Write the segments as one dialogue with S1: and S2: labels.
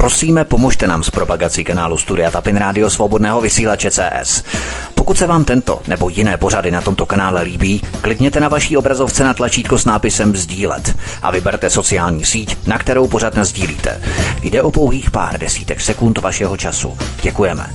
S1: Prosíme, pomožte nám s propagací kanálu Studia Tapin Rádio Svobodného vysílače CS. Pokud se vám tento nebo jiné pořady na tomto kanále líbí, klikněte na vaší obrazovce na tlačítko s nápisem sdílet a vyberte sociální síť, na kterou pořad nasdílíte. Jde o pouhých pár desítek sekund vašeho času. Děkujeme.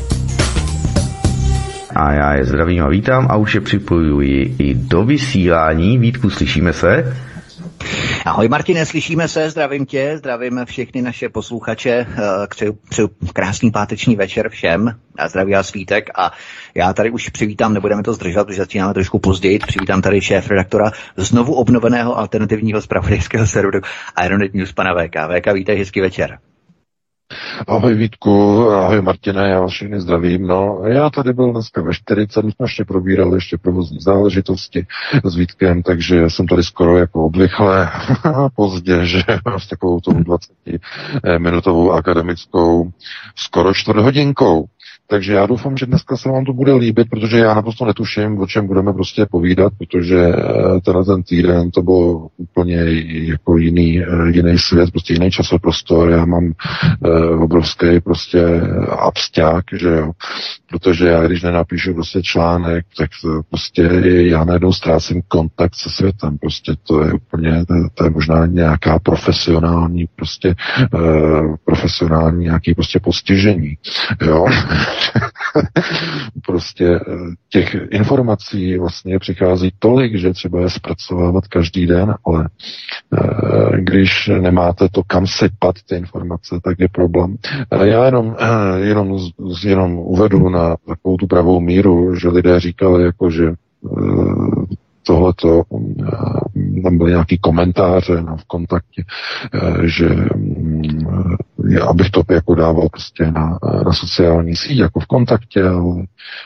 S2: A já je zdravím a vítám a už je připojuji i do vysílání. Vítku, slyšíme se?
S1: Ahoj Martine, slyšíme se, zdravím tě, zdravím všechny naše posluchače, přeju krásný páteční večer všem a zdraví a svítek a já tady už přivítám, nebudeme to zdržovat, protože začínáme trošku později, přivítám tady šéfredaktora znovu obnoveného alternativního zpravodajského serveru Ironet News, pana VK. VK, vítej, hezký večer.
S3: Ahoj Vítku, ahoj Martine, já vás všechny zdravím. No, já tady byl dneska ve 40, my jsme ještě probírali ještě provozní záležitosti s Vítkem, takže jsem tady skoro jako obvykle pozdě, že s takovou tou 20-minutovou akademickou skoro čtvrthodinkou. Takže já doufám, že dneska se vám to bude líbit, protože já naprosto netuším, o čem budeme prostě povídat, protože ten týden to bylo úplně jako jiný svět, prostě jiný časoprostor. Já mám obrovský prostě absťák, že jo, protože já když nenapíšu prostě článek, tak prostě já najednou ztrácím kontakt se světem, prostě to je úplně, to je možná nějaká profesionální nějaký prostě postižení, jo. Prostě těch informací vlastně přichází tolik, že třeba je zpracovávat každý den, ale když nemáte to, kam sypat ty informace, tak je problém. Já jenom uvedu na takovou tu pravou míru, že lidé říkali, jako, že tohleto, tam byly nějaký komentáře v kontaktě, že abych to jako dával prostě na sociální síť, jako v kontaktě, ale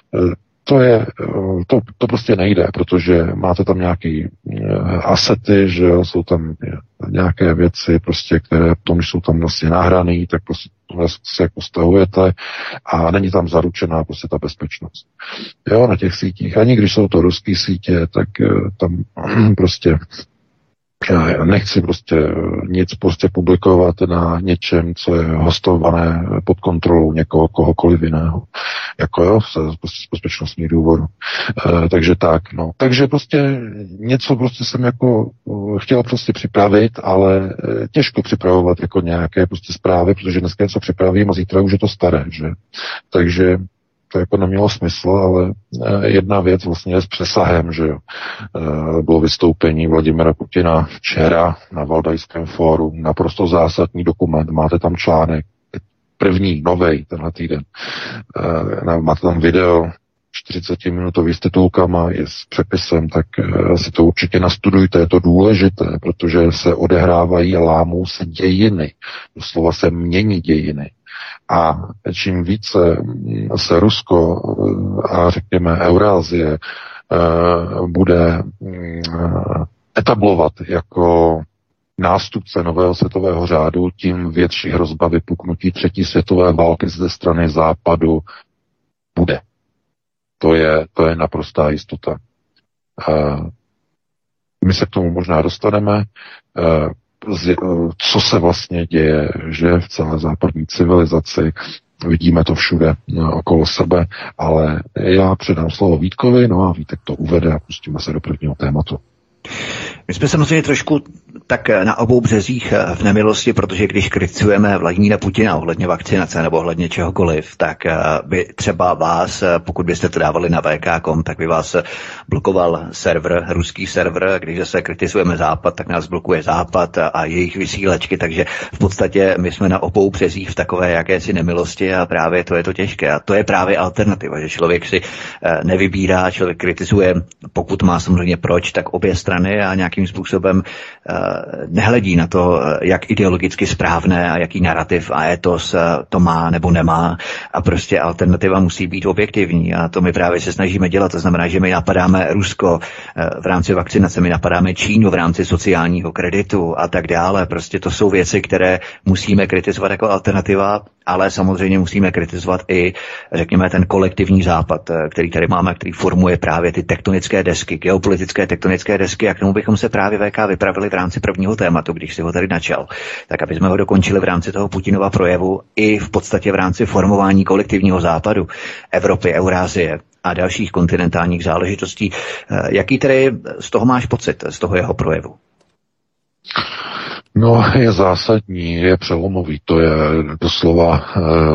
S3: to prostě nejde, protože máte tam nějaký asety, že jsou tam nějaké věci, prostě, které v tom, když jsou tam vlastně nahraný, tak prostě se jako stahujete a není tam zaručená prostě ta bezpečnost. Jo, na těch sítích. Ani když jsou to ruské sítě, tak tam prostě já nechci prostě nic prostě publikovat na něčem, co je hostované pod kontrolou někoho, kohokoliv jiného. Jako jo, z bezpečnostních důvodů. Takže tak, no. Takže prostě něco prostě jsem jako chtěl prostě připravit, ale těžko připravovat jako nějaké prostě zprávy, protože dneska něco připravím a zítra už je to staré, že? Takže to jako nemělo smysl, ale jedna věc vlastně je s přesahem, že jo. Bylo vystoupení Vladimira Putina včera na Valdajském fóru, naprosto zásadní dokument, máte tam článek, první, novej, tenhle týden. Máte tam video 40-minutový s titulkama, je s přepisem, tak si to určitě nastudujte, je to důležité, protože se odehrávají a lámou se dějiny, doslova se mění dějiny. A čím více se Rusko a řekněme Eurázie bude etablovat jako nástupce nového světového řádu, tím větší hrozba vypuknutí třetí světové války ze strany západu bude. To je naprostá jistota. My se k tomu možná dostaneme. Co se vlastně děje, že v celé západní civilizaci, vidíme to všude okolo sebe, ale já předám slovo Vítkovi, no a Vítek to uvede a pustíme se do prvního tématu.
S1: My jsme samozřejmě trošku tak na obou březích v nemilosti, protože když kritizujeme Vladimíra Putina ohledně vakcinace nebo ohledně čehokoliv, tak by třeba vás, pokud byste to dávali na vk.com, tak by vás blokoval server, ruský server, když se kritizujeme Západ, tak nás blokuje Západ a jejich vysílačky, takže v podstatě my jsme na obou březích v takové jakési nemilosti a právě to je to těžké. A to je právě alternativa, že člověk si nevybírá, člověk kritizuje, pokud má samozřejmě proč, tak obě strany a nějakým způsobem nehledí na to, jak ideologicky správné a jaký narrativ a etos to má nebo nemá. A prostě alternativa musí být objektivní a to my právě se snažíme dělat. To znamená, že my napadáme Rusko v rámci vakcinace, my napadáme Čínu v rámci sociálního kreditu a tak dále. Prostě to jsou věci, které musíme kritizovat jako alternativa, ale samozřejmě musíme kritizovat i, řekněme, ten kolektivní západ, který tady máme, který formuje právě ty tektonické desky, geopolitické tektonické desky a k tomu bychom se právě VK vypravili v rámci prvního tématu, když si ho tady načal, tak aby jsme ho dokončili v rámci toho Putinova projevu i v podstatě v rámci formování kolektivního západu, Evropy, Eurázie a dalších kontinentálních záležitostí. Jaký tedy z toho máš pocit, z toho jeho projevu?
S3: No, je zásadní, je přelomový, to je doslova,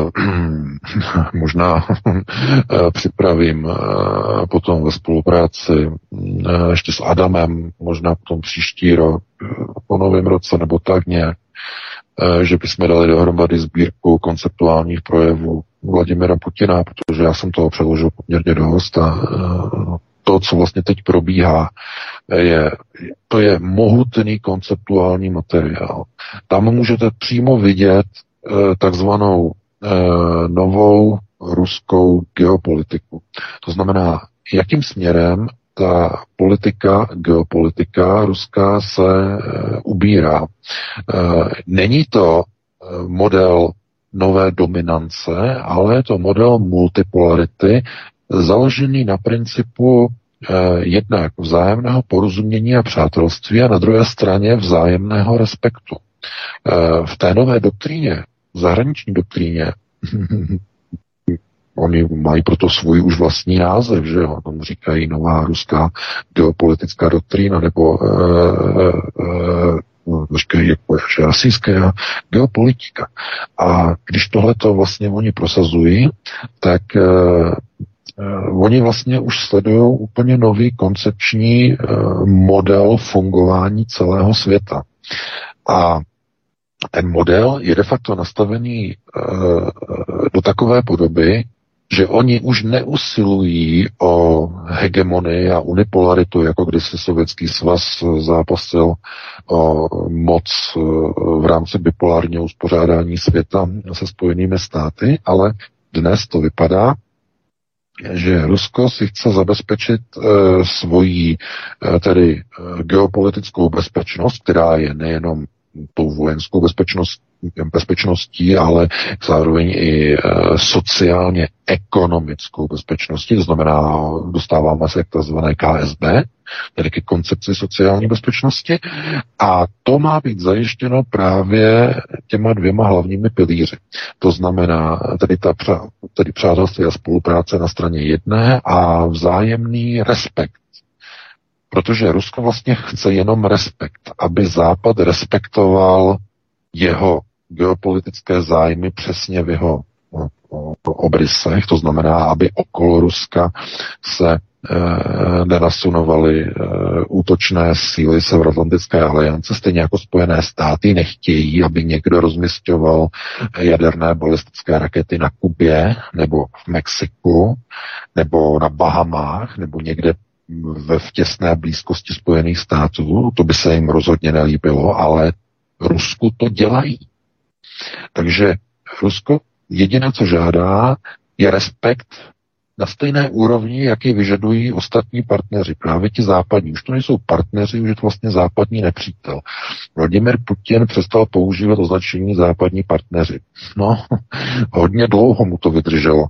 S3: možná připravím potom ve spolupráci ještě s Adamem, možná potom příští rok, po novém roce nebo tak nějak, že bychom dali dohromady sbírku konceptuálních projevů Vladimira Putina, protože já jsem toho přeložil poměrně dost a to, co vlastně teď probíhá, to je mohutný konceptuální materiál. Tam můžete přímo vidět takzvanou novou ruskou geopolitiku. To znamená, jakým směrem ta geopolitika ruská se ubírá. Není to model nové dominance, ale je to model multipolarity, založený na principu jednak vzájemného porozumění a přátelství a na druhé straně vzájemného respektu. V té nové doktríně, v zahraniční doktríně, oni mají proto svůj už vlastní název, že jo, tomu říkají nová ruská geopolitická doktrína, nebo jako asijská geopolitika. A když tohleto vlastně oni prosazují, tak oni vlastně už sledují úplně nový koncepční model fungování celého světa. A ten model je de facto nastavený do takové podoby, že oni už neusilují o hegemonii a unipolaritu, jako kdysi Sovětský svaz zápasil o moc v rámci bipolárního uspořádání světa se Spojenými státy, ale dnes to vypadá, že Rusko si chce zabezpečit svoji tedy geopolitickou bezpečnost, která je nejenom tou vojenskou bezpečností, ale zároveň i sociálně ekonomickou bezpečností, to znamená, dostáváme se k tzv. KSB, tedy ke koncepci sociální bezpečnosti, a to má být zajištěno právě těma dvěma hlavními pilíři. To znamená tedy přátelství a spolupráce na straně jedné a vzájemný respekt. Protože Rusko vlastně chce jenom respekt, aby Západ respektoval jeho geopolitické zájmy přesně v jeho obrysech, to znamená, aby okolo Ruska se nenasunovaly útočné síly Severoatlantické aliance, stejně jako Spojené státy nechtějí, aby někdo rozmisťoval jaderné balistické rakety na Kubě, nebo v Mexiku, nebo na Bahamách, nebo někde v těsné blízkosti Spojených států. To by se jim rozhodně nelíbilo, ale Rusku to dělají. Takže Rusko jediné, co žádá, je respekt na stejné úrovni, jaký vyžadují ostatní partneři, právě ti západní. Už to nejsou partneři, už je to vlastně západní nepřítel. Vladimir Putin přestal používat označení západní partneři. No, hodně dlouho mu to vydrželo,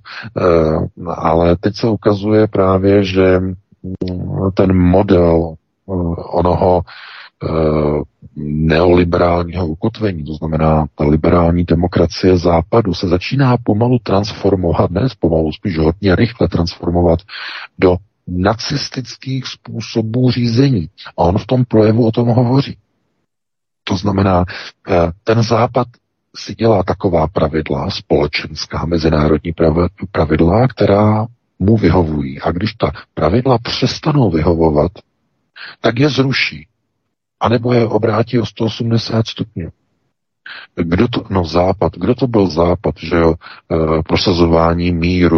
S3: ale teď se ukazuje právě, že ten model onoho neoliberálního ukotvení, to znamená ta liberální demokracie západu, se začíná pomalu transformovat, ne pomalu, spíš hodně rychle transformovat do nacistických způsobů řízení. A on v tom projevu o tom hovoří. To znamená, ten západ si dělá taková pravidla, společenská, mezinárodní pravidla, která mu vyhovují. A když ta pravidla přestanou vyhovovat, tak je zruší. A nebo je obrátí o 180 stupňů. Západ. Kdo to byl Západ, že jo? Prosazování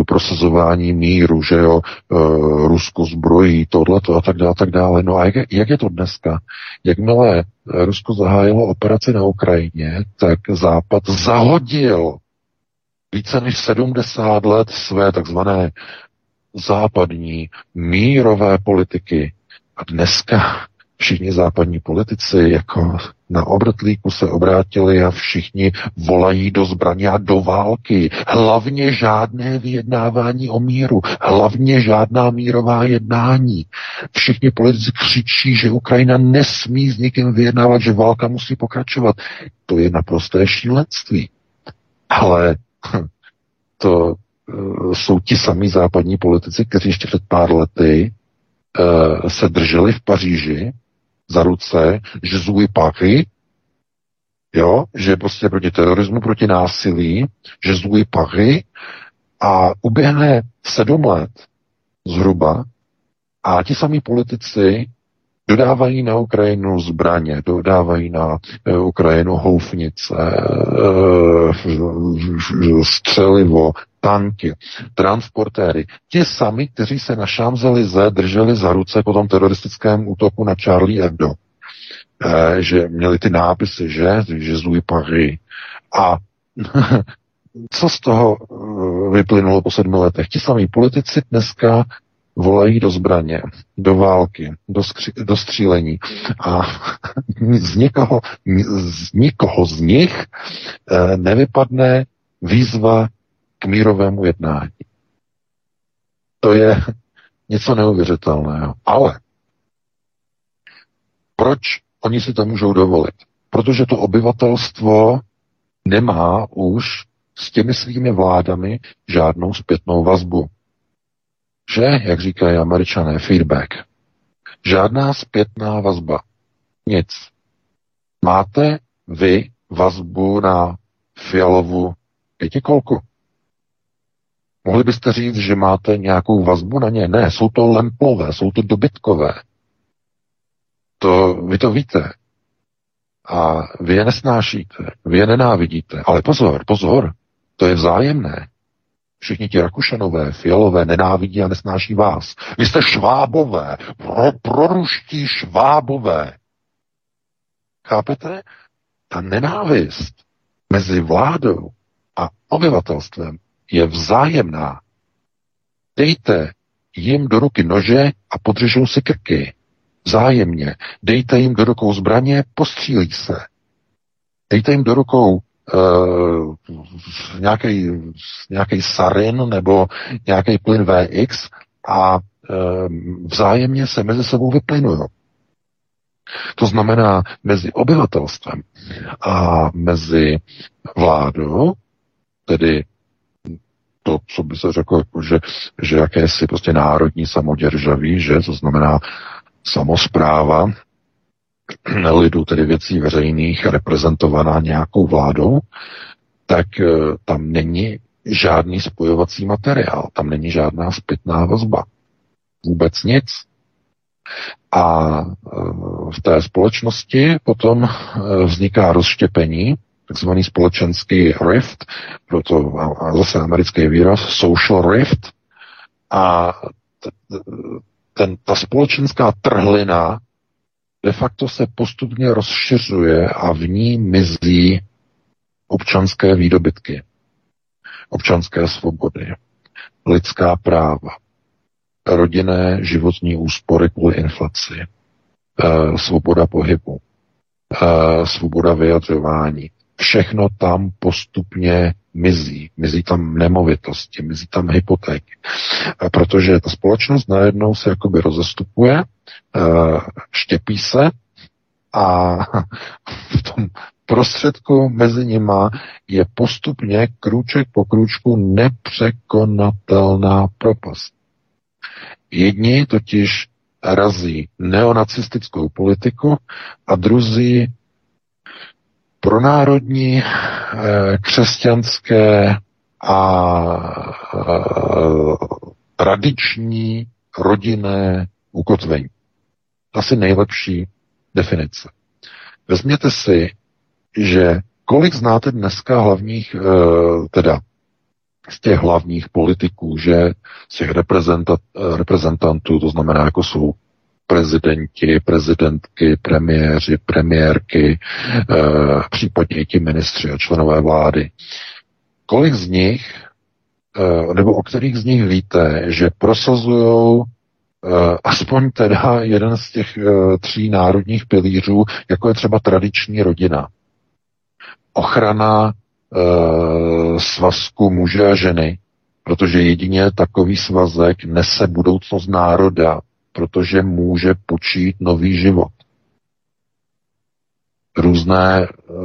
S3: míru, že jo? Rusko zbrojí, tohleto a tak dále. No a jak je to dneska? Jakmile Rusko zahájilo operaci na Ukrajině, tak Západ zahodil více než 70 let své takzvané západní mírové politiky. A dneska Všichni západní politici jako na obrtlíku se obrátili a všichni volají do zbraně a do války. Hlavně žádné vyjednávání o míru, hlavně žádná mírová jednání. Všichni politici křičí, že Ukrajina nesmí s někým vyjednávat, že válka musí pokračovat. To je naprosté šílenství. Ale to jsou ti samí západní politici, kteří ještě před pár lety se drželi v Paříži za ruce, že zují Paris, jo, že prostě proti terorismu, proti násilí, že zují Paris a uběhne 7 let zhruba a ti samí politici dodávají na Ukrajinu zbraně, dodávají na Ukrajinu houfnice, střelivo, tanky, transportéry. Ti sami, kteří se na Champs-Élysées drželi za ruce po tom teroristickém útoku na Charlie Hebdo, že měli ty nápisy, že zují Paris. A co z toho vyplynulo po 7 letech? Ti samí politici dneska volají do zbraně, do války, do střílení a z nikoho z nich nevypadne výzva k mírovému jednání. To je něco neuvěřitelného. Ale proč oni si to můžou dovolit? Protože to obyvatelstvo nemá už s těmi svými vládami žádnou zpětnou vazbu. Že, jak říkají Američané, feedback. Žádná zpětná vazba. Nic. Máte vy vazbu na Fialovu pětikolku? Mohli byste říct, že máte nějakou vazbu na ně? Ne, jsou to lemplové, jsou to dobytkové. Vy to víte. A vy je nesnášíte, vy je nenávidíte. Ale pozor, to je vzájemné. Všichni ti Rakušanové, Fialové nenávidí a nesnáší vás. Vy jste švábové, proruští švábové. Chápete? Ta nenávist mezi vládou a obyvatelstvem je vzájemná. Dejte jim do ruky nože a podřežou si krky. Vzájemně. Dejte jim do rukou zbraně, postřílí se. Dejte jim do rukou nějaký sarin nebo nějaký plyn VX a vzájemně se mezi sebou vyplynují. To znamená mezi obyvatelstvem a mezi vládou, tedy to, co by se řeklo, že jakési prostě národní samoděržaví, že to znamená samospráva lidu, tedy věcí veřejných, reprezentovaná nějakou vládou, tak tam není žádný spojovací materiál, tam není žádná zpětná vazba. Vůbec nic. A v té společnosti potom vzniká rozštěpení, takzvaný společenský rift, proto zase americký výraz social rift, a ta společenská trhlina de facto se postupně rozšiřuje a v ní mizí občanské výdobytky, občanské svobody, lidská práva, rodinné životní úspory kvůli inflaci, svoboda pohybu, svoboda vyjadřování. Všechno tam postupně mizí. Mizí tam nemovitosti, mizí tam hypotéky. Protože ta společnost najednou se jakoby rozestupuje, štěpí se a v tom prostředku mezi nima je postupně krůček po krůčku nepřekonatelná propast. Jedni totiž razí neonacistickou politiku a druzí pronárodní, křesťanské a tradiční rodinné ukotvení. Asi nejlepší definice. Vezměte si, že kolik znáte dneska hlavních, teda z těch hlavních politiků, že z těch reprezentantů, to znamená, jako jsou prezidenti, prezidentky, premiéři, premiérky, případně i ti ministři a členové vlády. Kolik z nich, nebo o kterých z nich víte, že prosazují aspoň teda jeden z těch 3 národních pilířů, jako je třeba tradiční rodina. Ochrana svazku muže a ženy, protože jedině takový svazek nese budoucnost národa, protože může počít nový život. Různé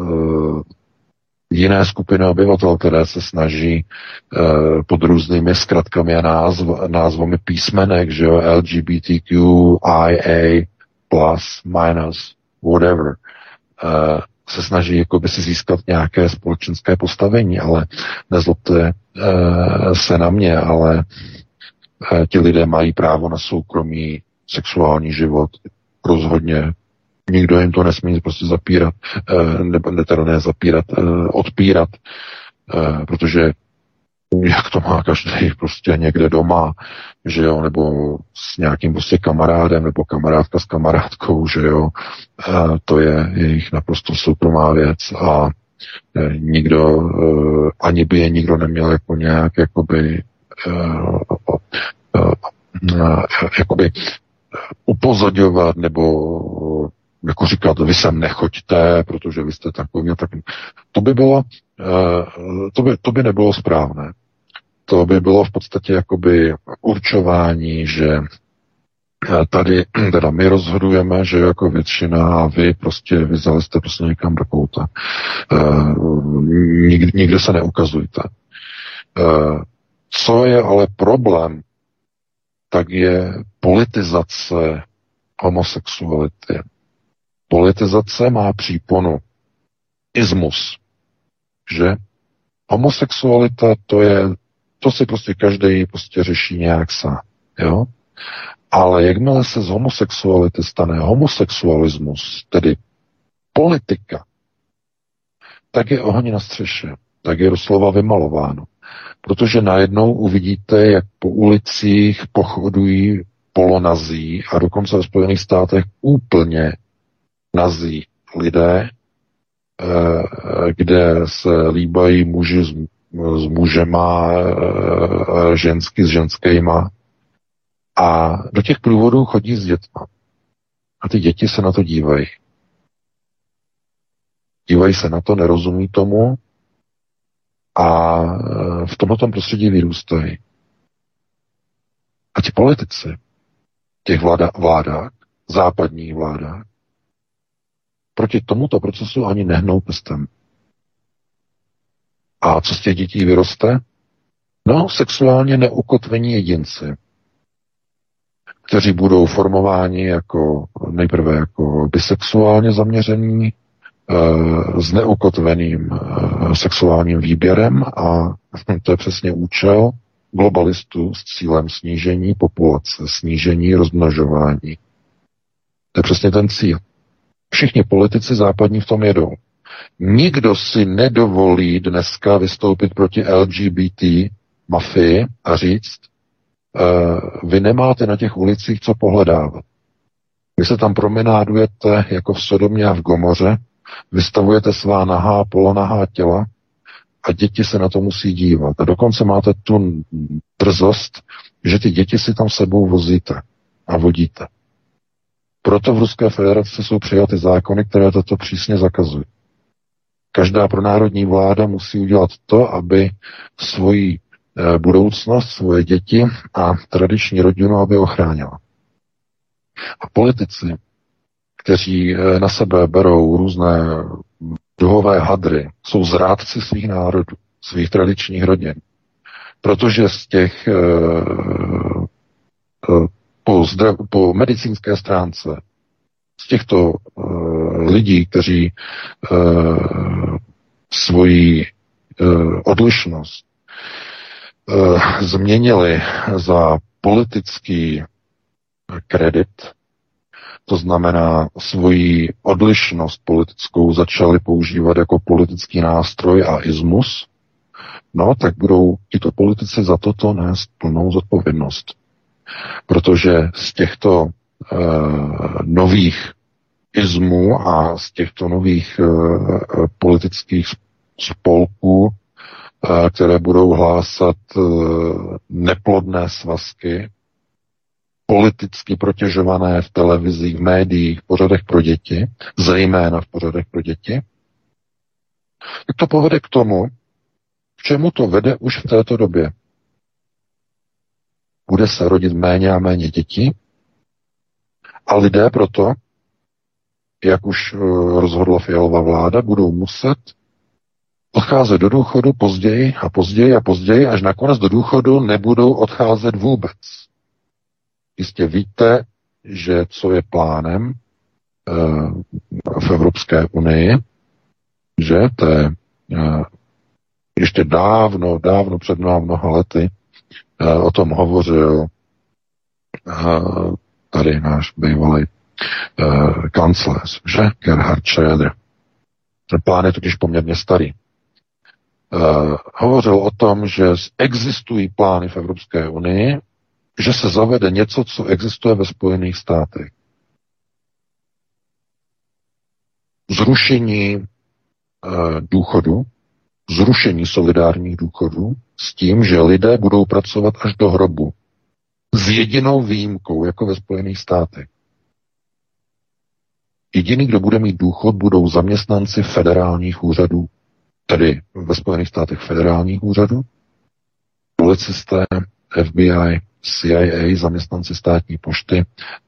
S3: jiné skupiny obyvatel, které se snaží pod různými zkratkami a názvami písmenek, že jo, LGBTQIA+, minus, whatever, se snaží jakoby si získat nějaké společenské postavení, ale nezlobte se na mě, ale ti lidé mají právo na soukromý sexuální život. Rozhodně nikdo jim to nesmí prostě zapírat, nebo teda ne zapírat, odpírat, protože jak to má každý prostě někde doma, že jo, nebo s nějakým prostě kamarádem, nebo kamarádka s kamarádkou, že jo, to je jejich naprosto soukromá věc a nikdo, ani by je nikdo neměl jako nějak jakoby upozorňovat nebo jako říkat, vy sem nechoďte, protože vy jste takový a tak. To by bylo, to by nebylo správné. To by bylo v podstatě jakoby určování, že tady teda my rozhodujeme, že jako většina a vy prostě vyzalezte prostě někam do kouta. Nikde se neukazujte. Co je ale problém, tak je politizace homosexuality. Politizace má příponu ismus, že homosexualita to si prostě každý prostě řeší nějak sám, jo? Ale jakmile se z homosexuality stane homosexualismus, tedy politika, tak je oheň na střeše, tak je doslova vymalováno. Protože najednou uvidíte, jak po ulicích pochodují polonazí a dokonce ve Spojených státech úplně nazí lidé, kde se líbají muži s mužema, ženský s ženskýma a do těch průvodů chodí s dětma. A ty děti se na to dívají. Dívají se na to, nerozumí tomu a v tomto prostředí vyrůstají. A ti politici, těch vládách, západních vládách, proti tomuto procesu ani nehnou prstem. A co z těch dětí vyroste? No, sexuálně neukotvení jedinci, kteří budou formováni nejprve jako bisexuálně zaměření, s neukotveným sexuálním výběrem a to je přesně účel globalistů s cílem snížení populace, snížení rozmnožování. To je přesně ten cíl. Všichni politici západní v tom jedou. Nikdo si nedovolí dneska vystoupit proti LGBT mafii a říct, vy nemáte na těch ulicích co pohledávat. Vy se tam promenádujete jako v Sodomě a v Gomoře, vystavujete svá nahá, polonahá těla a děti se na to musí dívat. A dokonce máte tu drzost, že ty děti si tam sebou vozíte a vodíte. Proto v Ruské federaci jsou přijaty zákony, které toto přísně zakazují. Každá pronárodní vláda musí udělat to, aby svoji budoucnost, svoje děti a tradiční rodinu, aby ochránila. A politici, kteří na sebe berou různé duhové hadry, jsou zrádci svých národů, svých tradičních rodin. Protože z těch po medicínské stránce z těchto lidí, kteří svoji odlišnost změnili za politický kredit, to znamená svoji odlišnost politickou začali používat jako politický nástroj a ismus, no tak budou tito politici za toto nést plnou zodpovědnost. Protože z těchto nových ismů a z těchto nových politických spolků, které budou hlásat neplodné svazky, politicky protěžované v televizích, v médiích, v pořadech pro děti, zejména v pořadech pro děti, tak to povede k tomu, k čemu to vede už v této době. Bude se rodit méně a méně dětí a lidé proto, jak už rozhodla Fialova vláda, budou muset odcházet do důchodu později a později a později, až nakonec do důchodu nebudou odcházet vůbec. Jistě víte, že co je plánem v Evropské unii, že to je ještě dávno před mnoha lety o tom hovořil tady náš bývalý kancléř, že? Gerhard Schröder. Ten plán je totiž poměrně starý. Hovořil o tom, že existují plány v Evropské unii, že se zavede něco, co existuje ve Spojených státech. Zrušení důchodu, zrušení solidárních důchodů s tím, že lidé budou pracovat až do hrobu. S jedinou výjimkou, jako ve Spojených státech. Jediný, kdo bude mít důchod, budou zaměstnanci federálních úřadů, tedy ve Spojených státech federálních úřadů, policisté, FBI, CIA, zaměstnanci státní pošty,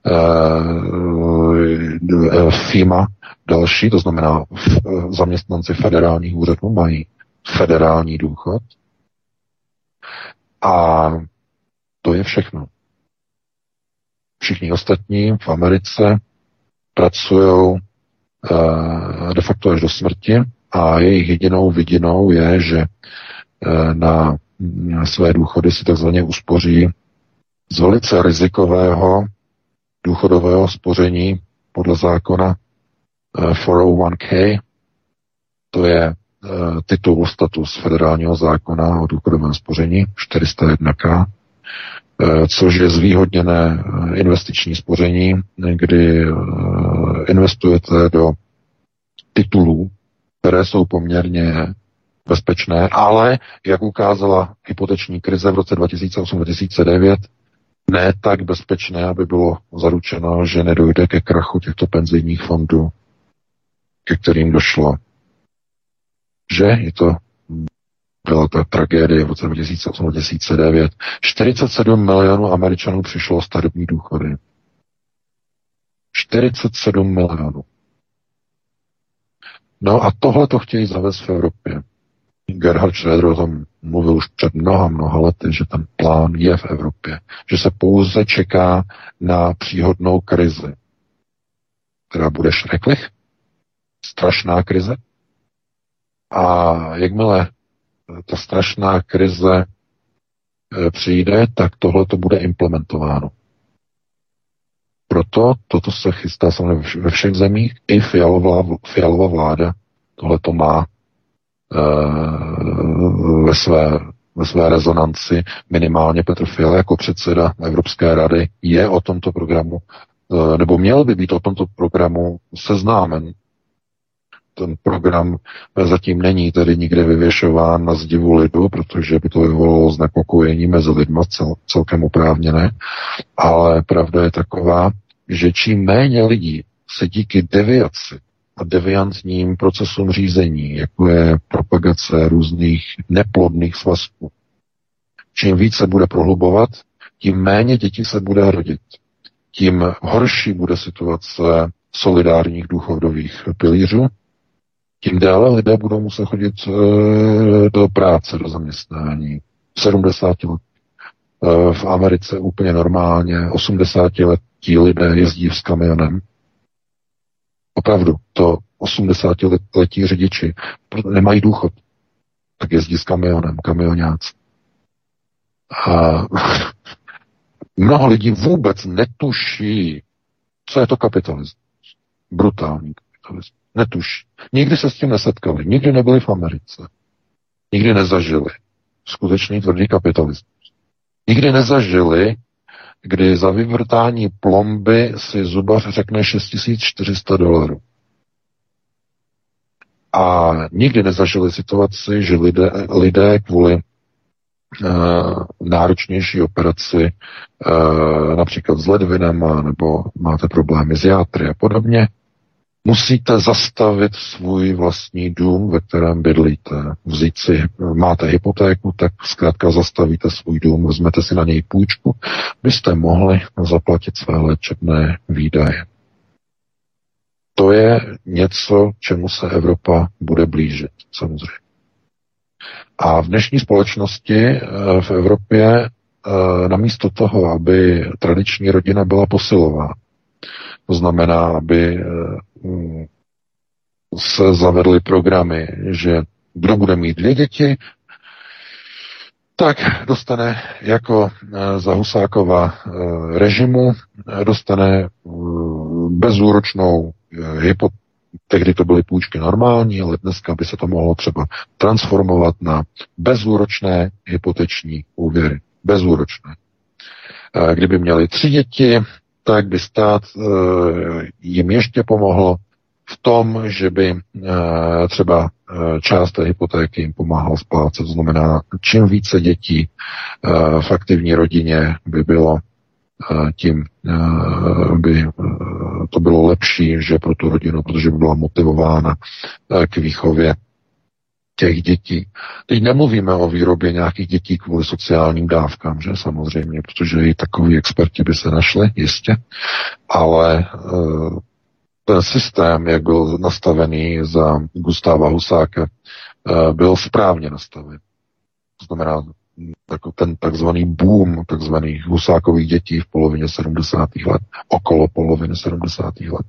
S3: FEMA, další, to znamená zaměstnanci federálních úřadů mají federální důchod. A to je všechno. Všichni ostatní v Americe pracují de facto až do smrti a jejich jedinou vidinou je, že na své důchody si takzvaně uspoří z velice rizikového důchodového spoření podle zákona 401k. To je titul, status federálního zákona o důchodovém spoření 401k, což je zvýhodněné investiční spoření, kdy investujete do titulů, které jsou poměrně bezpečné, ale, jak ukázala hypoteční krize v roce 2008-2009, ne tak bezpečné, aby bylo zaručeno, že nedojde ke krachu těchto penzijních fondů, ke kterým došlo. Že je to byla ta tragédie v roce 2008-2009. 47 milionů Američanů přišlo o starobní důchody. 47 milionů. No a tohle to chtějí zavést v Evropě. Gerhard Schröder o tom mluvil už před mnoha lety, že ten plán je v Evropě. Že se pouze čeká na příhodnou krizi, která bude šreklich, strašná krize. A jakmile ta strašná krize přijde, tak tohle to bude implementováno. Proto toto se chystá samozřejmě ve všech zemích. I Fialova vláda tohle to má ve své rezonanci. Minimálně Petr Fiala jako předseda Evropské rady je o tomto programu, nebo měl by být o tomto programu seznámen. Ten program zatím není tedy nikde vyvěšován na zdivu lidu, protože by to vyvolalo znepokojení mezi lidmi celkem oprávněné, ale pravda je taková, že čím méně lidí se díky deviaci a deviantním procesům řízení, jako je propagace různých neplodných svazků, čím více bude prohlubovat, tím méně dětí se bude rodit. Tím horší bude situace solidárních důchodových pilířů, tím déle lidé budou muset chodit do práce, do zaměstnání. 70 let. V Americe úplně normálně 80letí lidé jezdí s kamionem. Opravdu, to 80letí řidiči nemají důchod, tak jezdí s kamionem, kamionáci. A mnoho lidí vůbec netuší, co je to kapitalismus. Brutální kapitalismus. Netuší. Nikdy se s tím nesetkali, nikdy nebyli v Americe. Nikdy nezažili skutečný tvrdý kapitalismus. Nikdy nezažili, kdy za vyvrtání plomby si zubař řekne $6400. A nikdy nezažili situaci, že lidé kvůli náročnější operaci, například s ledvinama, nebo máte problémy s játry a podobně, musíte zastavit svůj vlastní dům, ve kterém bydlíte. Vzít si, máte hypotéku, tak zkrátka zastavíte svůj dům, vezmete si na něj půjčku, byste mohli zaplatit své léčebné výdaje. To je něco, čemu se Evropa bude blížit, samozřejmě. A v dnešní společnosti v Evropě namísto toho, aby tradiční rodina byla posilována, to znamená, aby se zavedly programy, že kdo bude mít 2 děti, tak dostane jako za Husákova režimu, dostane bezúročnou hypotéku. Tehdy to byly půjčky normální, ale dneska by se to mohlo třeba transformovat na bezúročné hypoteční úvěry. Bezúročné. Kdyby měli 3 děti, tak by stát jim ještě pomohl v tom, že by třeba část té hypotéky jim pomáhal splácet. To znamená, čím více dětí v aktivní rodině by bylo, tím by to bylo lepší, že pro tu rodinu, protože by byla motivována k výchově těch dětí. Teď nemluvíme o výrobě nějakých dětí kvůli sociálním dávkám, že samozřejmě, protože i takoví experti by se našli, jistě, ale ten systém, jak byl nastavený za Gustáva Husáka, byl správně nastaven. To znamená, jako ten takzvaný boom takzvaných Husákových dětí v polovině 70. let, okolo poloviny 70. let,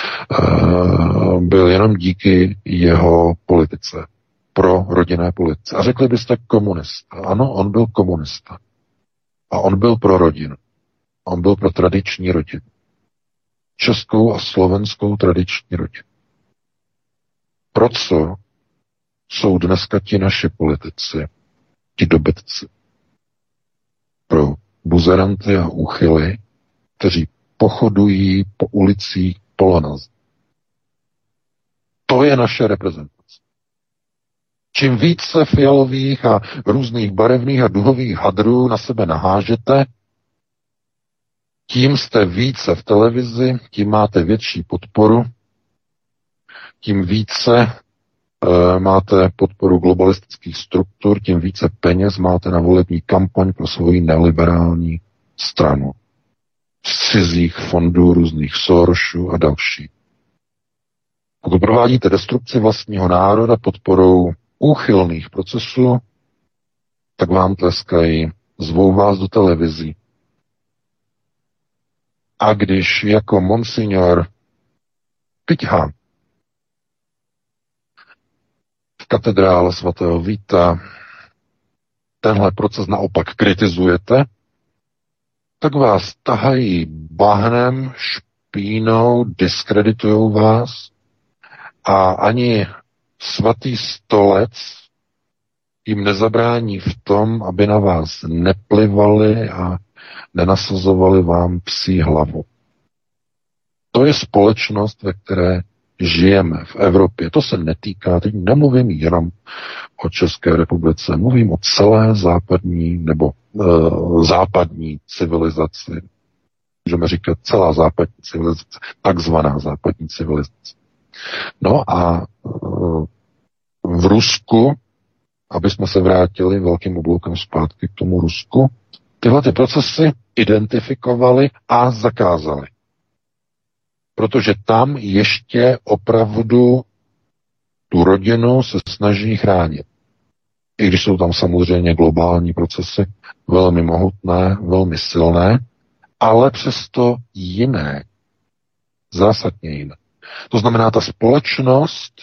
S3: byl jenom díky jeho politice, pro rodinné politice. A řekli byste komunista. Ano, on byl komunista. A on byl pro rodinu. On byl pro tradiční rodinu. Českou a slovenskou tradiční rodinu. Pro co jsou dneska ti naši politici, ti dobytci? Pro buzeranty a úchyly, kteří pochodují po ulicích polonazy. To je naše reprezentace. Čím více fialových a různých barevných a duhových hadrů na sebe nahážete, tím jste více v televizi, tím máte větší podporu, tím více máte podporu globalistických struktur, tím více peněz máte na volební kampaň pro svoji neoliberální stranu. Z cizích fondů, různých Sorosů a další. Pokud provádíte destrukci vlastního národa podporou úchylných procesů, tak vám tleskají, zvou vás do televizí. A když jako monsignor Piťha v katedrále svatého Víta tenhle proces naopak kritizujete, tak vás tahají bahnem, špínou, diskreditujou vás a ani svatý stolec jim nezabrání v tom, aby na vás neplivali a nenasazovali vám psí hlavu. To je společnost, ve které žijeme v Evropě. To se netýká, teď nemluvím jenom o České republice, mluvím o celé západní nebo západní civilizaci. Můžeme říkat celá západní civilizace, takzvaná západní civilizace. No a v Rusku, aby jsme se vrátili velkým obloukem zpátky k tomu Rusku, tyhle ty procesy identifikovali a zakázali. Protože tam ještě opravdu tu rodinu se snaží chránit. I když jsou tam samozřejmě globální procesy, velmi mohutné, velmi silné, ale přesto jiné. Zásadně jiné. To znamená, ta společnost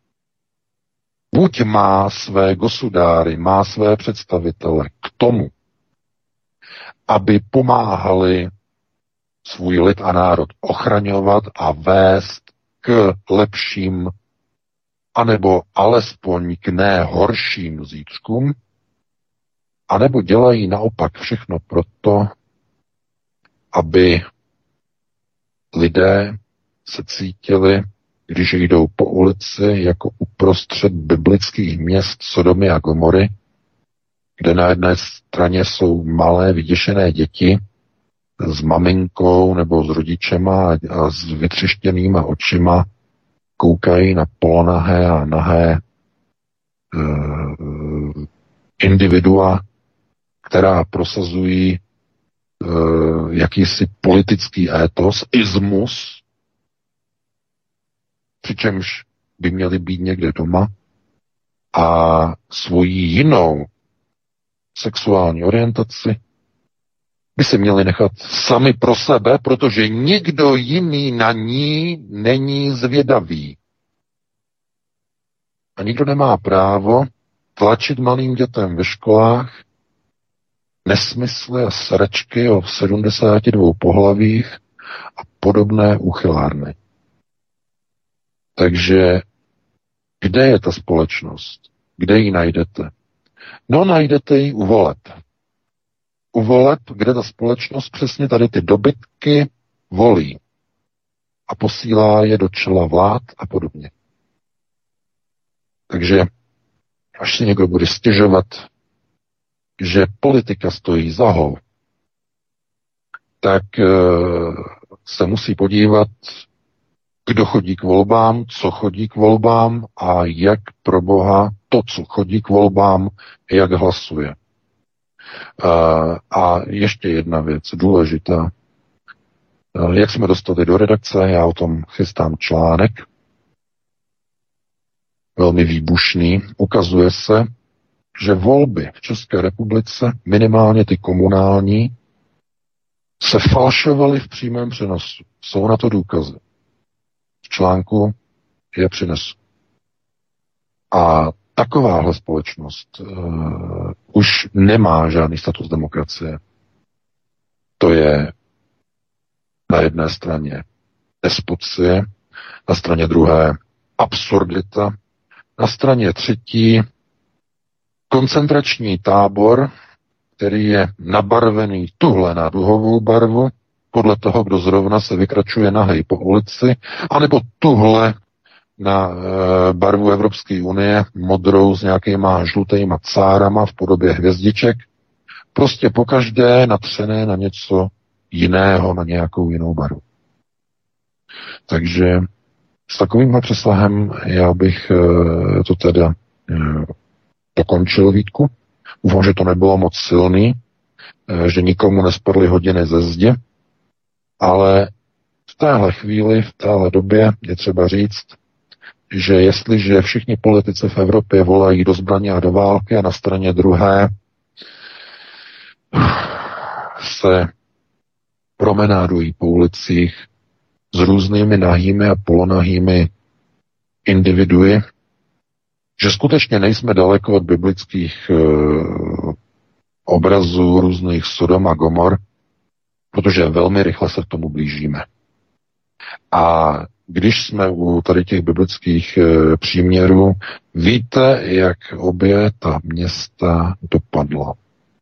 S3: buď má své gosudáry, má své představitele k tomu, aby pomáhali svůj lid a národ ochraňovat a vést k lepším, anebo alespoň k ne horším zítřkům, anebo dělají naopak všechno proto, aby lidé se cítili, když jdou po ulici, jako uprostřed biblických měst Sodomy a Gomory, kde na jedné straně jsou malé vyděšené děti s maminkou nebo s rodičema a s vytřeštěnýma očima koukají na polonahé a nahé individua, která prosazují jakýsi politický étos, ismus, přičemž by měli být někde doma a svoji jinou sexuální orientaci by si měli nechat sami pro sebe, protože nikdo jiný na ní není zvědavý. A nikdo nemá právo tlačit malým dětem ve školách nesmysly a sračky o 72 pohlavích a podobné úchylárny. Takže kde je ta společnost? Kde ji najdete? No, najdete ji u voleb. U voleb, kde ta společnost přesně tady ty dobytky volí a posílá je do čela vlád a podobně. Takže až si někdo bude stěžovat, že politika stojí za hou, tak se musí podívat, kdo chodí k volbám, co chodí k volbám a jak pro Boha to, co chodí k volbám, jak hlasuje. A ještě jedna věc důležitá. Jak jsme dostali do redakce, já o tom chystám článek, velmi výbušný. Ukazuje se, že volby v České republice, minimálně ty komunální, se falšovaly v přímém přenosu. Jsou na to důkazy. V článku je přinesu. A takováhle společnost už nemá žádný status demokracie. To je na jedné straně despocie, na straně druhé absurdita, na straně třetí koncentrační tábor, který je nabarvený tuhle na duhovou barvu, podle toho, kdo zrovna se vykračuje nahej po ulici, anebo tuhle na barvu Evropské unie, modrou s nějakýma žlutýma cárama v podobě hvězdiček, prostě pokaždé natřené na něco jiného, na nějakou jinou barvu. Takže s takovýmhle přesahem já bych to teda dokončil, Vítku. Doufám, že to nebylo moc silný, že nikomu nespadly hodiny ze zdi, ale v téhle chvíli, v téhle době je třeba říct, že jestliže všichni politici v Evropě volají do zbraně a do války a na straně druhé se promenádují po ulicích s různými nahými a polonahými individui, že skutečně nejsme daleko od biblických obrazů různých Sodom a Gomor, protože velmi rychle se k tomu blížíme. A když jsme u tady těch biblických příměrů, víte, jak obě ta města dopadla.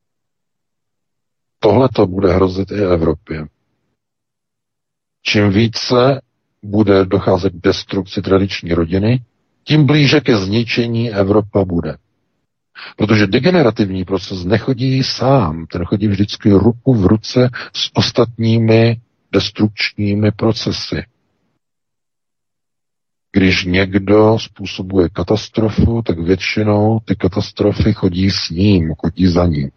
S3: Tohle to bude hrozit i Evropě. Čím více bude docházet k destrukci tradiční rodiny, tím blíže ke zničení Evropa bude. Protože degenerativní proces nechodí sám, ten chodí vždycky ruku v ruce s ostatními destrukčními procesy. Když někdo způsobuje katastrofu, tak většinou ty katastrofy chodí s ním, chodí za ním.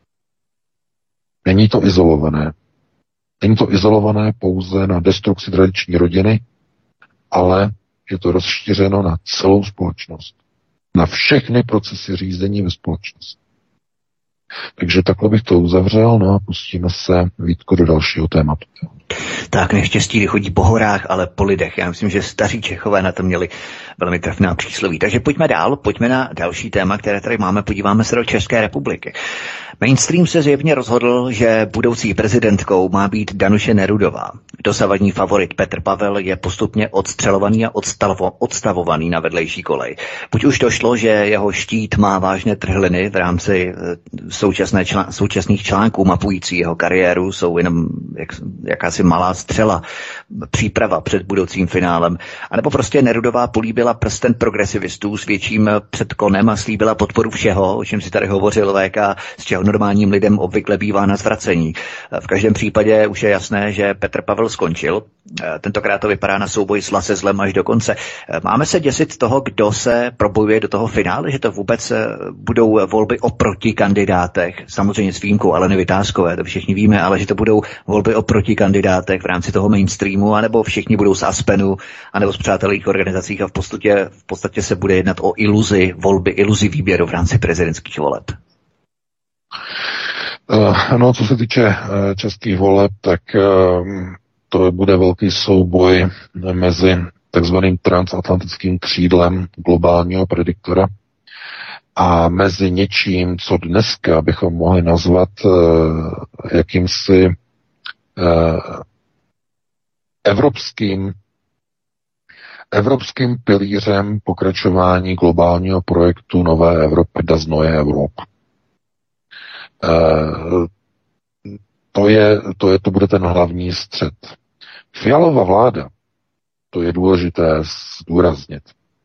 S3: Není to izolované. Není to izolované pouze na destrukci tradiční rodiny, ale je to rozšířeno na celou společnost. Na všechny procesy řízení ve společnosti. Takže takhle bych to uzavřel, no a pustíme se, Vítko, do dalšího tématu.
S1: Tak neštěstí chodí po horách, ale po lidech. Já myslím, že staří Čechové na to měli velmi trefná přísloví. Takže pojďme dál, pojďme na další téma, které tady máme, podíváme se do České republiky. Mainstream se zjevně rozhodl, že budoucí prezidentkou má být Danuše Nerudová. Dosavadní favorit Petr Pavel je postupně odstřelovaný a odstavovaný na vedlejší kolej. Buď už došlo, že jeho štít má vážné trhliny v současných článků mapující jeho kariéru, jsou jenom jakási jakási malá střela, příprava před budoucím finálem, anebo prostě Nerudová políbila prsten progresivistů s větším předklonem a slíbila podporu všeho, o čem si tady hovořil VK, z čeho normálním lidem obvykle bývá na zvracení. V každém případě už je jasné, že Petr Pavel skončil. Tentokrát to vypadá na souboj zla se zlem až do konce. Máme se děsit toho, kdo se probojuje do toho finále, že to vůbec budou volby o protikandidátech, samozřejmě s výjimkou Aleny Vitáskové, to všichni víme, ale že to budou volby o protikandidátech v rámci toho mainstreamu, anebo všichni budou z Aspenu, anebo z přátelých organizacích a v podstatě se bude jednat o iluzi volby, iluzi výběru v rámci prezidentských voleb.
S3: No, co se týče českých voleb, tak to bude velký souboj mezi takzvaným transatlantickým křídlem globálního prediktora a mezi něčím, co dneska bychom mohli nazvat jakýmsi evropským pilířem pokračování globálního projektu Nové Evropy, Das Neue Europa. To bude ten hlavní střet. Fialova vláda, to je důležité zdůraznit,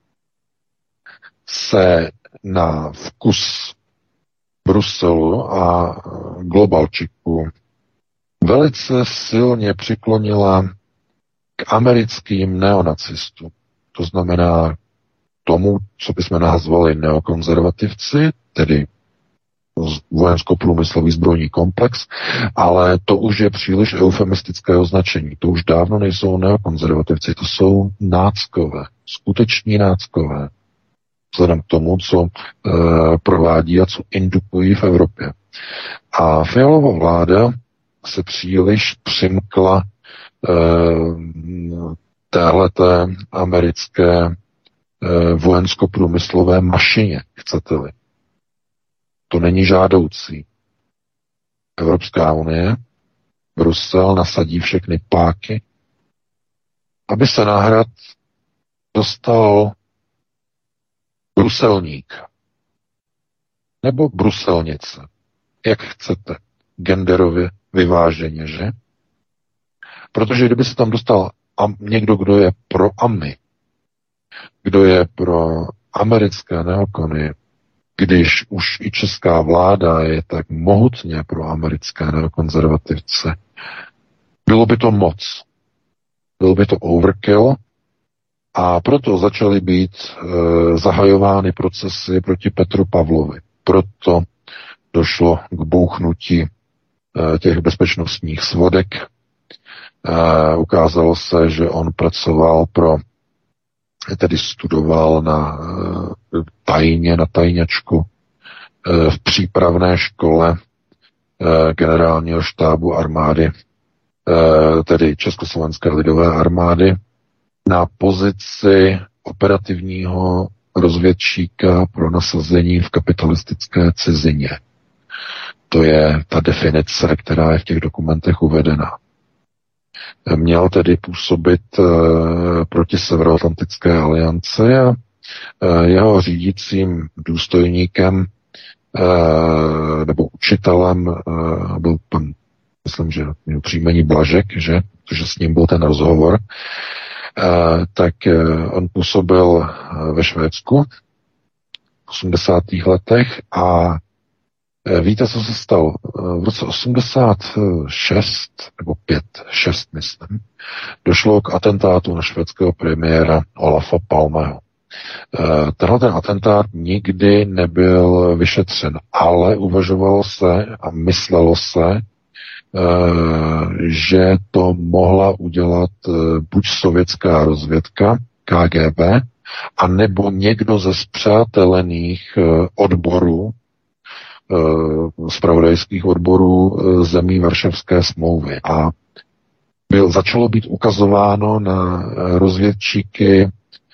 S3: se na vkus Bruselu a globalčiku velice silně přiklonila k americkým neonacistům. To znamená tomu, co bychom nazvali neokonzervativci, tedy vojensko-průmyslový zbrojní komplex, ale to už je příliš eufemistické označení. To už dávno nejsou neokonzervativci, to jsou náckové, skuteční náckové, vzhledem k tomu, co provádí a co indukují v Evropě. A Fialova vláda se příliš přimkla téhleté americké vojensko-průmyslové mašině, chcete-li. To není žádoucí. Evropská unie, Brusel nasadí všechny páky, aby se na hrad dostal bruselník nebo bruselnice, jak chcete, genderově vyváženě, že? Protože kdyby se tam dostal někdo, kdo je pro AMI, kdo je pro americké neokony, když už i česká vláda je tak mohutně pro americké neokonzervativce, bylo by to moc. Byl by to overkill a proto začaly být zahajovány procesy proti Petru Pavlovi. Proto došlo k bouchnutí těch bezpečnostních svodek. Ukázalo se, že on pracoval tedy studoval na tajňačku v přípravné škole generálního štábu armády, tedy Československé lidové armády, na pozici operativního rozvědčíka pro nasazení v kapitalistické cizině. To je ta definice, která je v těch dokumentech uvedena. Měl tedy působit proti Severoatlantické alianci a jeho řídícím důstojníkem nebo učitelem byl pan, myslím, že měl příjmení Blažek, že? Protože s ním byl ten rozhovor, tak on působil ve Švédsku v 80. letech a víte, co se stalo? V roce 86, nebo 5-6, myslím, došlo k atentátu na švédského premiéra Olafa Palmeho. Tenhle ten atentát nikdy nebyl vyšetřen, ale uvažovalo se a myslelo se, že to mohla udělat buď sovětská rozvědka, KGB, anebo někdo ze spřátelených odborů, zpravodajských odborů zemí Varšavské smlouvy. A začalo být ukazováno na rozvědčíky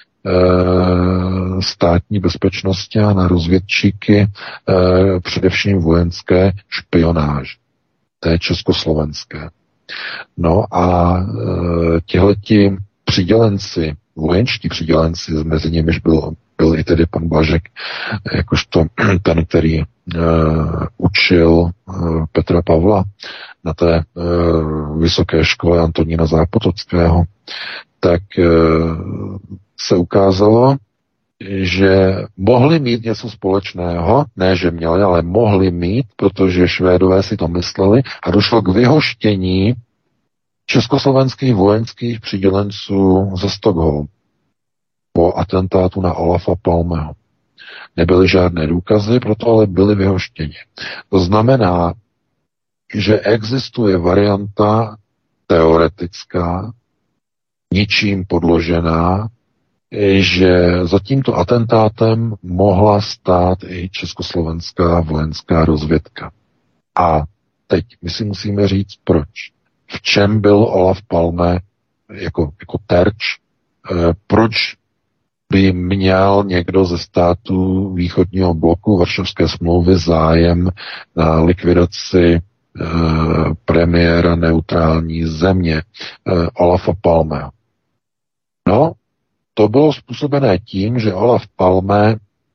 S3: státní bezpečnosti a na rozvědčíky především vojenské špionáž, té československé. No a tihleti přidělenci, vojenští přidělenci, mezi nimiž byl i tedy pan Blažek, jakožto ten, který učil Petra Pavla na té vysoké škole Antonína Zápotockého, tak se ukázalo, že mohli mít něco společného, ne, že měli, ale mohli mít, protože Švédové si to mysleli a došlo k vyhoštění československých vojenských přidělenců ze Stockholmu po atentátu na Olafa Palmeho. Nebyly žádné důkazy, proto ale byly vyhoštěni. To znamená, že existuje varianta teoretická, ničím podložená, že za tímto atentátem mohla stát i československá vojenská rozvědka. A teď my si musíme říct, proč. V čem byl Olaf Palme jako terč, proč by měl někdo ze států východního bloku Varšavské smlouvy zájem na likvidaci premiéra neutrální země Olafa Palmeho. No, to bylo způsobené tím, že Olaf Palme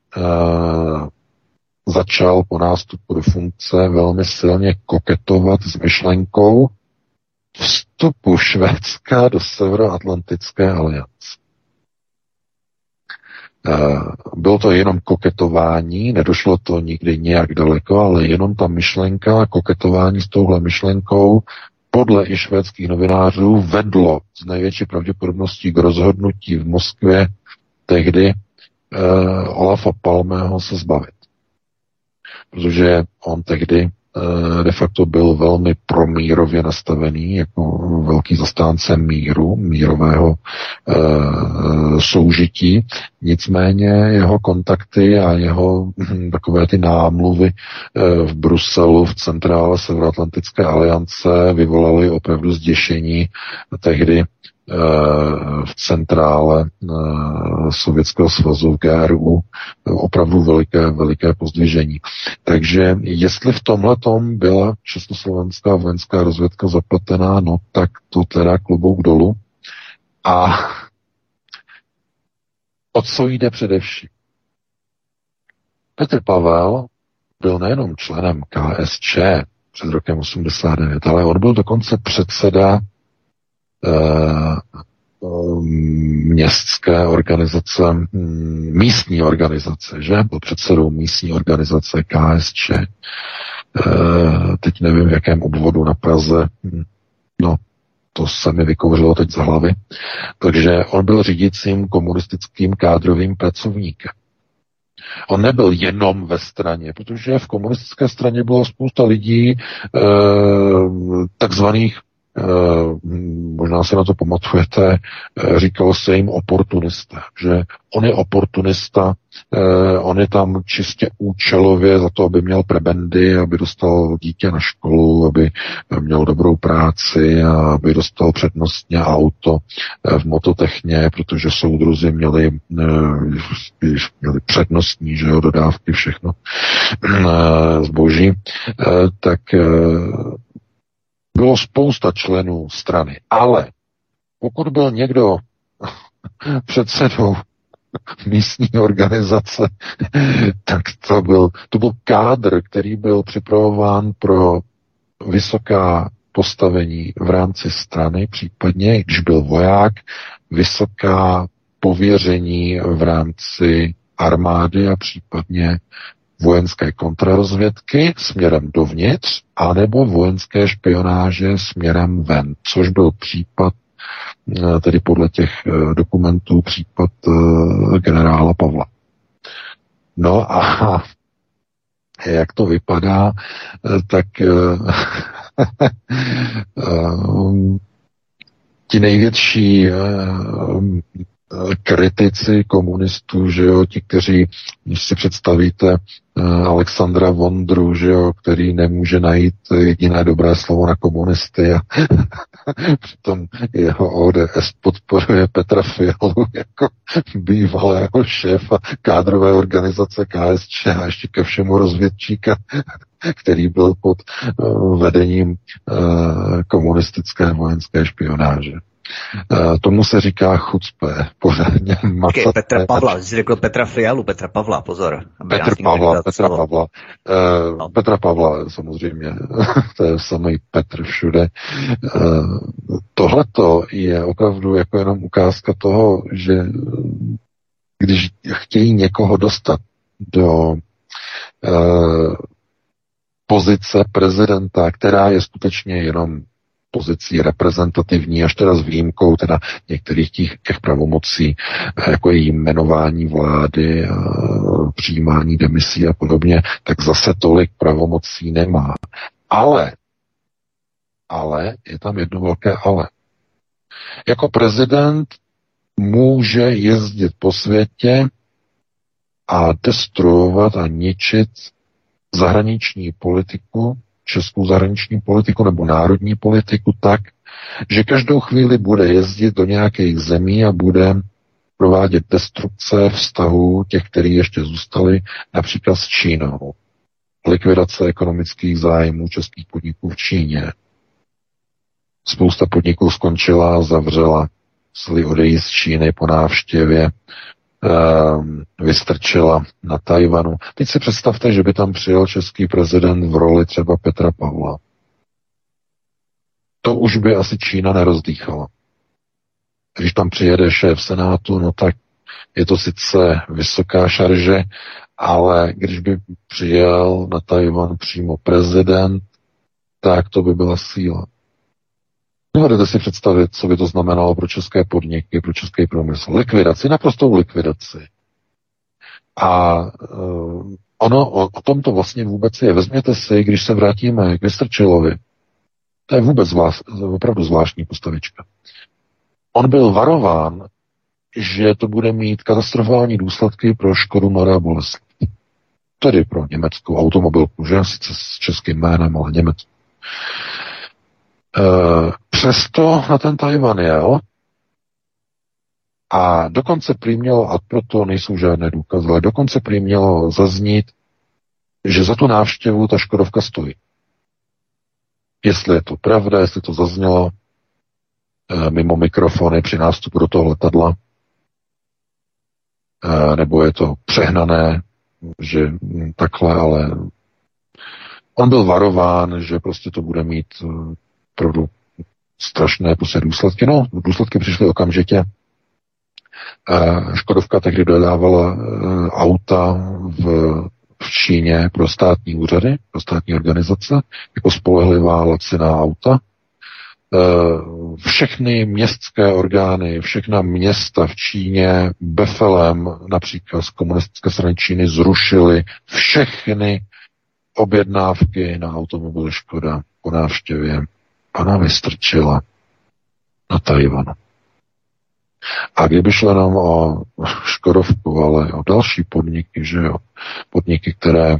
S3: začal po nástupu do funkce velmi silně koketovat s myšlenkou vstupu Švédska do Severoatlantické aliance. Bylo to jenom koketování, nedošlo to nikdy nějak daleko, ale jenom ta myšlenka, koketování s touhle myšlenkou podle i švédských novinářů vedlo s největší pravděpodobností k rozhodnutí v Moskvě tehdy Olafa Palmeho se zbavit. Protože on tehdy de facto byl velmi promírově nastavený jako velký zastánce míru, mírového soužití. Nicméně jeho kontakty a jeho takové ty námluvy v Bruselu, v centrále Severoatlantické aliance vyvolaly opravdu zděšení tehdy v centrále Sovětského svazu, v GRU, opravdu veliké pozdvižení. Takže jestli v tomhletom byla československá vojenská rozvědka zapletená, no tak to teda klobouk dolů. A o co jde především? Petr Pavel byl nejenom členem KSČ před rokem 89, ale on byl dokonce předseda městské organizace, místní organizace, že? Byl předsedou místní organizace KSČ. Teď nevím, v jakém obvodu na Praze. No, to se mi vykouřilo teď z hlavy. Takže on byl řídícím komunistickým kádrovým pracovníkem. On nebyl jenom ve straně, protože v komunistické straně bylo spousta lidí takzvaných, možná se na to pamatujete, říkalo se jim oportunisté, že on je oportunista, on je tam čistě účelově za to, aby měl prebendy, aby dostal dítě na školu, aby měl dobrou práci a aby dostal přednostně auto v mototechně, protože soudruzi měli přednostní, že jo, dodávky, všechno zboží, tak bylo spousta členů strany, ale pokud byl někdo předsedou místní organizace, tak to byl kádr, který byl připravován pro vysoká postavení v rámci strany, případně, když byl voják, vysoká pověření v rámci armády a případně vojenské kontrarozvědky směrem dovnitř, anebo vojenské špionáže směrem ven, což byl případ, tedy podle těch dokumentů, případ generála Pavla. No a jak to vypadá, tak ti největší kritici komunistů, že jo, ti, kteří, když si představíte Alexandra Vondru, že jo, který nemůže najít jediné dobré slovo na komunisty a přitom jeho ODS podporuje Petra Fialu jako bývalého šéfa kádrové organizace KSČ a ještě ke všemu rozvědčíka, který byl pod vedením komunistické vojenské špionáže. Tomu se říká chucpe. Pořádně
S1: Petra Pavla, jsi řekl Petra Fialu, Petra Pavla, pozor.
S3: Petra Pavla, samozřejmě. To je samý Petr všude. Tohleto je opravdu jako jenom ukázka toho, že když chtějí někoho dostat do pozice prezidenta, která je skutečně jenom pozicí reprezentativní, až teda s výjimkou teda některých těch pravomocí, jako je jmenování vlády, přijímání demisí a podobně, tak zase tolik pravomocí nemá. Ale, je tam jedno velké ale. Jako prezident může jezdit po světě a destruovat a ničit zahraniční politiku, českou zahraniční politiku nebo národní politiku tak, že každou chvíli bude jezdit do nějakých zemí a bude provádět destrukce vztahů těch, kteří ještě zůstali, například s Čínou. Likvidace ekonomických zájmů českých podniků v Číně. Spousta podniků skončila, zavřela, museli odejít z Číny po návštěvě, vystrčila na Tajvanu. Teď si představte, že by tam přijel český prezident v roli třeba Petra Pavla. To už by asi Čína nerozdýchala. Když tam přijede šéf Senátu, no tak je to sice vysoká šarže, ale když by přijel na Tajvan přímo prezident, tak to by byla síla. Dovedete si představit, co by to znamenalo pro české podniky, pro český průmysl. Likvidaci, naprostou likvidaci. A o tom to vlastně vůbec je. Vezměte si, když se vrátíme k Vystrčilovi, to je vůbec opravdu zvláštní postavička. On byl varován, že to bude mít katastrofální důsledky pro Škodu Mladá Boleslav. Tedy pro německou automobilku, že? Sice s českým jménem, ale německou. Přesto na ten Tajvan jel a dokonce prý mělo, a proto nejsou žádné důkazy, ale dokonce prý mělo zaznít, že za tu návštěvu ta Škodovka stojí. Jestli je to pravda, jestli to zaznělo mimo mikrofony při nástupu do toho letadla, nebo je to přehnané, že takhle, ale on byl varován, že prostě to bude mít opravdu strašné prostě důsledky. No, důsledky přišly okamžitě. Škodovka tehdy dodávala auta v Číně pro státní úřady, pro státní organizace, jako spolehlivá laciná auta. Všechny městské orgány, všechna města v Číně befelem, například z komunistické strany Číny, zrušily všechny objednávky na automobil Škoda po návštěvě. Ona Vystrčila na Tajvanu. A kdyby šlo jenom o Škodovku, ale o další podniky, že jo, podniky, které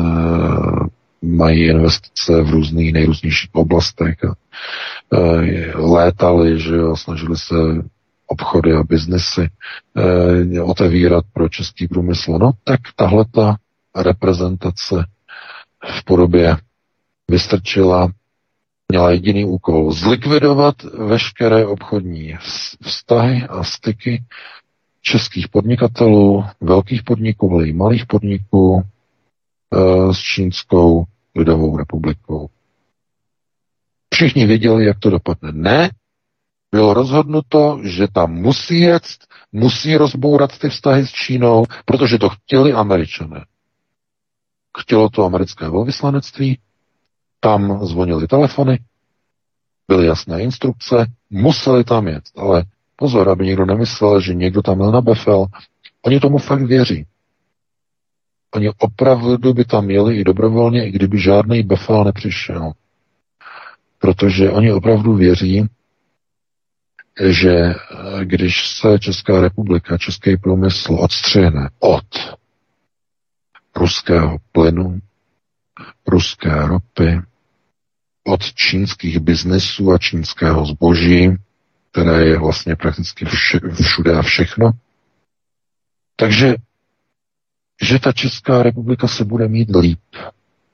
S3: mají investice v různých nejrůznějších oblastech a létali, že jo, snažili se obchody a biznesy otevírat pro český průmysl. No tak tahleta reprezentace v podobě Vystrčila měla jediný úkol zlikvidovat veškeré obchodní vztahy a styky českých podnikatelů, velkých podniků, ale i malých podniků s Čínskou lidovou republikou. Všichni věděli, jak to dopadne. Ne, bylo rozhodnuto, že tam musí jet, musí rozbourat ty vztahy s Čínou, protože to chtěli Američané. Chtělo to americké velvyslanectví, tam zvonily telefony, byly jasné instrukce, museli tam jet, ale pozor, aby někdo nemyslel, že někdo tam měl na befel. Oni tomu fakt věří. Oni opravdu by tam jeli i dobrovolně, i kdyby žádný befel nepřišel. Protože oni opravdu věří, že když se Česká republika, český průmysl odstřihne od ruského plynu, ruské ropy, od čínských biznesů a čínského zboží, které je vlastně prakticky všude a všechno. Takže, že ta Česká republika se bude mít líp.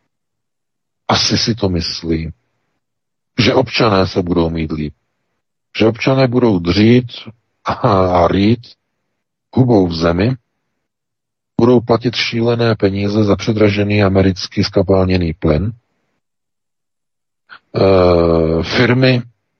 S3: Asi si to myslí. Že občané se budou mít líp. že občané budou dřít a rýt hubou v zemi, budou platit šílené peníze za předražený americký skapalněný plyn. Firmy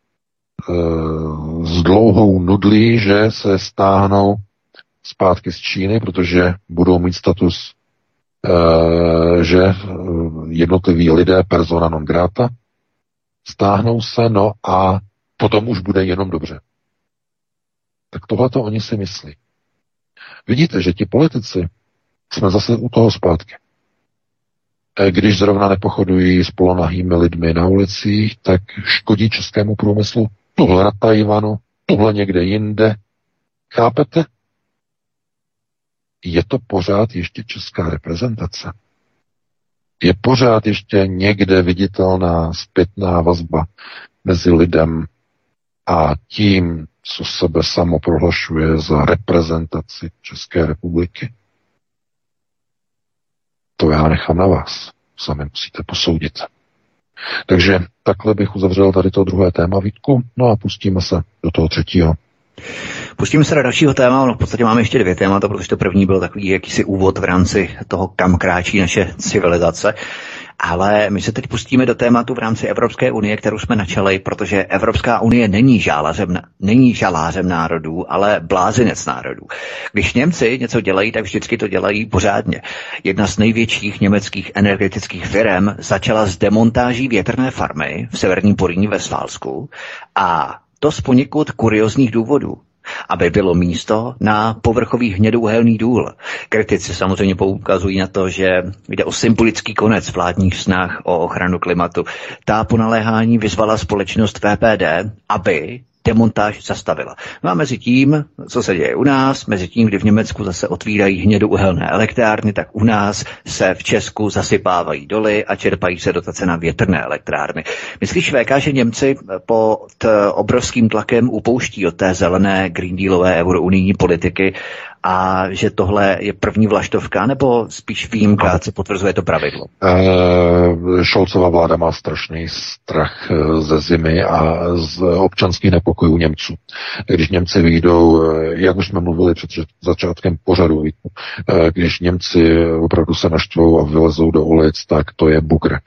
S3: s dlouhou nudlí, že se stáhnou zpátky z Číny, protože budou mít status, že jednotliví lidé persona non grata, stáhnou se, no a potom už bude jenom dobře. Tak tohleto oni si myslí. Vidíte, že ti politici jsme zase u toho zpátky. Když zrovna nepochodují s polonahými lidmi na ulicích, tak škodí českému průmyslu. Tohle na Tajvanu, tohle někde jinde. Chápete? Je to pořád ještě česká reprezentace. Je pořád ještě někde viditelná zpětná vazba mezi lidem a tím, co sebe samo prohlašuje za reprezentaci České republiky. To já nechám na vás. Sami musíte posoudit. Takže takhle bych uzavřel tady to druhé téma, Vítku. No a pustíme se do toho třetího.
S1: Pustíme se do dalšího téma, no v podstatě máme ještě 2 témata, protože to první byl takový jakýsi úvod v rámci toho, kam kráčí naše civilizace. Ale my se teď pustíme do tématu v rámci Evropské unie, kterou jsme načali, protože Evropská unie není žalářem národů, ale blázinec národů. Když Němci něco dělají, tak vždycky to dělají pořádně. Jedna z největších německých energetických firm začala s demontáží větrné farmy v severním Poríní ve Sválsku a to z poněkud kuriozních důvodů, aby bylo místo na povrchový hnědouhelný důl. Kritici samozřejmě poukazují na to, že jde o symbolický konec vládních snah o ochranu klimatu. Ta po naléhání vyzvala společnost VPD, aby demontáž zastavila. No a mezi tím, co se děje u nás, mezi tím, kdy v Německu zase otvírají hnědouhelné elektrárny, tak u nás se v Česku zasypávají doly a čerpají se dotace na větrné elektrárny. Myslíš, VK, že Němci pod obrovským tlakem upouští od té zelené Green Dealové eurounijní politiky a že tohle je první vlaštovka, nebo spíš výjimka, co potvrzuje to pravidlo?
S3: Šolcova vláda má strašný strach ze zimy a z občanských nepokojů Němců. Když Němci vyjdou, jak už jsme mluvili před začátkem pořadu, když Němci opravdu se naštvou a vylezou do ulic, tak to je bugr.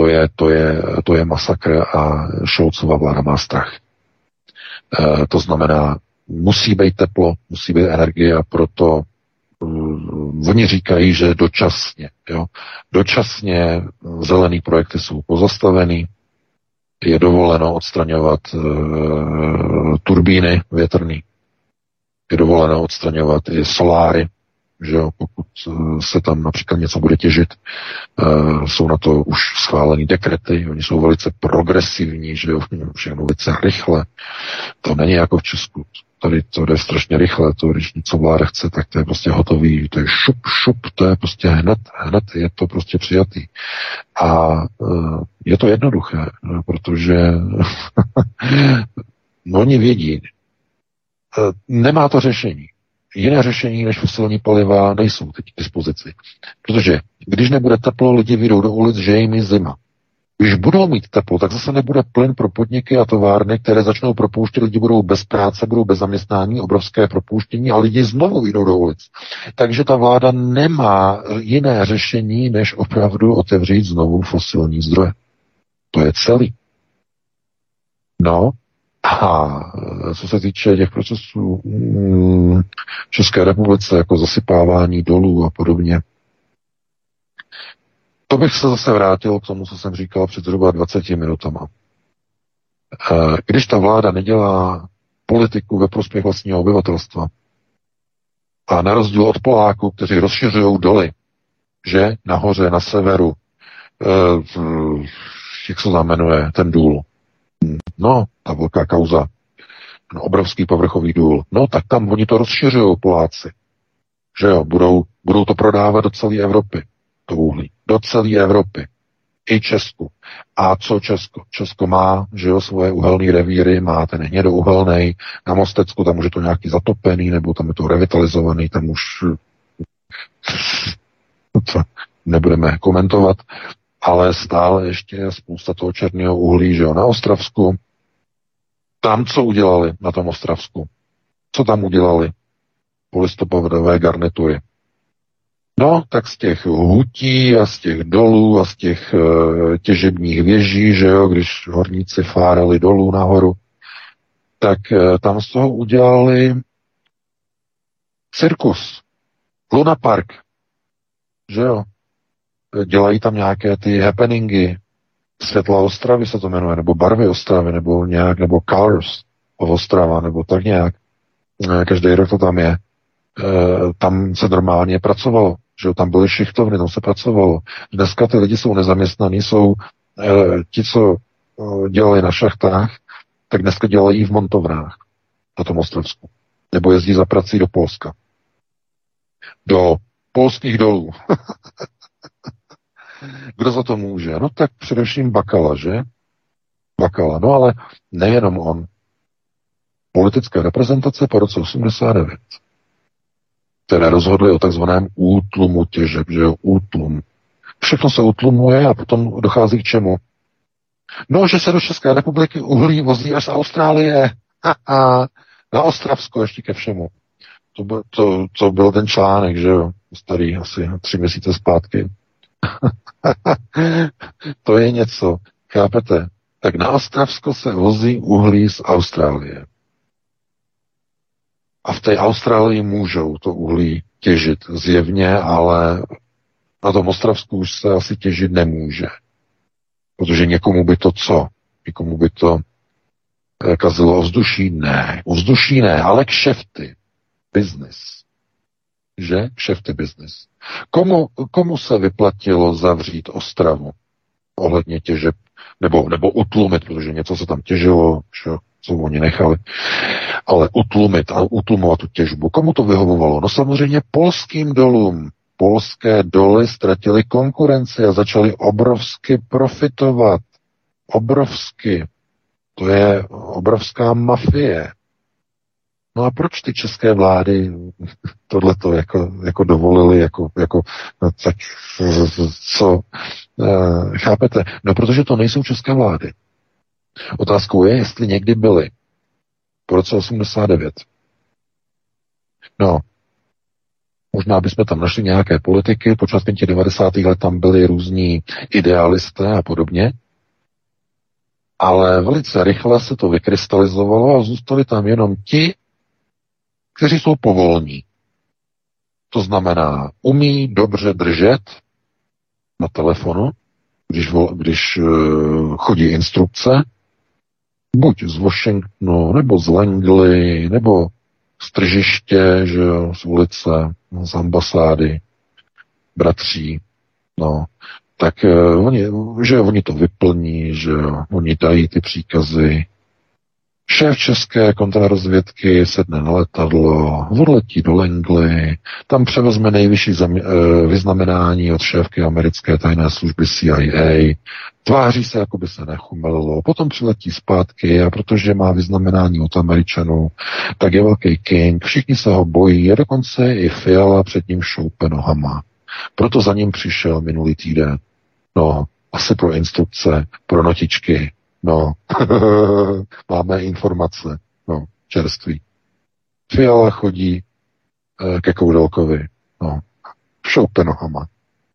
S3: To je masakr a Šolcova vláda má strach. To znamená, musí být teplo, musí být energie a proto oni říkají, že dočasně. Jo? Dočasně zelený projekty jsou pozastaveny, je dovoleno odstraňovat turbíny větrný, je dovoleno odstraňovat i soláry, že jo, pokud se tam například něco bude těžit. Jsou na to už schválený dekrety, oni jsou velice progresivní, že jo, všechno velice rychle. To není jako v Česku. Tady to jde strašně rychle, to, když něco vláda chce, tak to je prostě hotový, to je šup, to je prostě hned je to prostě přijatý. A je to jednoduché, protože oni vědí, nemá to řešení. Jiné řešení než fosilní paliva nejsou teď k dispozici. Protože když nebude teplo, lidi vyjdou do ulic, že jim je zima. Když budou mít teplo, tak zase nebude plyn pro podniky a továrny, které začnou propouštět, lidi budou bez práce, budou bez zaměstnání, obrovské propouštění a lidi znovu vyjdou do ulic. Takže ta vláda nemá jiné řešení, než opravdu otevřít znovu fosilní zdroje. To je celý. No, a co se týče těch procesů v České republice, jako zasypávání dolů a podobně, to bych se zase vrátil k tomu, co jsem říkal před zhruba 20 minutama. Když ta vláda nedělá politiku ve prospěch vlastního obyvatelstva a na rozdíl od Poláků, kteří rozšiřují doly, že nahoře, na severu, jak se tam jmenuje, ten důl, no, ta velká kauza, ten obrovský povrchový důl, no, tak tam oni to rozšiřují, Poláci, že jo, budou to prodávat do celé Evropy, to uhlí, do celé Evropy, i Česku. A co Česko? Česko má, že jo, svoje uhelné revíry, má ten hnědouhelnej, na Mostecku, tam už je to nějaký zatopený, nebo tam je to revitalizovaný, tam už co nebudeme komentovat, ale stále ještě je spousta toho černého uhlí, že jo, na Ostravsku, Tam co udělali na tom Ostravsku? Co tam udělali polistopadové garnitury? No, tak z těch hutí a z těch dolů a z těch těžebních věží, že jo, když horníci fárali dolů nahoru, tak tam z toho udělali cirkus, Luna Park, že jo. Dělají tam nějaké ty happeningy, Světla Ostravy se to jmenuje, nebo Barvy Ostravy, nebo nějak, nebo Colors of Ostrava, nebo tak nějak. Každý rok to tam je. Tam se normálně pracovalo, že jo, tam byly šichtovny, tam se pracovalo. Dneska ty lidi jsou nezaměstnaní, jsou ti, co dělali na šachtách, tak dneska dělají v montovnách na tom Ostravsku. Nebo jezdí za prací do Polska. Do polských dolů. Kdo za to může? No tak především Bakala, že? Bakala, no ale nejenom on. Politická reprezentace po roce 89, které rozhodly o takzvaném útlumu těžeb, že jo, útlum. Všechno se utlumuje a potom dochází k čemu? No, že se do České republiky uhlí vozí až z Austrálie. Na Ostravsko ještě ke všemu. To byl ten článek, že jo, starý asi 3 měsíce zpátky. To je něco, chápete? Tak na Ostravsko se vozí uhlí z Austrálie. A v té Austrálii můžou to uhlí těžit zjevně, ale na tom Ostravsku už se asi těžit nemůže. Protože někomu by to co? Někomu by to kazilo ovzduší? Ne. Ovzduší ne, ale kšefty. Business. Že? Kšefty business. Komu se vyplatilo zavřít Ostravu ohledně těžeb, nebo utlumit, protože něco se tam těžilo, co oni nechali, ale utlumovat tu těžbu. Komu to vyhovovalo? No samozřejmě polským dolům. Polské doly ztratily konkurenci a začaly obrovsky profitovat. Obrovsky. To je obrovská mafie. No a proč ty české vlády tohleto jako dovolili, tak co, chápete? No protože to nejsou české vlády. Otázkou je, jestli někdy byly po roce 89. No, možná bychom tam našli nějaké politiky, počas 90. let tam byli různí idealisté a podobně, ale velice rychle se to vykrystalizovalo a zůstali tam jenom ti, kteří jsou povolní. To znamená, umí dobře držet na telefonu, když chodí instrukce, buď z Washingtonu, nebo z Langley, nebo z tržiště, že jo, z ulice, z ambasády, bratří, no, tak oni to vyplní, že jo, oni dají ty příkazy. Šéf české kontrarozvědky sedne na letadlo, odletí do Langley, tam převezme nejvyšší vyznamenání od šéfky americké tajné služby CIA, tváří se, jako by se nechumelilo, potom přiletí zpátky a protože má vyznamenání od Američanů, tak je velký king, všichni se ho bojí a dokonce i Fiala před ním šoupe nohama. Proto za ním přišel minulý týden. No, asi pro instrukce, pro notičky. No, máme informace, no, čerství. Fiala chodí ke Koudelkovi, no, šoupe nohama.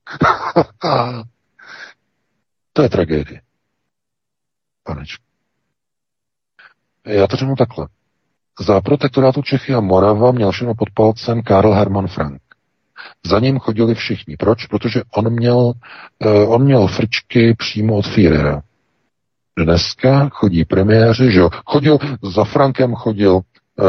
S3: To je tragédie, panečku. Já to řeknu takhle. Za protektorátu Čechy a Morava měl všechno pod palcem Karl Hermann Frank. Za ním chodili všichni. Proč? Protože on měl frčky přímo od Führera. Dneska chodí premiéři, že jo. Za Frankem chodil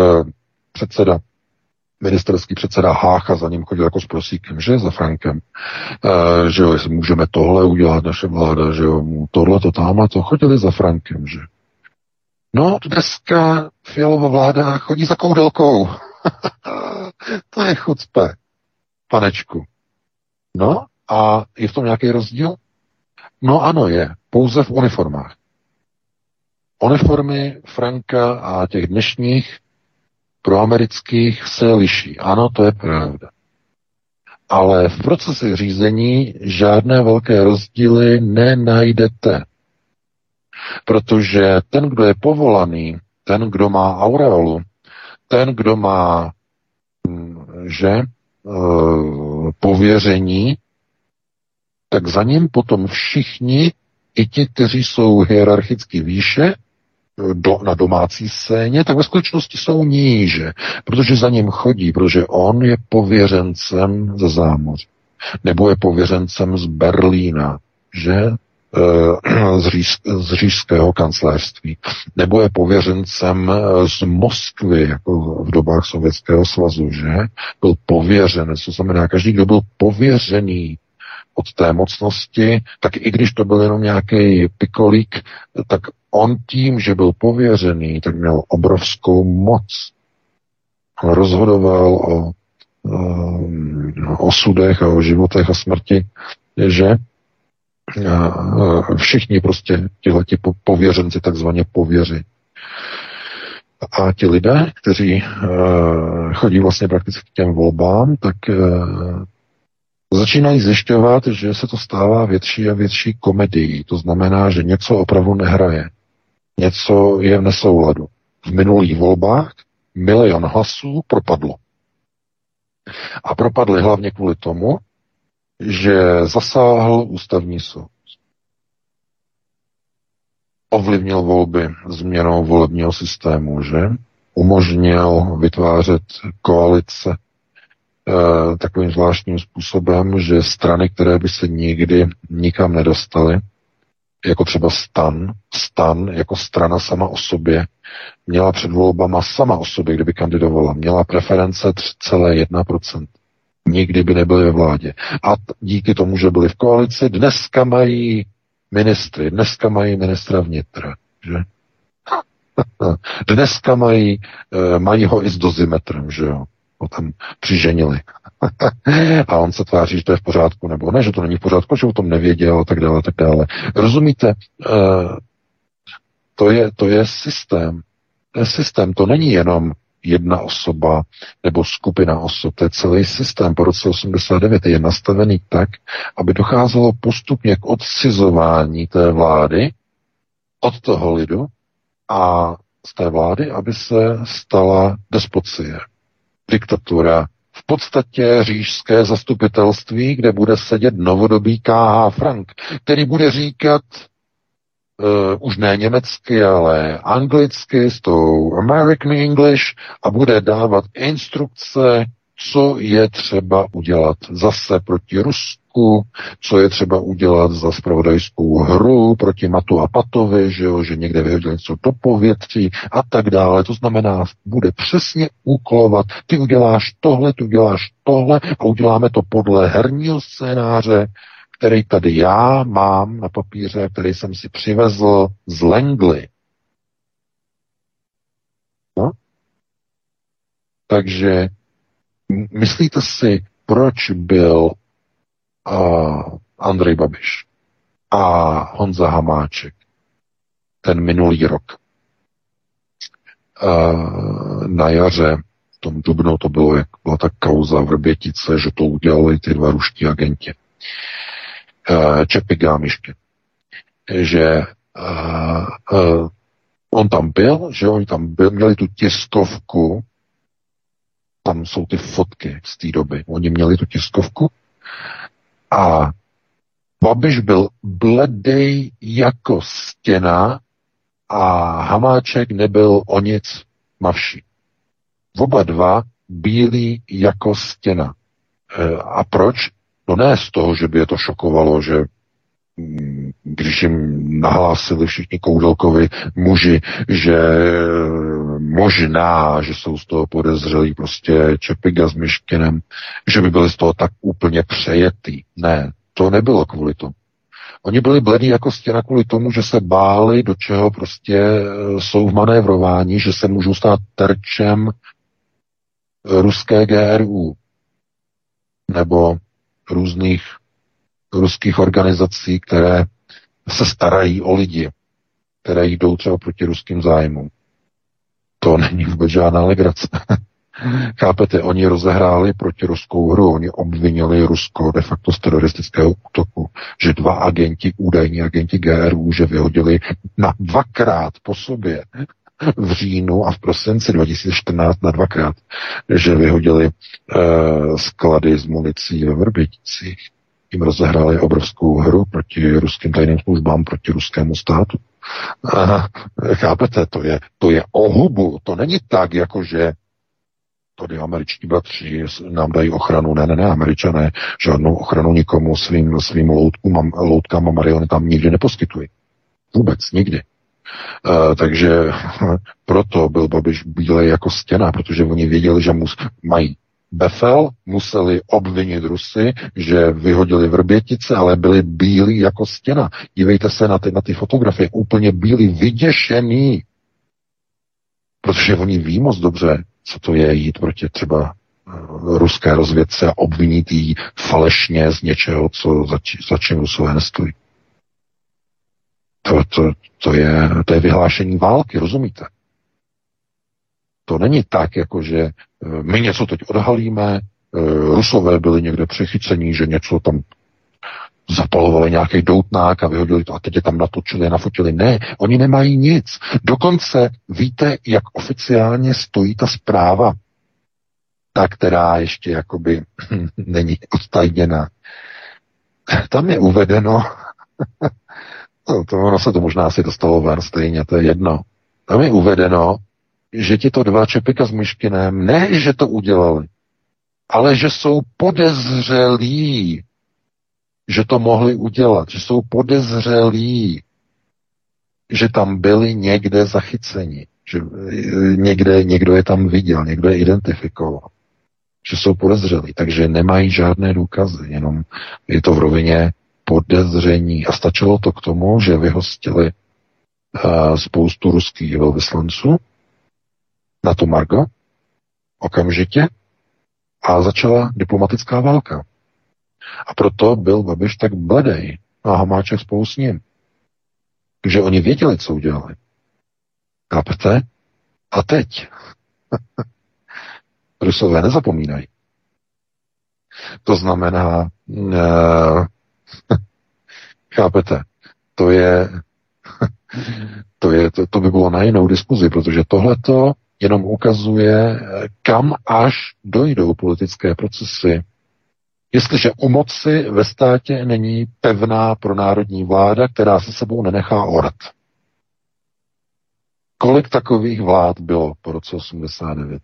S3: ministerský předseda Hácha, za ním chodil jako s prosíkem, že, za Frankem. Že jo, jestli můžeme tohle udělat, naše vláda, že jo, tohle, tamhle, to chodili za Frankem, že. No, dneska Fialova vláda chodí za Koudelkou. To je chucpe, panečku. No, a je v tom nějaký rozdíl? No ano, je. Pouze v uniformách. Uniformy Franka a těch dnešních proamerických se liší. Ano, to je pravda. Ale v procesu řízení žádné velké rozdíly nenajdete. Protože ten, kdo je povolaný, ten, kdo má aureolu, ten, kdo má pověření, tak za ním potom všichni, i ti, kteří jsou hierarchicky výše, na domácí scéně, tak ve skutečnosti jsou níže, protože za ním chodí, protože on je pověřencem ze zámoří, nebo je pověřencem z Berlína, že z říšského kancléřství, nebo je pověřencem z Moskvy, jako v dobách Sovětského svazu, že byl pověřenec, to znamená, každý, kdo byl pověřený od té mocnosti, tak i když to byl jenom nějaký pikolík, tak on tím, že byl pověřený, tak měl obrovskou moc. On rozhodoval o osudech a o životech a smrti, že všichni prostě tihleti pověřenci takzvaně pověří. A ti lidé, kteří chodí vlastně prakticky k těm volbám, tak začínají zjišťovat, že se to stává větší a větší komedií. To znamená, že něco opravdu nehraje. Něco je v nesouladu. V minulých volbách 1 000 000 hlasů propadlo. A propadly hlavně kvůli tomu, že zasáhl ústavní soud. Ovlivnil volby změnou volebního systému, že? Umožnil vytvářet koalice takovým zvláštním způsobem, že strany, které by se nikdy nikam nedostaly, jako třeba STAN jako strana sama o sobě, měla před volbama sama o sobě, kdyby kandidovala, měla preference 3,1%. Nikdy by nebyli ve vládě. A díky tomu, že byli v koalici, dneska mají ministry, dneska mají ministra vnitra, že? Dneska mají ho i s dozimetrem, že jo? Ho tam přiženili. A on se tváří, že to je v pořádku, nebo ne, že to není v pořádku, že o tom nevěděl a tak dále, tak dále. Rozumíte? To je systém. To je systém, to není jenom jedna osoba nebo skupina osob, to je celý systém. Po roce 89 je nastavený tak, aby docházelo postupně k odcizování té vlády od toho lidu a z té vlády, aby se stala despocie, diktatura, v podstatě říšské zastupitelství, kde bude sedět novodobý K.H. Frank, který bude říkat už ne německy, ale anglicky s tou American English a bude dávat instrukce, co je třeba udělat zase proti Rusku, co je třeba udělat za zpravodajskou hru proti Matu a Patovi, že někde vyhodil něco do povětří a tak dále. To znamená, bude přesně úkolovat, ty uděláš tohle a uděláme to podle herního scénáře, který tady já mám na papíře, který jsem si přivezl z Langley. No? Takže myslíte si, proč byl Andrej Babiš a Honza Hamáček ten minulý rok na jaře, v tom dubnu to bylo, jak byla ta kauza Vrbětice, že to udělali ty 2 ruští agenti. Čepik a Mišky. Že on tam byl, že oni tam měli tu tiskovku, tam jsou ty fotky z té doby, oni měli tu tiskovku a Babiš byl bledej jako stěna a Hamáček nebyl o nic mavší. Oba dva bílí jako stěna. A proč? No ne z toho, že by je to šokovalo, že když jim nahlásili všichni Koudelkovi muži, že možná, že jsou z toho podezřelí prostě Čepiga s Miškinem, že by byli z toho tak úplně přejetý. Ne, to nebylo kvůli tomu. Oni byli bledí jako stěna kvůli tomu, že se báli, do čeho prostě jsou v manévrování, že se můžou stát terčem ruské GRU nebo různých ruských organizací, které se starají o lidi, které jdou třeba proti ruským zájmům. To není vůbec žádná legrace. Chápete, oni rozehráli protiruskou hru, oni obvinili Rusko de facto z teroristického útoku, že 2 údajní agenti GRU, že vyhodili na 2krát po sobě v říjnu a v prosinci 2014 na dvakrát, že vyhodili sklady s municí ve Vrběticích. Jim rozehráli obrovskou hru proti ruským tajným službám, proti ruskému státu. Chápete, to je o hubu. To není tak, jako že tady američtí bratři nám dají ochranu. Ne, Američané žádnou ochranu nikomu svým loutkám a marionetám nikdy neposkytují. Vůbec, nikdy. Takže proto byl Babiš bílej jako stěna, protože oni věděli, že mají befel, museli obvinit Rusy, že vyhodili Vrbětice, ale byli bílí jako stěna. Dívejte se na ty fotografie, úplně bílí, vyděšený. Protože oni ví moc dobře, co to je jít proti třeba ruské rozvědce a obvinit jí falešně z něčeho, za čím Rusové nestojí. To je vyhlášení války, rozumíte? To není tak, jako že my něco teď odhalíme, Rusové byli někde přechycení, že něco tam zapalovali nějaký doutnák a vyhodili to a teď je tam natočili a nafotili. Ne, oni nemají nic. Dokonce víte, jak oficiálně stojí ta zpráva, ta, která ještě jakoby není odtajněna. Tam je uvedeno, ono se to možná asi dostalo ven stejně, to je jedno. Tam je uvedeno, že tito dva Čepika s Myškinem, ne, že to udělali, ale že jsou podezřelí, že to mohli udělat, že jsou podezřelí, že tam byli někde zachyceni, že někdo je tam viděl, někdo je identifikoval, že jsou podezřelí, takže nemají žádné důkazy, jenom je to v rovině podezření. A stačilo to k tomu, že vyhostili spoustu ruských velvyslanců na to margo okamžitě a začala diplomatická válka. A proto byl Babiš tak bledej a Hamáček spolu s ním. Takže oni věděli, co udělali. Chápete? A teď Rusové nezapomínají. To znamená, chápete, to by bylo na jinou diskuzi, protože tohleto jenom ukazuje, kam až dojdou politické procesy. Jestliže u moci ve státě není pevná pronárodní vláda, která se sebou nenechá orat. Kolik takových vlád bylo po roce 89?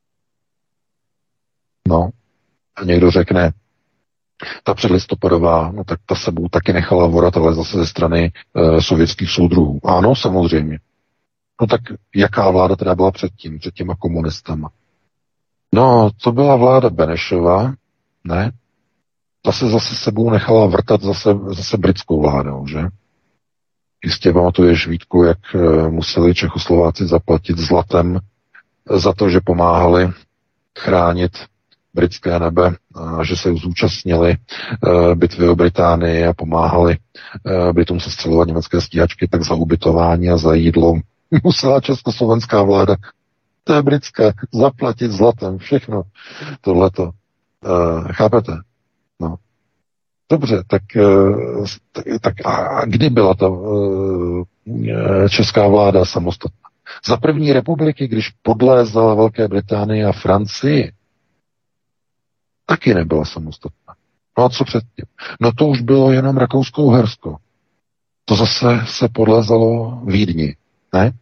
S3: No, a někdo řekne, ta předlistopadová, no tak ta sebou taky nechala vorat, ale zase ze strany sovětských soudruhů. Ano, samozřejmě. No tak jaká vláda teda byla předtím, před těma komunistama? No, to byla vláda Benešova, ne? Ta se zase sebou nechala vrtat zase britskou vládou, že? Jistě pamatuješ, Vítku, jak museli Čechoslováci zaplatit zlatem za to, že pomáhali chránit britské nebe, a že se zúčastnili bitvy o Británii a pomáhali Britům sestřelovat německé stíhačky, tak za ubytování a za jídlo musela československá vláda, to je britské, zaplatit zlatem všechno tohleto. Chápete? No. Dobře, tak a kdy byla ta česká vláda samostatná? Za první republiky, když podlézala Velké Británii a Francii, taky nebyla samostatná. No a co předtím? No to už bylo jenom Rakousko-Uhersko. To zase se podlézalo Vídni, ne?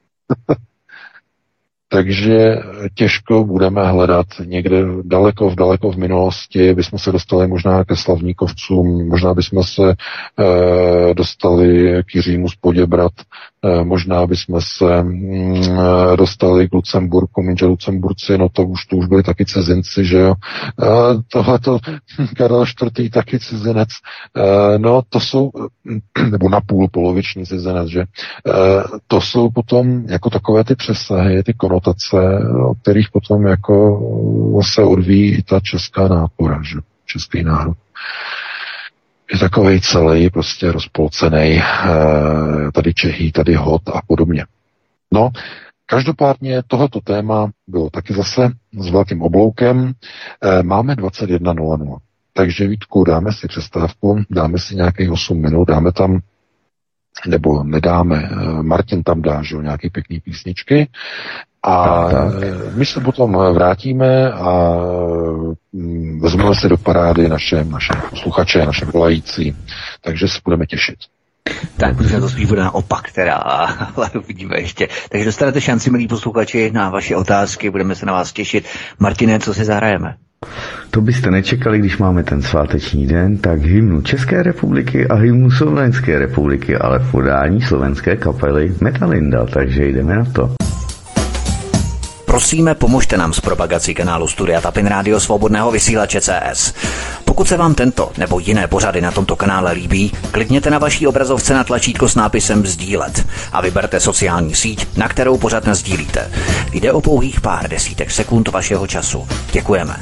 S3: Takže těžko budeme hledat někde daleko v minulosti, bychom se dostali možná ke slavníkovcům, možná bychom se dostali k Jiřímu z Poděbrat, možná bychom se dostali k Lucemburku, jenže Lucemburci, no to už byli taky cizinci, že jo. Tohleto Karel IV. Taky cizinec, no to jsou, nebo napůl poloviční cizinec, že to jsou potom jako takové ty přesahy, ty konotace, o kterých potom jako se odvíjí ta česká nápora, že český národ. Je takovej celý prostě rozpolcený, tady Čechy, tady hod a podobně. No, každopádně tohoto téma bylo taky zase s velkým obloukem. Máme 21:00. Takže Vítku, dáme si přestávku, dáme si nějakých 8 minut, dáme tam nebo nedáme. Martin tam dá, že jo, nějaké pěkné písničky a my se potom vrátíme a vezmeme se do parády naše posluchače, naše volající, takže se budeme těšit.
S1: Tak, protože to spíš bude naopak teda, ale uvidíme ještě. Takže dostanete šanci, milí posluchači, na vaše otázky, budeme se na vás těšit. Martine, co si zahrajeme?
S2: To byste nečekali, když máme ten sváteční den, tak hymnu České republiky a hymnu Slovenské republiky, ale v podání slovenské kapely Metalinda, takže jdeme na to.
S1: Prosíme, pomožte nám s propagací kanálu Studia Tapin Rádio Svobodného vysílače CS. Pokud se vám tento nebo jiné pořady na tomto kanále líbí, klikněte na vaší obrazovce na tlačítko s nápisem Sdílet a vyberte sociální síť, na kterou pořad nasdílíte. Jde o pouhých pár desítek sekund vašeho času. Děkujeme.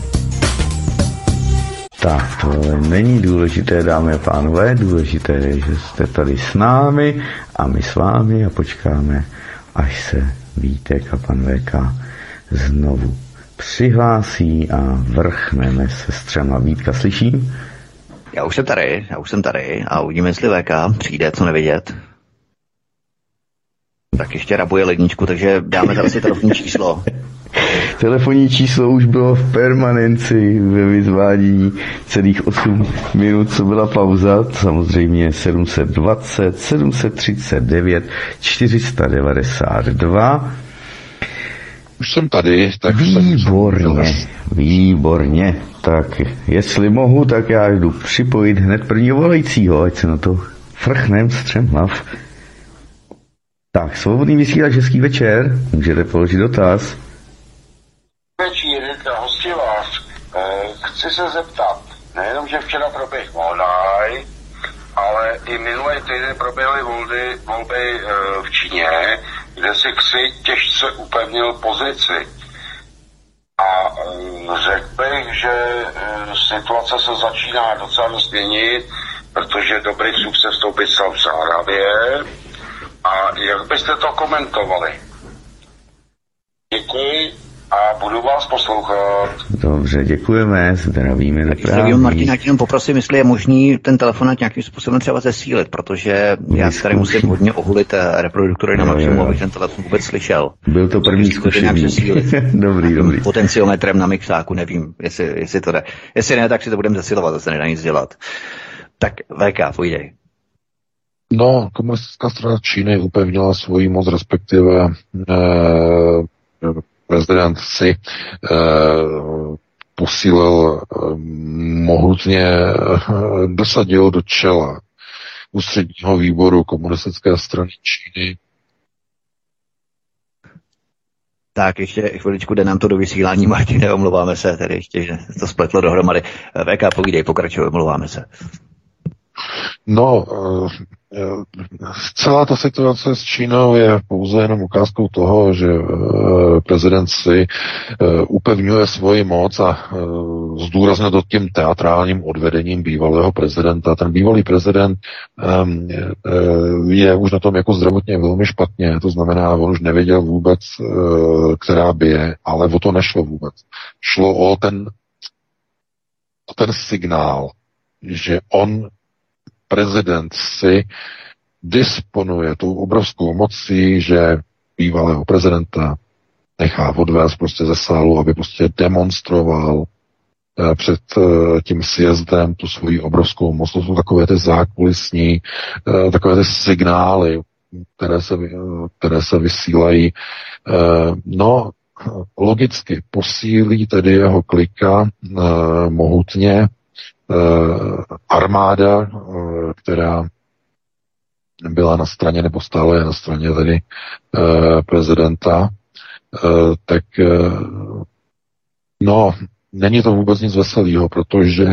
S2: Tak, tohle není důležité, dámy a pánové, důležité je, že jste tady s námi a my s vámi a počkáme, až se Vítek a pan VK znovu přihlásí a vrchneme se střema. Vítka, slyším?
S1: Já už jsem tady a uvidíme, jestli VK přijde, co nevidět. Tak ještě rabuje ledničku, takže dáme tady si telefonní číslo.
S2: Telefonní číslo už bylo v permanenci ve vyzvádění celých 8 minut, co byla pauza, samozřejmě 720 739 492.
S3: Už jsem tady, tak
S2: Výborně. Tak jestli mohu, tak já jdu připojit hned prvního volajícího, ať se na to frchnem střem hlav. Tak, svobodný vysílač, hezký večer, můžete položit dotaz.
S4: Večír, hosti vás. Chci se zeptat, nejenom, že včera proběh Moldaj, ale i minulý týden proběhly volby v Číně, kde si Xi těžce upevnil pozici. A řekl bych, že situace se začíná docela změnit, protože dobrý chce vstoupit z Saúdské Arábie. A jak byste to komentovali? Děkuji a budu vás poslouchat.
S2: Dobře, děkujeme, zdravíme do Prahy.
S1: Martina, jenom poprosím, jestli je možný ten telefonát nějakým způsobem třeba zesílit, protože já tady musím hodně ohulit reproduktory na maximum, abych ten telefon vůbec slyšel.
S2: Byl to první zkušení. Dobrý.
S1: Potenciometrem na mixáku, nevím, jestli to jde. Jestli ne, tak si to budeme zesilovat, to se nedá nic dělat. Tak VK, půjdej.
S3: No, komunistická strana Číny upevnila svoji moc, respektive prezident Xi posílil mohutně, dosadil do čela ústředního výboru komunistické strany Číny.
S1: Tak ještě chviličku, jde nám to do vysílání, Martine, omlouváme se, tedy ještě, že to spletlo dohromady. VK, povídej, pokračuj, omlouváme se.
S3: No, celá ta situace s Čínou je pouze jenom ukázkou toho, že prezident Xi upevňuje svoji moc a zdůraznil to tím teatrálním odvedením bývalého prezidenta. Ten bývalý prezident je už na tom jako zdravotně velmi špatně, to znamená, on už nevěděl vůbec, která bije, ale o to nešlo vůbec. Šlo o ten signál, že on prezident si disponuje tou obrovskou mocí, že bývalého prezidenta nechá odvést prostě ze sálu, aby prostě demonstroval před tím sjezdem tu svoji obrovskou moc. To jsou takové ty zákulisní, takové ty signály, které se vysílají. No, logicky posílí tedy jeho klika mohutně armáda, která byla na straně, nebo stále je na straně tedy prezidenta, tak no, není to vůbec nic veselého, protože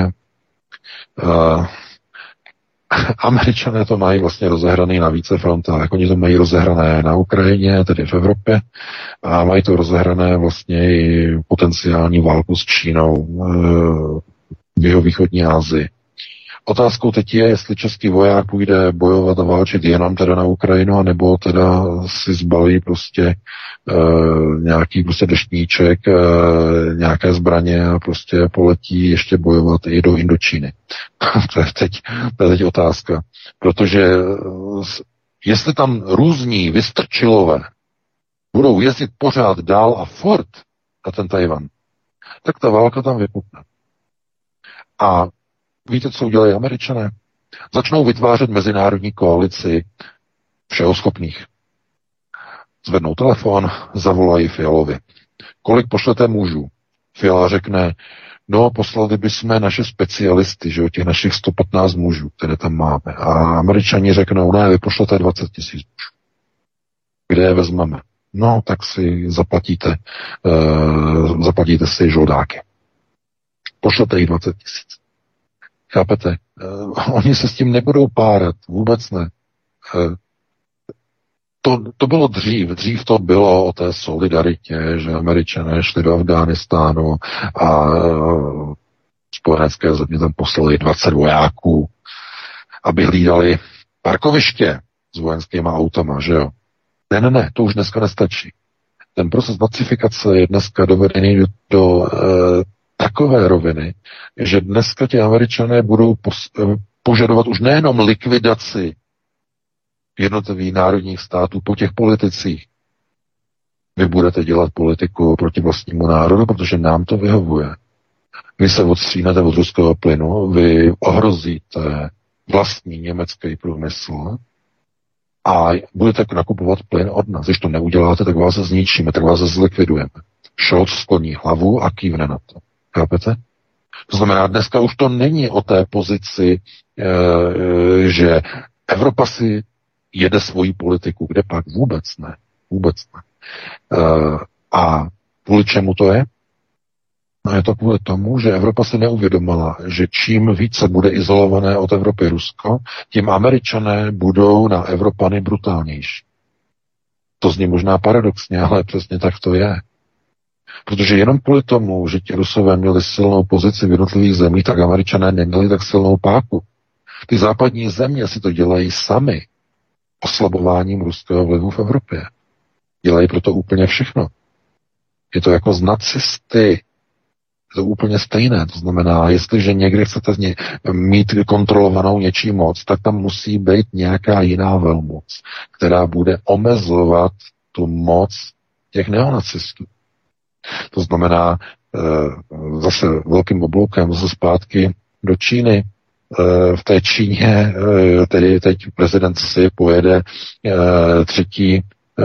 S3: Američané to mají vlastně rozehrané na více frontách. Oni to mají rozehrané na Ukrajině, tedy v Evropě, a mají to rozehrané vlastně i potenciální válku s Čínou v jihovýchodní Asii. Otázkou teď je, jestli český voják půjde bojovat a válčit jenom teda na Ukrajinu, nebo teda si zbalí prostě nějaký prostě deštníček, nějaké zbraně a prostě poletí ještě bojovat i do Indočíny. To je teď otázka. Protože jestli tam různí vystrčilové budou jezdit pořád dál a furt na ten Tajvan, tak ta válka tam vypukne. A víte, co udělají Američané? Začnou vytvářet mezinárodní koalici všehoschopných. Zvednou telefon, zavolají Fialovi. Kolik pošlete mužů? Fiala řekne, no, poslali bychom naše specialisty, že jo, těch našich 115 mužů, které tam máme. A Američani řeknou, ne, vy pošlete 20 000 mužů. Kde je vezmeme? No, tak si zaplatíte si žoldáky. Pošlete jich 20 000. Chápete? Oni se s tím nebudou párat, vůbec ne. To bylo dřív. Dřív to bylo o té solidaritě, že Američané šli do Afghánistánu a spojenecké země tam poslali 20 vojáků, aby hlídali parkoviště s vojenskýma autama, že jo? Ne, to už dneska nestačí. Ten proces pacifikace je dneska dovedený do takové roviny, že dneska ti Američané budou požadovat už nejenom likvidaci jednotlivých národních států po těch politicích. Vy budete dělat politiku proti vlastnímu národu, protože nám to vyhovuje. Vy se odstřínete od ruského plynu, vy ohrozíte vlastní německý průmysl a budete nakupovat plyn od nás. Když to neuděláte, tak vás zničíme, tak vás zlikvidujeme. Scholz skloní hlavu a kývne na to. Chápete? To znamená, dneska už to není o té pozici, že Evropa si jede svoji politiku, kde pak vůbec ne. A kvůli čemu to je? No je to kvůli tomu, že Evropa si neuvědomila, že čím více bude izolované od Evropy Rusko, tím Američané budou na Evropany brutálnější. To zní možná paradoxně, ale přesně tak to je. Protože jenom kvůli tomu, že ti Rusové měli silnou pozici v jednotlivých zemích, tak Američané neměli tak silnou páku. Ty západní země si to dělají sami oslabováním ruského vlivu v Evropě. Dělají proto úplně všechno. Je to jako z nacisty. Je to úplně stejné. To znamená, jestliže někde chcete mít kontrolovanou něčí moc, tak tam musí být nějaká jiná velmoc, která bude omezovat tu moc těch neonacistů. To znamená, zase velkým obloukem, zase zpátky do Číny. V té Číně, tedy teď prezident si pojede třetí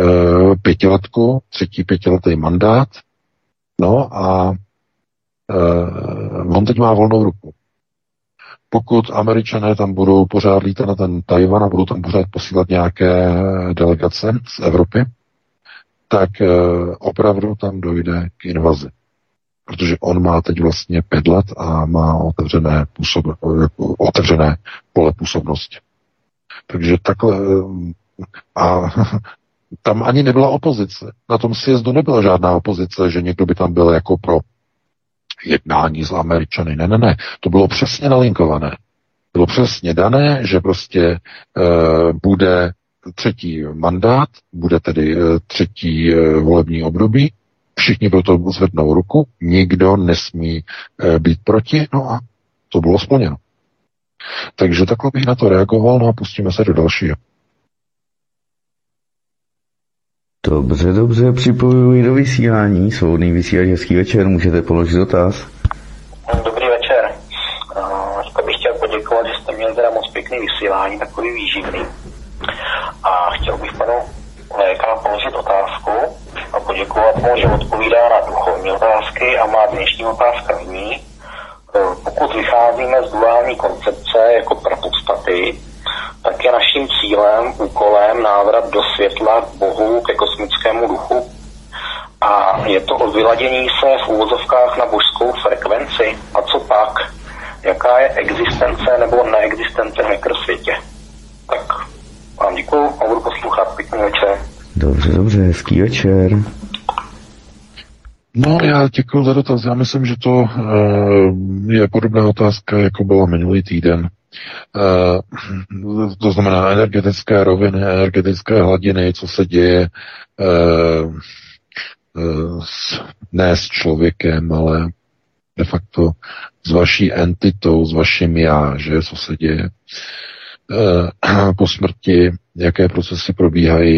S3: pětiletý mandát, no a on teď má volnou ruku. Pokud Američané tam budou pořád lítat na ten Tajvan a budou tam pořád posílat nějaké delegace z Evropy, tak opravdu tam dojde k invazi. Protože on má teď vlastně 5 let a má otevřené pole působnosti. Takže takhle a tam ani nebyla opozice. Na tom sjezdu nebyla žádná opozice, že někdo by tam byl jako pro jednání s Američany. Ne. To bylo přesně nalinkované. Bylo přesně dané, že prostě bude třetí mandát, bude tedy třetí volební období, všichni pro to zvednou ruku, nikdo nesmí být proti, no a to bylo splněno. Takže takhle bych na to reagoval, no a pustíme se do dalšího.
S2: Dobře, připojuji do vysílání, svobodný vysílač, hezký večer, můžete položit dotaz.
S5: Dobrý večer. Tak bych chtěl poděkovat, že jste měli teda moc pěkný vysílání, takový výživný. A chtěl bych panu VK položit otázku a poděkovat mu, že odpovídá na duchovní otázky a má dnešní otázka zní, pokud vycházíme z duální koncepce jako prapodstaty, tak je naším cílem, úkolem návrat do světla k Bohu, ke kosmickému duchu. A je to o vyladění se v úvozovkách na božskou frekvenci. A co pak? Jaká je existence nebo neexistence v mikrosvětě? Tak vám děkuju a budu poslouchat. Pěkný večer.
S2: Dobře, hezký večer.
S3: No, já děkuji za dotaz. Já myslím, že to je podobná otázka, jako byla minulý týden. To znamená energetické roviny, energetické hladiny, co se děje ne s člověkem, ale de facto s vaší entitou, s vaším já, že, co se děje. po smrti, jaké procesy probíhají.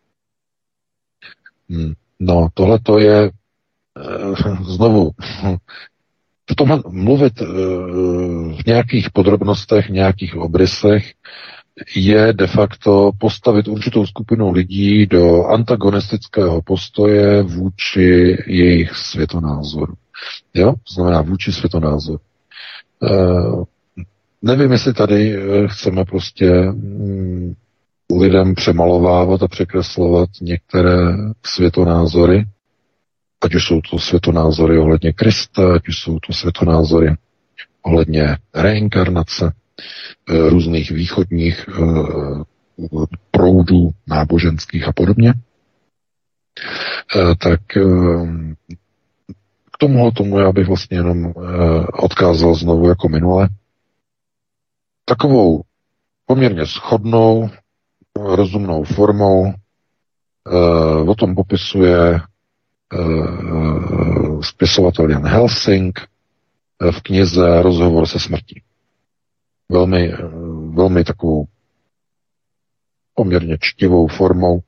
S3: No, tohle to je znovu v tomhle mluvit v nějakých podrobnostech, nějakých obrysech je de facto postavit určitou skupinu lidí do antagonistického postoje vůči jejich světonázoru. Jo? To znamená vůči světonázoru. Nevím, jestli tady chceme prostě lidem přemalovávat a překreslovat některé světonázory, ať už jsou to světonázory ohledně Krista, ať už jsou to světonázory ohledně reinkarnace, různých východních proudů náboženských a podobně, tak k tomu já bych vlastně jenom odkázal znovu jako minule. Takovou poměrně shodnou, rozumnou formou o tom popisuje spisovatel Jan Helsing v knize Rozhovor se smrtí. Velmi takovou poměrně čtivou formou,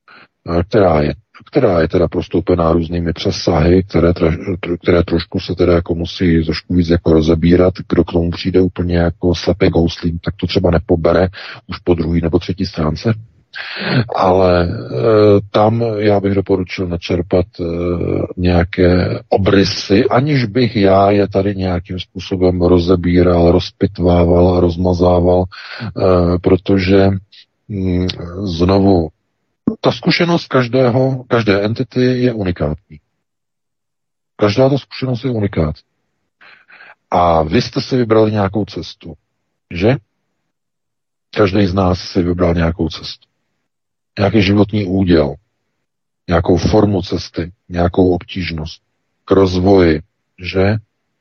S3: která je teda prostoupená různými přesahy, které trošku se teda jako musí trošku víc jako rozebírat. Kdo k tomu přijde úplně jako slepý gouslím, tak to třeba nepobere už po druhé nebo třetí stránce. Ale tam já bych doporučil načerpat nějaké obrysy, aniž bych já je tady nějakým způsobem rozebíral, rozpitvával a rozmazával, protože znovu ta zkušenost každé entity je unikátní. Každá ta zkušenost je unikátní. A vy jste si vybrali nějakou cestu, že? Každý z nás si vybral nějakou cestu. Nějaký životní úděl, nějakou formu cesty, nějakou obtížnost k rozvoji, že?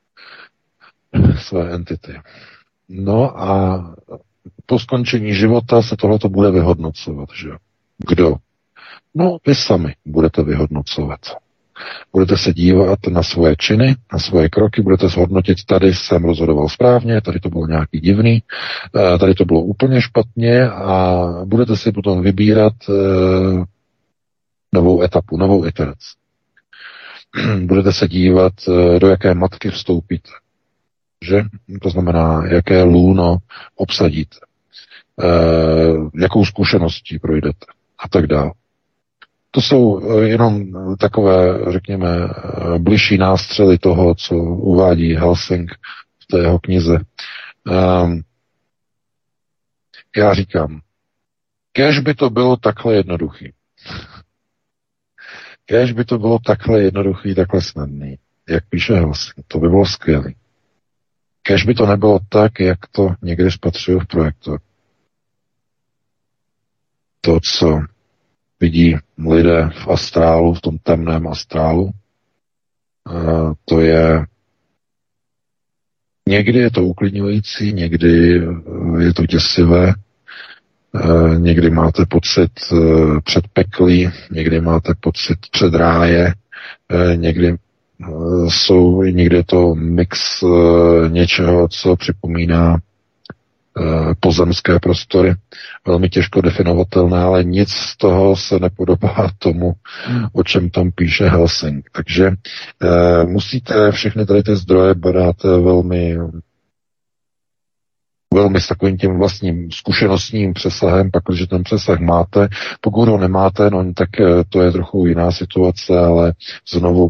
S3: Své entity. No a po skončení života se tohleto bude vyhodnocovat, že? Kdo? No, vy sami budete vyhodnocovat. Budete se dívat na svoje činy, na svoje kroky, budete zhodnotit, tady jsem rozhodoval správně, tady to bylo nějaký divný, tady to bylo úplně špatně a budete si potom vybírat novou etapu, novou iteraci. Budete se dívat, do jaké matky vstoupíte, že? To znamená, jaké lůno obsadíte, jakou zkušeností projdete a tak dále. To jsou jenom takové, řekněme, bližší nástřely toho, co uvádí Helsing v té jeho knize. Já říkám, kéž by to bylo takhle jednoduchý. Kéž by to bylo takhle jednoduchý, takhle snadný, jak píše Helsing, to by bylo skvělé. Kéž by to nebylo tak, jak to někdy spatřuju v projektu. To, co vidí lidé v astrálu, v tom temném astrálu, to je někdy je to uklidňující, někdy je to děsivé, někdy máte pocit předpeklí, někdy máte pocit před ráje, někdy je to mix něčeho, co připomíná pozemské prostory, velmi těžko definovatelné, ale nic z toho se nepodobá tomu, o čem tam píše Helsing. Takže musíte všechny tady ty zdroje brát velmi s takovým tím vlastním zkušenostním přesahem, pak, když ten přesah máte, pokud ho nemáte, no tak to je trochu jiná situace, ale znovu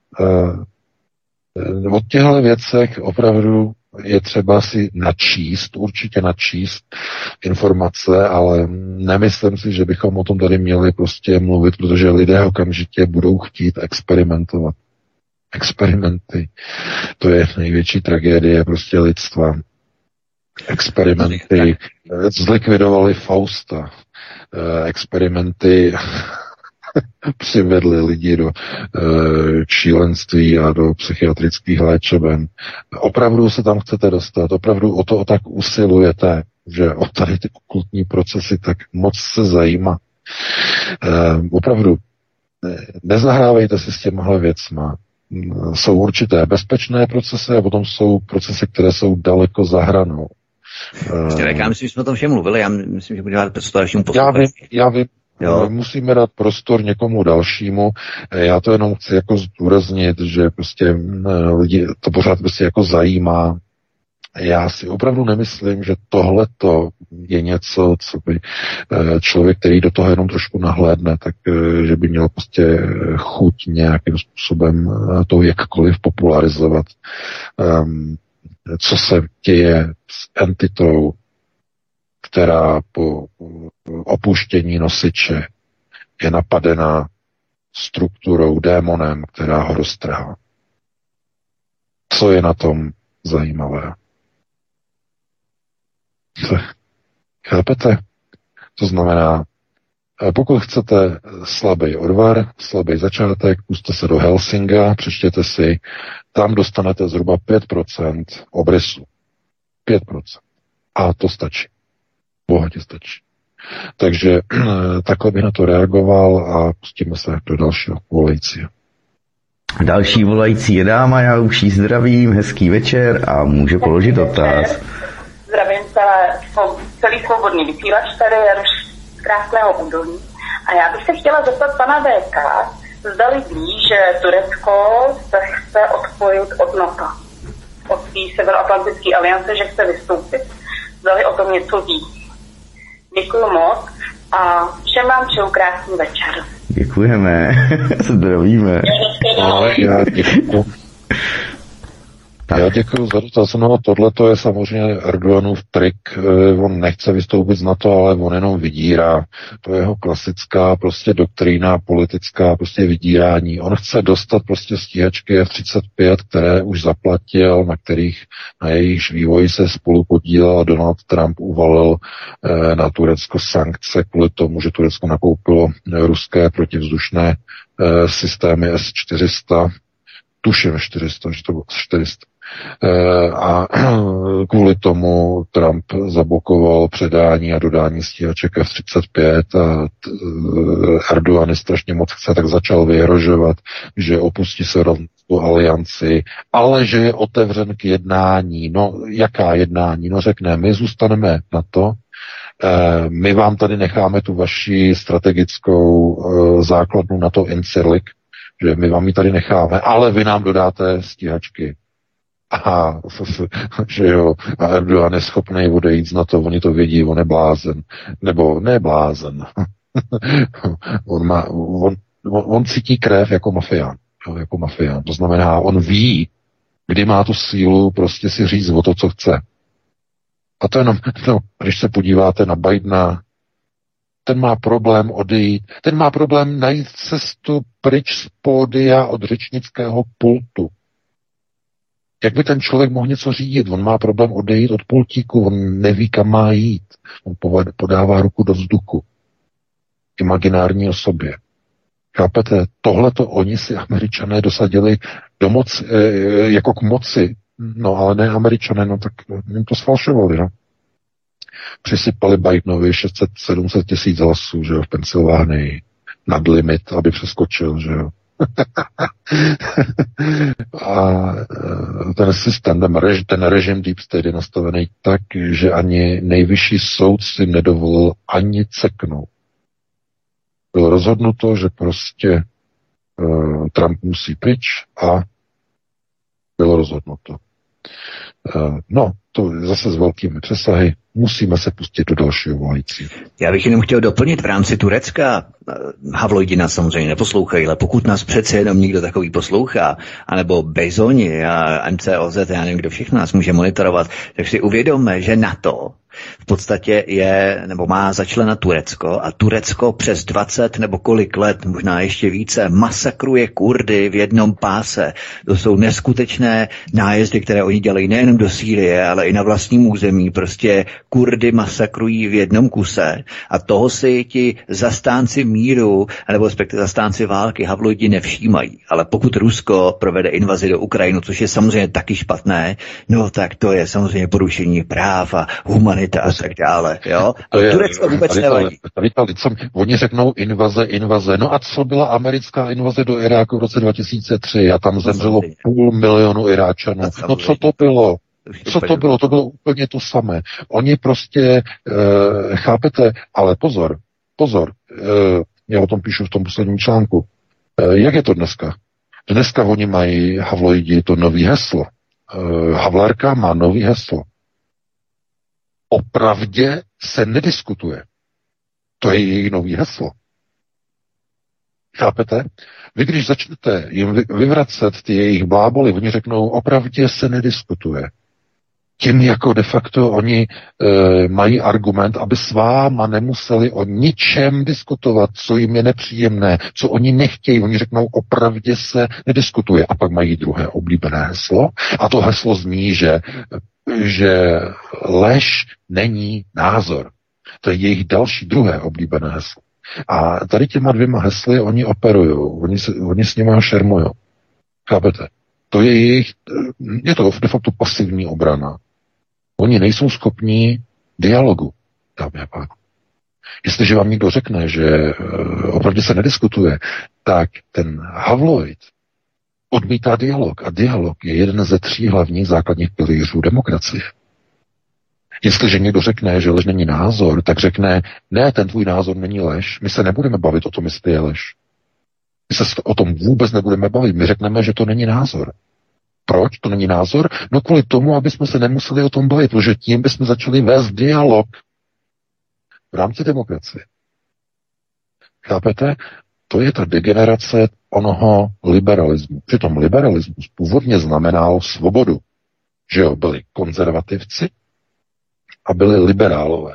S3: o těchto věcech opravdu je třeba si určitě načíst informace, ale nemyslím si, že bychom o tom tady měli prostě mluvit, protože lidé okamžitě budou chtít experimentovat. Experimenty, to je největší tragédie prostě lidstva. Experimenty zlikvidovali Fausta. Experimenty přivedli lidi do šílenství a do psychiatrických léčeben. Opravdu se tam chcete dostat, opravdu o to tak usilujete, že o tady ty okultní procesy tak moc se zajímá. Opravdu nezahrávejte si s těmahle věcma. Jsou určité bezpečné procesy a potom jsou procesy, které jsou daleko za hranou.
S1: Já myslím, že jsme o tom všem mluvili, já myslím, že budeme dát dalšímu poslouchači.
S3: Já vím. Jo. Musíme dát prostor někomu dalšímu. Já to jenom chci jako zdůraznit, že prostě lidi to pořád prostě jako zajímá. Já si opravdu nemyslím, že tohleto je něco, co by člověk, který do toho jenom trošku nahlédne, tak že by měl prostě chuť nějakým způsobem to jakkoliv popularizovat. Co se děje s entitou, která po opuštění nosiče je napadená strukturou, démonem, která ho roztrhá. Co je na tom zajímavé? Chápete? To znamená, pokud chcete slabý odvar, slabý začátek, pusťte se do Helsinga, přečtěte si, tam dostanete zhruba 5% obrysu. 5%. A to stačí. Bohatě stačí. Takže takhle bych na to reagoval a pustíme se do dalšího volajícího.
S2: Další volající je dáma, já už jí zdravím, hezký večer a může položit dotaz.
S6: Zdravím celý svobodný vysílač tady, Jaroš z Krásného údolí. A já bych se chtěla zeptat pana VK, zdali ví, že Turecko se chce odpojit od NATO, od té Severoatlantické aliance, že chce vystoupit. Zdali o tom něco ví. Děkuju moc a všem vám přeju krásný večer.
S2: Děkujeme, zdravíme.
S3: Já děkuju. Já děkuji za dotaz. No, tohleto je samozřejmě Erdoganův trik. On nechce vystoupit z NATO, ale on jenom vydírá. To je jeho klasická prostě doktrína politická, prostě vydírání. On chce dostat prostě stíhačky F-35, které už zaplatil, na jejich vývoji se spolu podílel a Donald Trump uvalil na Turecko sankce kvůli tomu, že Turecko nakoupilo ruské protivzdušné systémy S-400, tuším 400, že to bylo 400. A kvůli tomu Trump zablokoval předání a dodání stíhaček F-35 a Erdogan je strašně moc chce, tak začal vyhrožovat, že opustí se tu alianci, ale že je otevřen k jednání. No, jaká jednání? No, řekne, my zůstaneme na to, my vám tady necháme tu vaši strategickou základnu na to Incirlik, že my vám ji tady necháme, ale vy nám dodáte stíhačky. A že jo, a Erdogan je schopný odejít z NATO, oni to vědí, on je blázen. Nebo ne blázen. on cítí krev jako mafián. Jako mafián. To znamená, on ví, kdy má tu sílu prostě si říct o to, co chce. A to jenom, když se podíváte na Bidena, ten má problém odejít, ten má problém najít cestu pryč z pódia od řečnického pultu. Jak by ten člověk mohl něco řídit? On má problém odejít od pultíku, on neví, kam má jít. On podává ruku do vzduchu. Imaginární osobě. Chápete? Tohleto oni si Američané dosadili do moci, jako k moci. No ale ne Američané, no tak jim to sfalšovali, no. Přisypali Bidenovi 600-700 tisíc hlasů, že jo, v Pensylvánii. Nad limit, aby přeskočil, že jo. A ten systém, ten režim Deep State je nastavený tak, že ani nejvyšší soud si nedovolil ani ceknout. Bylo rozhodnuto, že prostě Trump musí pryč a bylo rozhodnuto. No, to je zase s velkými přesahy. Musíme se pustit do dalšího volajícího.
S1: Já bych jenom chtěl doplnit v rámci Turecka. Havloidi nás samozřejmě neposlouchají, ale pokud nás přece jenom někdo takový poslouchá, anebo Bezoni a MCOZ, já nevím, kdo všechno nás může monitorovat, tak si uvědomme, že NATO v podstatě je, nebo má začlena Turecko a Turecko přes 20 nebo kolik let, možná ještě více, masakruje Kurdy v jednom páse. To jsou neskutečné nájezdy, které oni dělají nejenom do Sýrie, ale i na vlastním území. Prostě Kurdy masakrují v jednom kuse a toho si ti zastánci míru, nebo respektive zastánci války Havloidi nevšímají. Ale pokud Rusko provede invazi do Ukrajiny, což je samozřejmě taky špatné, no tak to je samozřejmě porušení práv a humanita a tak dále. Jo? Ale Turecko vůbec nevadí.
S3: Oni řeknou invaze. No a co byla americká invaze do Iráku v roce 2003? A tam zemřelo 500 000 Iráčanů. No co to bylo? Co to bylo? To bylo úplně to samé. Oni prostě, chápete, ale pozor, já o tom píšu v tom posledním článku. Jak je to dneska? Dneska oni mají Havloidi to nový heslo. Havlárka má nový heslo. O pravdě se nediskutuje. To je jejich nový heslo. Chápete? Vy, když začnete jim vyvracet ty jejich bláboly, oni řeknou, o pravdě se nediskutuje. Tím jako de facto oni mají argument, aby s váma nemuseli o ničem diskutovat, co jim je nepříjemné, co oni nechtějí. Oni řeknou, o pravdě se nediskutuje. A pak mají druhé oblíbené heslo. A to heslo zní, že lež není názor. To je jejich další druhé oblíbené heslo. A tady těma dvěma hesly oni operují. Oni s nimi šermují. Chápete? To je jejich, je to de facto pasivní obrana. Oni nejsou schopní dialogu, dámy a pánové. Jestliže vám někdo řekne, že opravdu se nediskutuje, tak ten Havloid odmítá dialog. A dialog je jeden ze 3 hlavních základních pilířů demokracie. Jestliže někdo řekne, že lež není názor, tak řekne, ne, ten tvůj názor není lež, my se nebudeme bavit o tom, jestli je lež. My se o tom vůbec nebudeme bavit, my řekneme, že to není názor. Proč to není názor? No kvůli tomu, aby jsme se nemuseli o tom bavit, protože tím bychom začali vést dialog v rámci demokracie. Chápete? To je ta degenerace onoho liberalismu. Přitom liberalismus původně znamenal svobodu. Že jo, byli konzervativci a byli liberálové.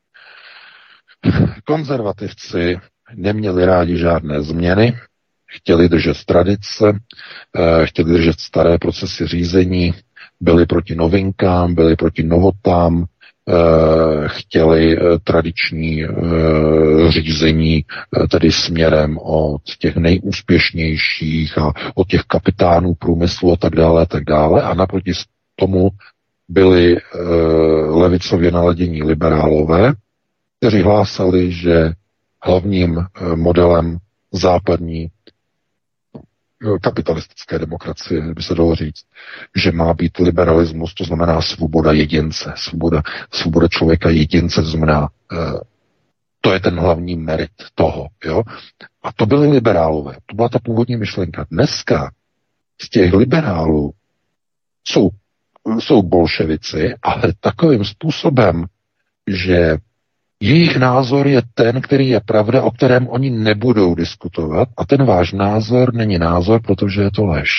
S3: Konzervativci neměli rádi žádné změny, chtěli držet tradice, chtěli držet staré procesy řízení, byli proti novinkám, byli proti novotám, chtěli tradiční řízení tedy směrem od těch nejúspěšnějších a od těch kapitánů průmyslu a tak dále. A naproti tomu byli levicově naladění liberálové, kteří hlásali, že hlavním modelem západní kapitalistické demokracie, by se dalo říct, že má být liberalismus, to znamená svoboda jedince, svoboda člověka jedince, to znamená, to je ten hlavní merit toho, jo. A to byli liberálové, to byla ta původní myšlenka. Dneska z těch liberálů jsou bolševici, ale takovým způsobem, že jejich názor je ten, který je pravda, o kterém oni nebudou diskutovat, a ten váš názor není názor, protože je to lež.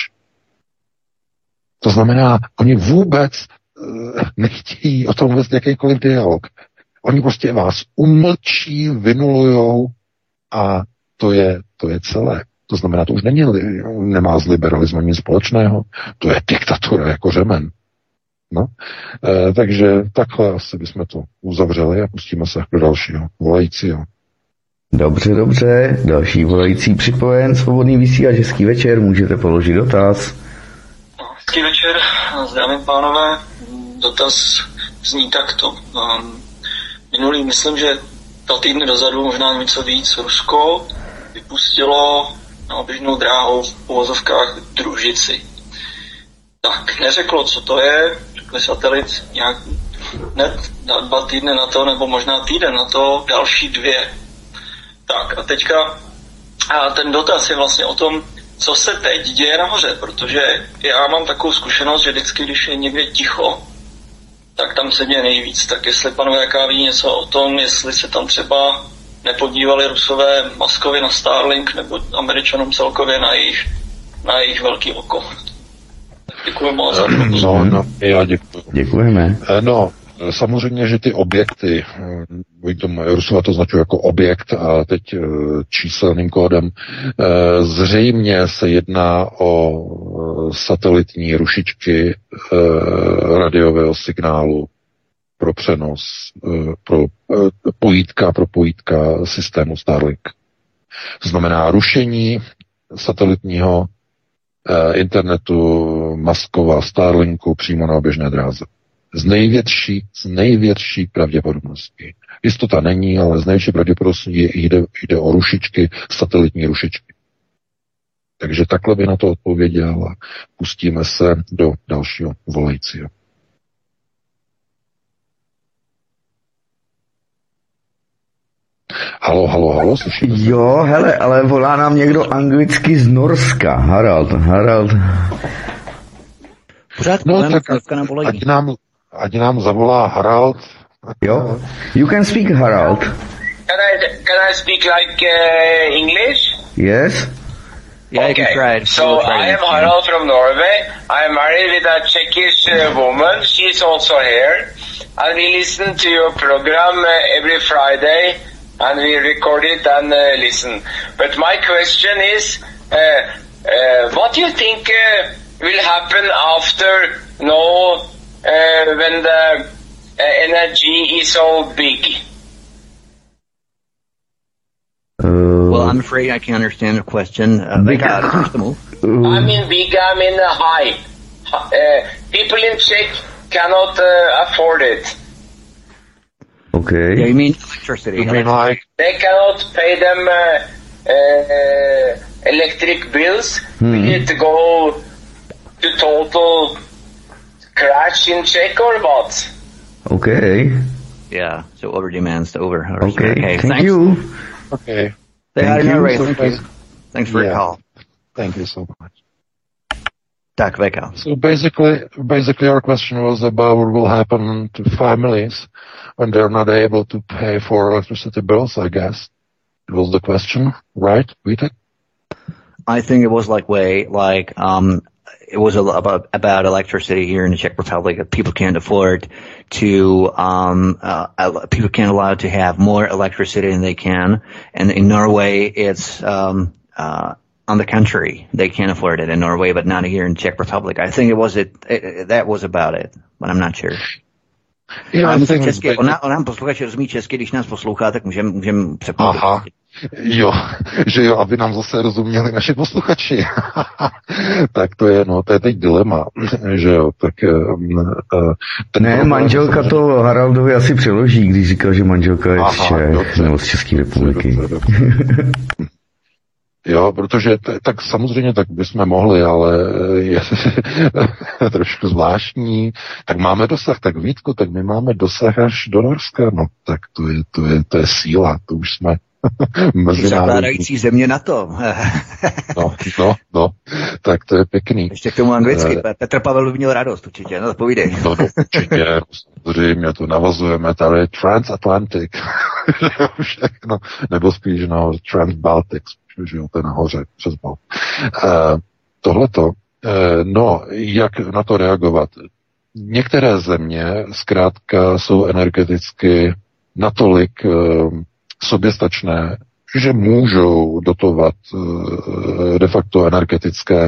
S3: To znamená, oni vůbec nechtějí o tom vést jakýkoliv dialog. Oni prostě vás umlčí, vynulujou a to je celé. To znamená, to už nemá s liberalismem nic společného, to je diktatura jako řemen. No, takže takhle asi bychom to uzavřeli a pustíme se do dalšího volajícího.
S2: Dobře, další volající připojen, svobodný vysílač, hezký večer, můžete položit dotaz.
S7: Hezký večer, zdravím pánové, dotaz zní takto. Minulý, myslím, že 2 týdny dozadu, možná něco víc, Rusko vypustilo na oběžnou dráhu v uvozovkách družici. Tak, neřeklo, co to je, řekli satelit nějak hned 2 týdny na to, nebo možná týden na to, další 2. Tak a teďka ten dotaz je vlastně o tom, co se teď děje nahoře, protože já mám takovou zkušenost, že vždycky, když je někde ticho, tak tam se děje nejvíc. Tak jestli pan VK ví něco o tom, jestli se tam třeba nepodívali Rusové maskově na Starlink, nebo Američanům celkově na jejich velký oko. Děkuji moc.
S3: Já děkuji.
S2: Děkujeme.
S3: No, samozřejmě, že ty objekty, Rusové to označují jako objekt a teď číselným kódem, zřejmě se jedná o satelitní rušičky radiového signálu pro přenos, pro pojítka systému Starlink. To znamená rušení satelitního internetu Muskova Starlinku přímo na oběžné dráze. Z největší pravděpodobností. Jistota není, ale z největší pravděpodobností jde o rušičky, satelitní rušičky. Takže takhle by na to odpověděl a pustíme se do dalšího volajícího. Halo, slyšíte?
S2: Jo, hele, ale volá nám někdo anglicky z Norska. Harald.
S1: Pořád
S3: no, tak ať nám zavolá Harald.
S2: Jo, you can speak Harald.
S4: Can I speak like English?
S2: Yes.
S1: Yeah,
S4: okay.
S1: You can try it.
S4: So I am Harald from Norway. I am married with a Czechish woman. She is also here. And we listen to your program every Friday. And we record it and listen. But my question is, what do you think will happen after when the energy is so big?
S1: Well, I'm afraid I can't understand the question.
S4: I mean big, I mean high. People in Czech cannot afford it.
S2: Okay.
S1: Yeah, you mean electricity.
S3: You mean like...
S4: They cannot pay them electric bills. We need to go to total crash in Czech or what?
S2: Okay.
S1: Yeah, so over demands to over.
S2: Okay, thank you.
S3: Okay.
S2: Thank
S1: you. Thanks for your call.
S3: Thank you so much.
S1: Tak, Veka.
S3: So basically our question was about what will happen to families when they're not able to pay for electricity bills, I guess. It was the question, right, Vitek?
S1: I think it was it was about electricity here in the Czech Republic that people can't afford to, people can't allow to have more electricity than they can. And in Norway, it's, on the country, they can't afford it in Norway, but not here in Czech Republic. I think that was about it, but I'm not sure. On nám posluchač rozumí česky, když nás poslouchá, tak můžem přepnout.
S3: Aha, jo, že jo, aby nám zase rozuměli naši posluchači. Tak to je teď dilema, že jo, tak...
S2: Ne, manželka to Haraldovi asi přeloží, když říkal, že manželka je z Čech, nebo z České republiky.
S3: Jo, protože tak samozřejmě tak bychom mohli, ale je trošku zvláštní. Tak máme dosah, tak Vítku, tak my máme dosah až do Norska, no tak to je síla, to už jsme
S1: zakládající země NATO.
S3: No, tak to je pěkný.
S1: Ještě k tomu anglicky, Petr Pavel by měl radost určitě, no povídej.
S3: No určitě, samozřejmě to navazujeme, tady Transatlantic, všechno, nebo spíš Transbaltic, že jo, to je nahoře, přes Balt. Tohleto, jak na to reagovat? Některé země zkrátka jsou energeticky natolik soběstačné, že můžou dotovat de facto energetické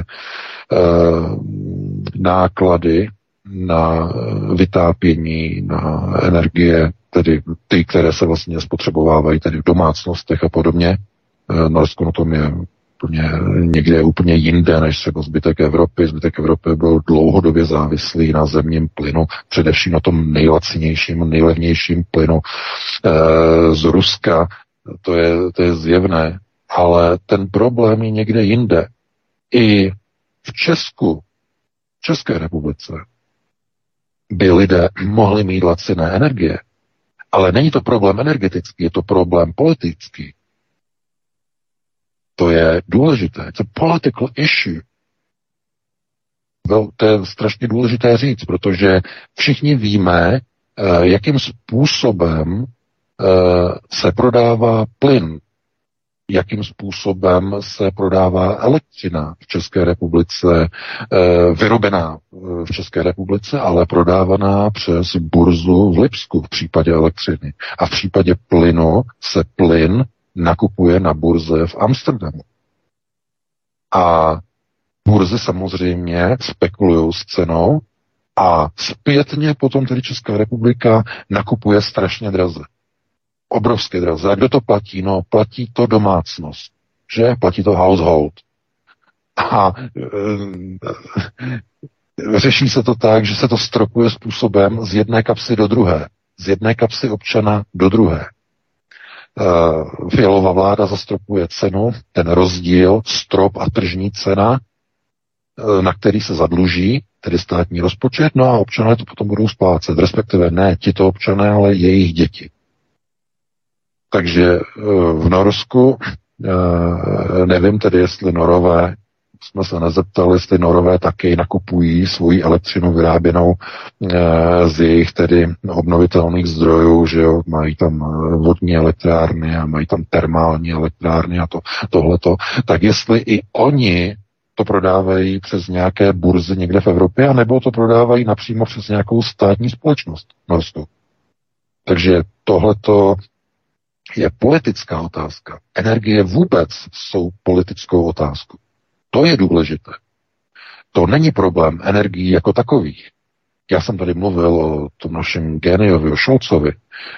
S3: náklady na vytápění, na energie, tedy ty, které se vlastně spotřebovávají tedy v domácnostech a podobně. Norsko na tom je někde úplně jinde než třeba zbytek Evropy. Zbytek Evropy byl dlouhodobě závislý na zemním plynu, především na tom nejlacinějším, nejlevnějším plynu z Ruska. To je zjevné, ale ten problém je někde jinde. I v Česku, v České republice, by lidé mohli mít laciné energie. Ale není to problém energetický, je to problém politický. To je důležité. It's a political issue. To je strašně důležité říct, protože všichni víme, jakým způsobem se prodává plyn, jakým způsobem se prodává elektřina v České republice, vyrobená v České republice, ale prodávaná přes burzu v Lipsku v případě elektřiny. A v případě plynu se plyn nakupuje na burze v Amsterdamu. A burzy samozřejmě spekulují s cenou a zpětně potom tedy Česká republika nakupuje strašně draze. Obrovské draze. A kdo to platí? No, platí to domácnost. Že? Platí to household. A řeší se to tak, že se to stropuje způsobem z jedné kapsy do druhé. Z jedné kapsy občana do druhé. Fialová vláda zastropuje cenu, ten rozdíl, strop a tržní cena, na který se zadluží, tedy státní rozpočet, no a občané to potom budou splácet, respektive ne tito občané, ale jejich děti. Takže v Norsku, nevím tedy, jestli Norové, jsme se nezeptali, jestli Norové taky nakupují svoji elektřinu vyráběnou z jejich tedy obnovitelných zdrojů, že jo, mají tam vodní elektrárny a mají tam termální elektrárny a tohleto, tak jestli i oni to prodávají přes nějaké burzy někde v Evropě, anebo to prodávají napřímo přes nějakou státní společnost v Norsku. Takže tohleto je politická otázka. Energie vůbec jsou politickou otázkou. To je důležité. To není problém energií jako takových. Já jsem tady mluvil o tom našem géniovi, o Scholzovi.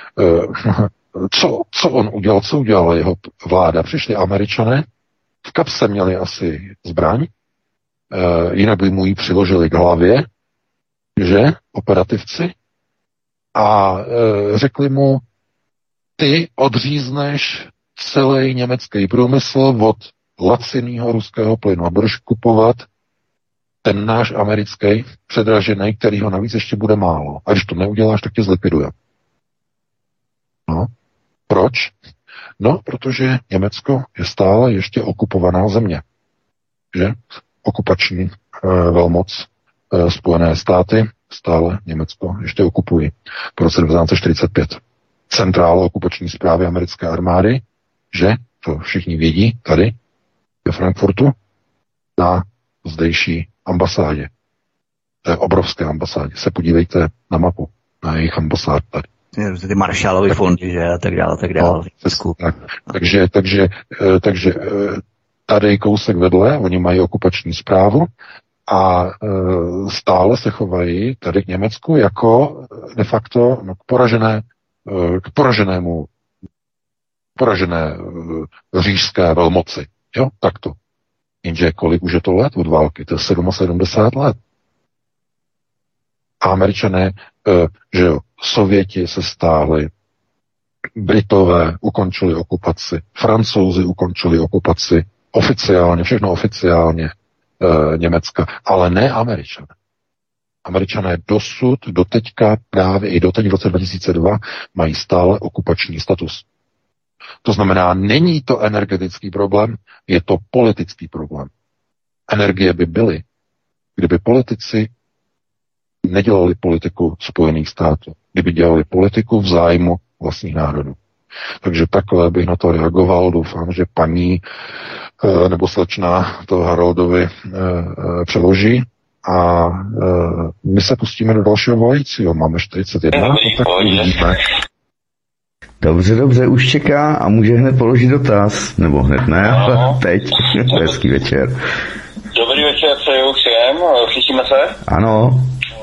S3: Co on udělal? Co udělala jeho vláda? Přišli Američané, v kapse měli asi zbraň, jinak by mu ji přiložili k hlavě, že, operativci, a řekli mu, ty odřízneš celý německý průmysl od laciného ruského plynu a budeš kupovat ten náš americký předražený, kterýho navíc ještě bude málo. A když to neuděláš, tak tě zlikviduje. No. Proč? No, protože Německo je stále ještě okupovaná země. Že? Okupační velmoc Spojené státy stále Německo ještě okupují. Po roce 1945. Centrála okupační správy americké armády, že? To všichni vědí tady ve Frankfurtu na zdejší ambasádě. To je obrovské ambasádě. Se podívejte na mapu, na jejich ambasád tady.
S1: Ty Marshallovy fondy, že? A tak dále, tak dále.
S3: No, tak. Takže tady kousek vedle, oni mají okupační správu a stále se chovají tady k Německu jako de facto k poražené říšské velmoci. Jo, takto. Jenže kolik už je to let od války? To je 77 let. A Američané, že jo, Sověti se stáhli, Britové ukončili okupaci, Francouzi ukončili okupaci, oficiálně, všechno oficiálně Německa, ale ne Američané. Američané dosud, doteďka, právě i doteď v roce 2002 mají stále okupační status. To znamená, není to energetický problém, je to politický problém. Energie by byly, kdyby politici nedělali politiku Spojených států, kdyby dělali politiku v zájmu vlastních národů. Takže takhle bych na to reagoval. Doufám, že paní nebo slečna to Haroldovi přeloží a my se pustíme do dalšího volajícího. Máme 41, tak uvidíme.
S2: Dobře, už čeká a může hned položit dotaz. Nebo hned ne, ale teď. Hezký večer.
S4: Dobrý večer, přeju všem. Slyšíme se?
S2: Ano.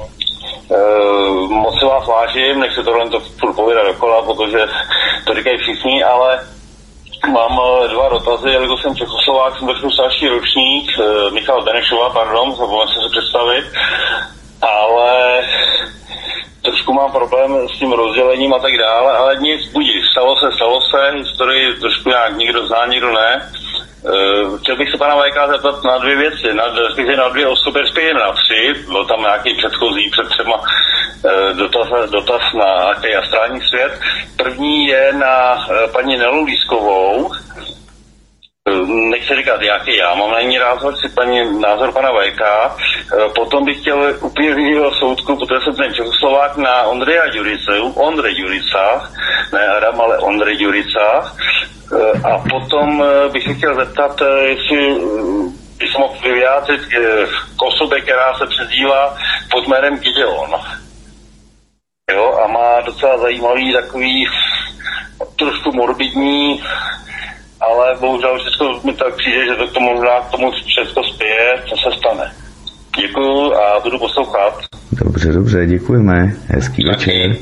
S4: Moc si vás vážím, nechci tohle to furt povídat dokola, protože to říkají všichni, ale mám dva dotazy, jelikož jsem Čechoslovák, jsem trošku starší ročník, Michal Benešova, pardon, zapomněl jsem se představit, ale trošku mám problém s tím rozdělením a tak dále, ale nic, budíš, stalo se, historii trošku nějak někdo zná, někdo ne. Chtěl bych se pana Vajka zeptat na dvě věci, na dvě osoby, respektive na tři, byl tam nějaký předchozí před třema dotaz na nějaký astrální svět. První je na paní Nelu Lískovou, nechci říkat, jaký já mám na ní názor pana Vajka. Potom bych chtěl úplně jiného soudku, protože jsem ten Čechoslovák na Ondrej Jurica, ne Adam, ale Ondrej Jurica. A potom bych se chtěl zeptat, jestli bych se mohl vyjádřit k osobě, která se přezdívá pod jménem Gideon. Jo, a má docela zajímavý takový trošku morbidní, ale bohužel všechno mi tak přijde, že to možná k tomu všechno spěje, co se stane. Děkuju a budu poslouchat.
S2: Dobře, děkujeme. Hezký večer.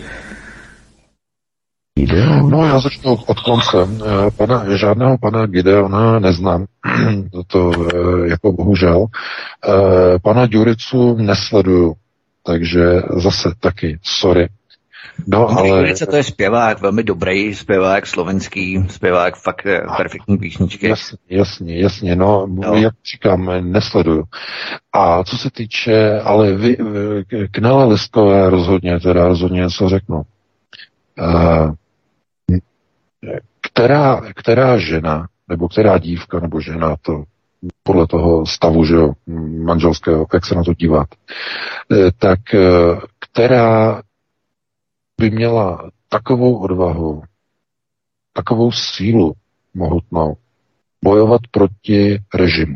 S3: No, já začnu od konce. Žádného pana Gideona neznám. To jako bohužel. Pana Ďuricu nesleduju, takže zase taky, sorry. No, ale...
S1: Ďurica to je zpěvák, velmi dobrý zpěvák, slovenský zpěvák, fakt perfektní písničky.
S3: Jasně, no, jak říkám, nesleduju. A co se týče, ale vy, k Nele Lískové rozhodně něco řeknu. která žena, nebo která dívka, nebo žena, to podle toho stavu, že jo, manželského, jak se na to dívat, tak která by měla takovou odvahu, takovou sílu mohutnou bojovat proti režimu.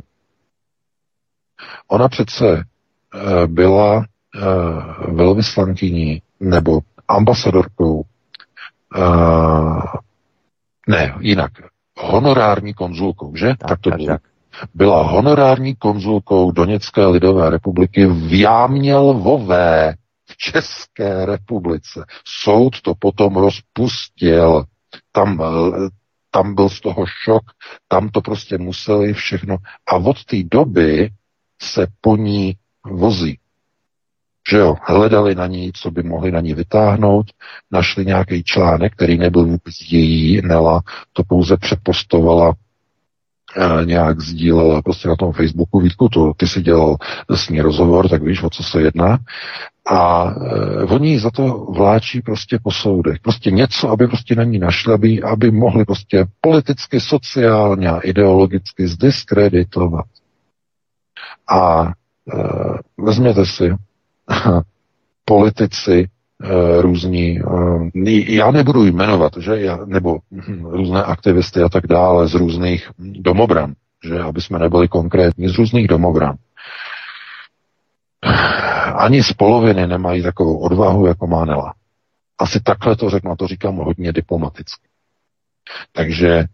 S3: Ona přece byla velvyslankyní nebo ambasadorkou, ne, jinak, honorární konzulkou, že? Tak to bylo. Byla honorární konzulkou Doněcké lidové republiky v Jámě Lvové v České republice. Soud to potom rozpustil. Tam byl z toho šok, tam to prostě museli všechno. A od té doby se po ní vozí. Že jo, hledali na ní, co by mohli na ní vytáhnout, našli nějaký článek, který nebyl vůbec její, Nela to pouze přepostovala, nějak sdílela prostě na tom Facebooku. Vítku, ty si dělal s ní rozhovor, tak víš, o co se jedná. A oni za to vláčí prostě po soudech. Prostě něco, aby prostě na ní našli, aby mohli prostě politicky, sociálně a ideologicky zdiskreditovat. A vezměte si, politici různí, já nebudu jmenovat, že, nebo různé aktivisty a tak dále z různých domobran, že, aby jsme nebyli konkrétní, z různých domobran. Ani z poloviny nemají takovou odvahu, jako má Nela. Asi takhle to řeknu, to říkám hodně diplomaticky. Takže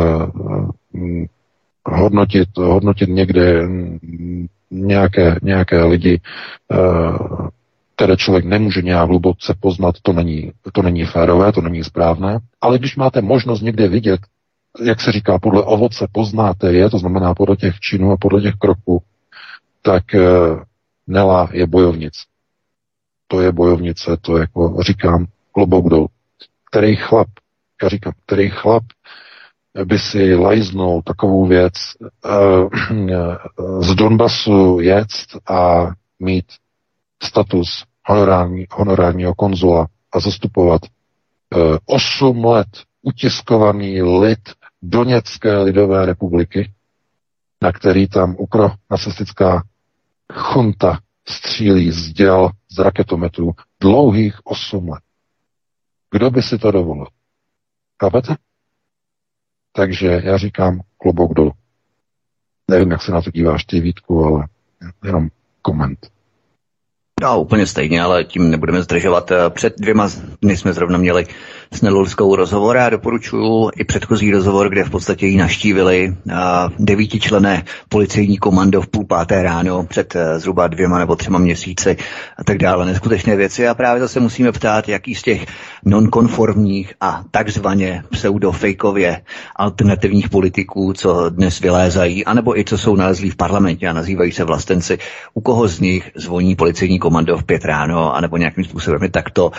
S3: hodnotit někde nějaké lidi, které člověk nemůže nějak hluboce poznat, to není férové, to není správné, ale když máte možnost někde vidět, jak se říká, podle ovoce poznáte je, to znamená podle těch činů a podle těch kroků, tak Nela je bojovnic. To je bojovnice, to jako říkám, klobouk dolů. Který chlap by si lajznul takovou věc z Donbasu jet a mít status honorárního konzula a zastupovat 8 let utiskovaný lid Doněcké lidové republiky, na který tam ukronacistická chunta střílí z děl, z raketometů dlouhých 8 let. Kdo by si to dovolil? Chápete? Takže já říkám klobouk dolů. Nevím, jak se na to díváš ty, Vítku, ale jenom koment.
S1: No, úplně stejně, ale tím nebudeme zdržovat. Před 2 dny jsme zrovna měli s Nelulskou rozhovor a doporučuji i předchozí rozhovor, kde v podstatě ji navštívili 9členné policejní komando v 4:30 ráno před zhruba 2 nebo 3 měsíci a tak dále. Neskutečné věci a právě zase musíme ptát, jaký z těch nonkonformních a takzvaně pseudofejkově alternativních politiků, co dnes vylézají, anebo i co jsou nalezlí v parlamentě a nazývají se vlastenci, u koho z nich zvoní policejní komando v 5 ráno, anebo nějakým způsobem takto.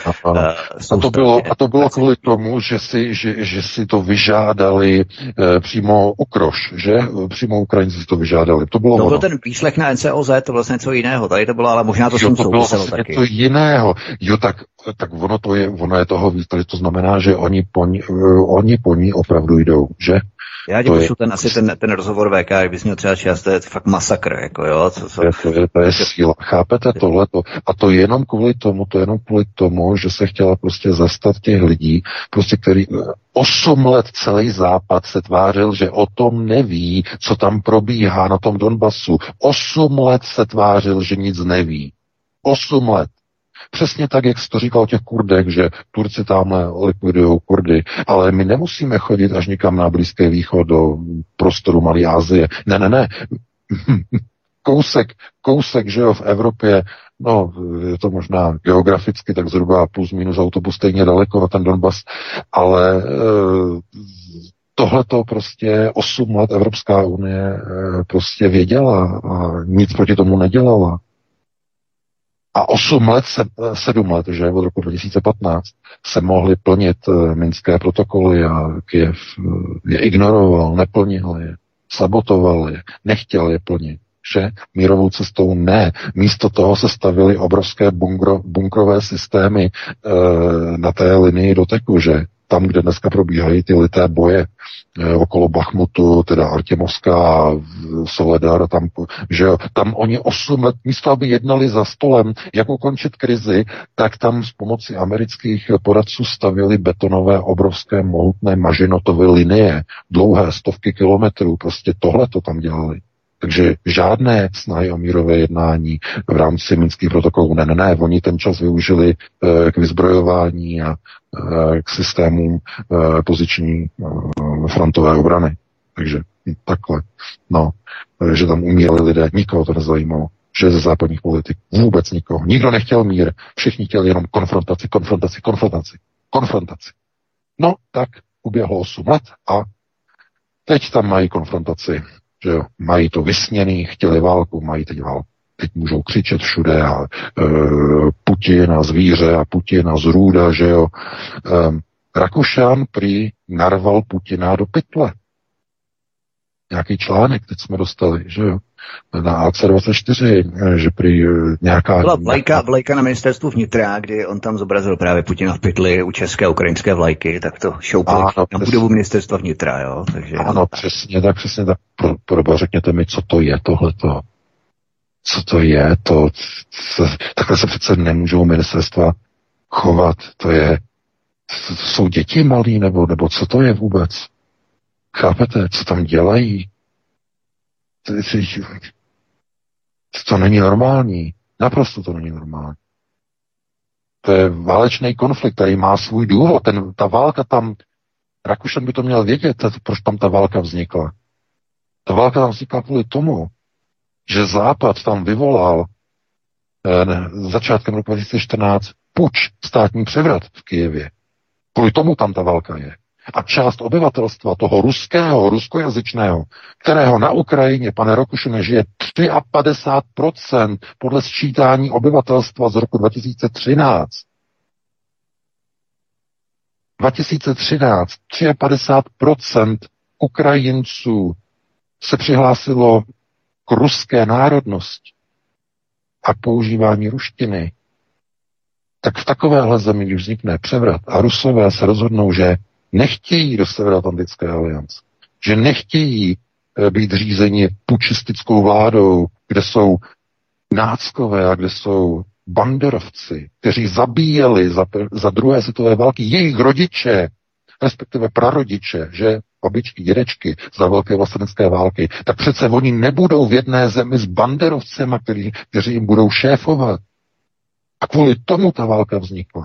S3: A to bylo kvůli tomu, že si to vyžádali přímo Ukroš, že? Přímo Ukrajinci si to vyžádali. To byl
S1: ten výslech na NCOZ, to vlastně něco jiného. Tady to bylo, ale možná to jsem souviselo taky.
S3: Něco jiného. Jo, tak ono je toho víc, to znamená, že oni po ní opravdu jdou, že?
S1: Já tě pošlu ten rozhovor VK, kdyby jsi měl třeba čas, to je fakt masakr, jako jo.
S3: To je síla. Chápete tohleto? A to jenom kvůli tomu, že se chtěla prostě zastat těch lidí, prostě který 8 let celý Západ se tvářil, že o tom neví, co tam probíhá na tom Donbasu. 8 let se tvářil, že nic neví. 8 let. Přesně tak, jak jsi to říkal o těch Kurdech, že Turci tamhle likvidují Kurdy, ale my nemusíme chodit až někam na Blízký východ do prostoru Malé Asie. Ne. Kousek, že jo, v Evropě, no, je to možná geograficky tak zhruba plus minus autobus stejně daleko na ten Donbas, ale tohleto prostě 8 let Evropská unie prostě věděla a nic proti tomu nedělala. A 7 let, že od roku 2015 se mohly plnit minské protokoly a Kyjev je ignoroval, neplnil je, sabotoval je, nechtěl je plnit, že? Mírovou cestou ne. Místo toho se stavily obrovské bunkrové systémy na té linii doteku, že? tam, kde dneska probíhají ty lité boje okolo Bachmutu, teda Artěmovská, Soledar, tam, že jo, tam oni 8 let, místo aby jednali za stolem, jak ukončit krizi, tak tam s pomocí amerických poradců stavili betonové, obrovské, mohutné mažinotové linie, dlouhé stovky kilometrů, prostě tohle to tam dělali. Takže žádné snahy o mírové jednání v rámci minských protokolů. Ne, oni ten čas využili k vyzbrojování a k systémům poziční frontové obrany. Takže takhle. No, že tam umírali lidé, nikoho to nezajímalo. Že ze západních politik vůbec nikoho. Nikdo nechtěl mír, všichni chtěli jenom konfrontaci. No, tak uběhlo 8 let a teď tam mají konfrontaci. Že jo, mají to vysněný, chtěli válku, mají teď válku. Teď můžou křičet všude a Putin a zvíře a Putin a zrůda, že jo. Rakušan prý narval Putina do pytle. Nějaký článek teď jsme dostali, že jo. Na AC24, že prý nějaká...
S1: Byla vlajka na ministerstvu vnitra, kdy on tam zobrazil právě Putina v pytli u české a ukrajinské vlajky, tak to šoupili na budovu ministerstva vnitra, jo. Takže,
S3: ano, přesně tak. Proboha, řekněte mi, co to je tohleto. Co to je? Takhle se přece nemůžou ministerstva chovat. To jsou děti malí, nebo co to je vůbec? Chápete, co tam dělají? To není normální. Naprosto to není normální. To je válečný konflikt, který má svůj důvod. Ta válka tam, Rakušan by to měl vědět, proč tam ta válka vznikla. Ta válka tam vznikla kvůli tomu, že Západ tam vyvolal začátkem roku 2014 puč, státní převrat v Kyjevě. Kvůli tomu tam ta válka je. A část obyvatelstva toho ruskojazyčného, kterého na Ukrajině, pane Rakušane, žije 53% podle sčítání obyvatelstva z roku 2013. 53% Ukrajinců se přihlásilo k ruské národnosti a k používání ruštiny. Tak v takovéhle zemi, když vznikne převrat a Rusové se rozhodnou, že nechtějí do Severoatlantické aliance, že nechtějí být řízeni pučistickou vládou, kde jsou náckové a kde jsou banderovci, kteří zabíjeli za druhé světové války jejich rodiče, respektive prarodiče, že babičky, dědečky za velké vlastenecké války, tak přece oni nebudou v jedné zemi s banderovcema, kteří jim budou šéfovat. A kvůli tomu ta válka vznikla.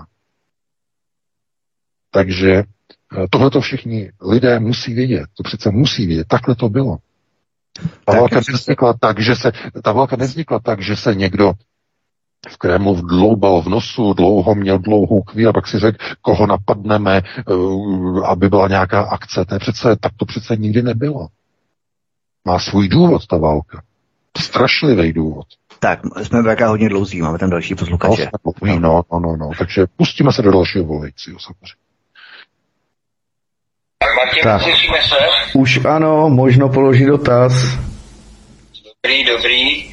S3: Takže tohleto všichni lidé musí vědět. To přece musí vědět. Takhle to bylo. Ta válka nevznikla tak, že se někdo v Kremlu dloubal v nosu, měl dlouhou chvíli a pak si řekl, koho napadneme, aby byla nějaká akce. Tak to přece nikdy nebylo. Má svůj důvod ta válka. Strašlivý důvod.
S1: Tak, jsme velká hodně dlouzí, máme tam další posluchače.
S3: No. Takže pustíme se do dalšího volajícího samozřejmě.
S2: Tak, už ano, možno položit dotaz.
S7: Dobrý.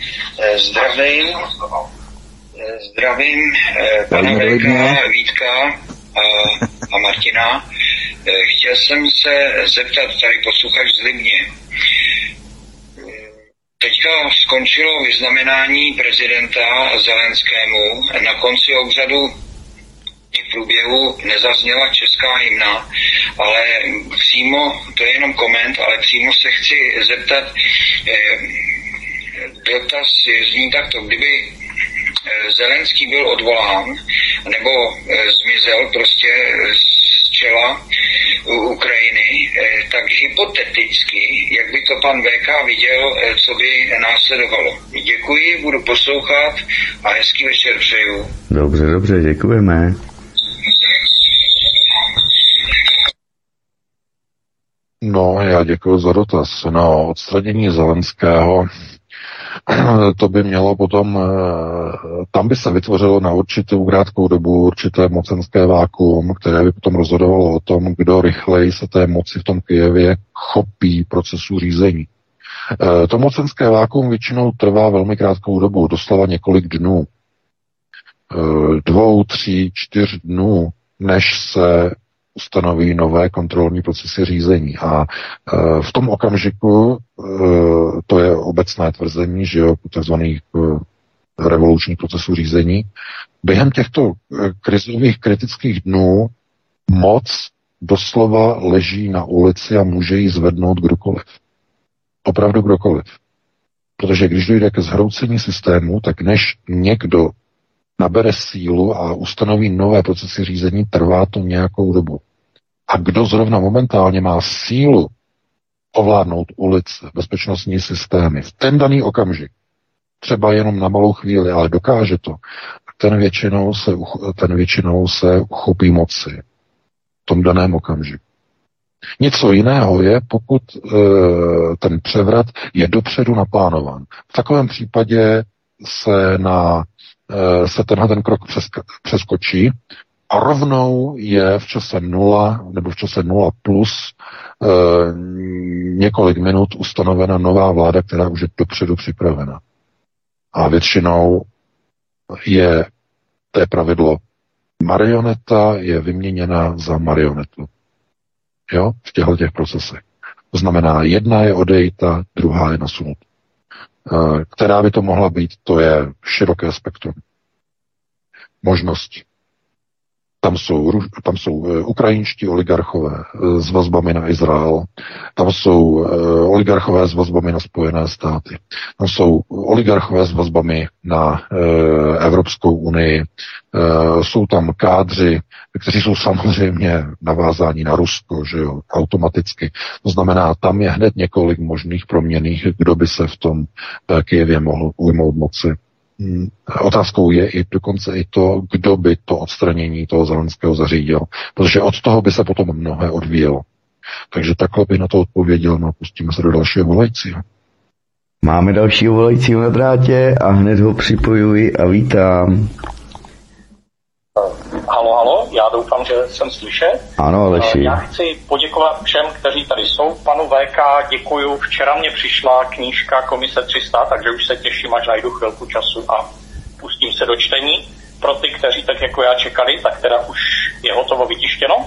S7: Zdravím pana Veka, Vítka a Martina. Chtěl jsem se zeptat, tady posluchač z Libně. Teďka skončilo vyznamenání prezidenta Zelenskému. Na konci obřadu v průběhu nezazněla česká hymna, ale přímo, to je jenom koment, ale přímo se chci zeptat, dotaz zní takto, kdyby Zelenský byl odvolán, nebo zmizel prostě z čela Ukrajiny, tak hypoteticky, jak by to pan VK viděl, co by následovalo. Děkuji, budu poslouchat a hezký večer přeju.
S2: Dobře, děkujeme.
S3: No, já děkuji za dotaz. No, odstranění Zelenského, to by mělo potom, tam by se vytvořilo na určitou krátkou dobu určité mocenské vákuum, které by potom rozhodovalo o tom, kdo rychleji se té moci v tom Kyjevě chopí procesu řízení. To mocenské vákuum většinou trvá velmi krátkou dobu, doslova několik dnů. 2, 3, 4 dnů, než se ustanoví nové kontrolní procesy řízení. A v tom okamžiku, to je obecné tvrzení, že jo, takzvaných revolučních procesů řízení, během těchto krizových kritických dnů moc doslova leží na ulici a může ji zvednout kdokoliv. Opravdu kdokoliv. Protože když dojde ke zhroucení systému, tak než někdo nabere sílu a ustanoví nové procesy řízení, trvá to nějakou dobu. A kdo zrovna momentálně má sílu ovládnout ulice, bezpečnostní systémy v ten daný okamžik, třeba jenom na malou chvíli, ale dokáže to, ten většinou se uchopí moci v tom daném okamžiku. Něco jiného je, pokud ten převrat je dopředu naplánován. V takovém případě se tenhle ten krok přeskočí a rovnou je v čase 0 nebo v čase 0 plus několik minut ustanovena nová vláda, která už je dopředu připravena. A většinou je to pravidlo, marioneta je vyměněna za marionetu. Jo? V těchto procesech. To znamená, jedna je odejita, druhá je nasunuta. Která by to mohla být, to je široké spektrum možností. Tam jsou ukrajinští oligarchové s vazbami na Izrael, tam jsou oligarchové s vazbami na Spojené státy, tam jsou oligarchové s vazbami na Evropskou unii, jsou tam kádři, kteří jsou samozřejmě navázáni na Rusko, že jo, automaticky. To znamená, tam je hned několik možných proměnných, kdo by se v tom Kyjevě mohl ujmout moci. Otázkou je i dokonce i to, kdo by to odstranění toho Zelenského zařídil, protože od toho by se potom mnohé odvíjelo. Takže takhle by na to odpověděl, no pustíme se do dalšího volajícího.
S2: Máme dalšího volajícího na drátě a hned ho připojuji a vítám.
S5: Halo, já doufám, že jsem slyšet.
S2: Ano, Aleši.
S5: Já chci poděkovat všem, kteří tady jsou. Panu VK děkuju. Včera mě přišla knížka Komise 300, takže už se těším, až najdu chvilku času a pustím se do čtení. Pro ty, kteří tak jako já čekali, tak teda už je hotovo vytištěno.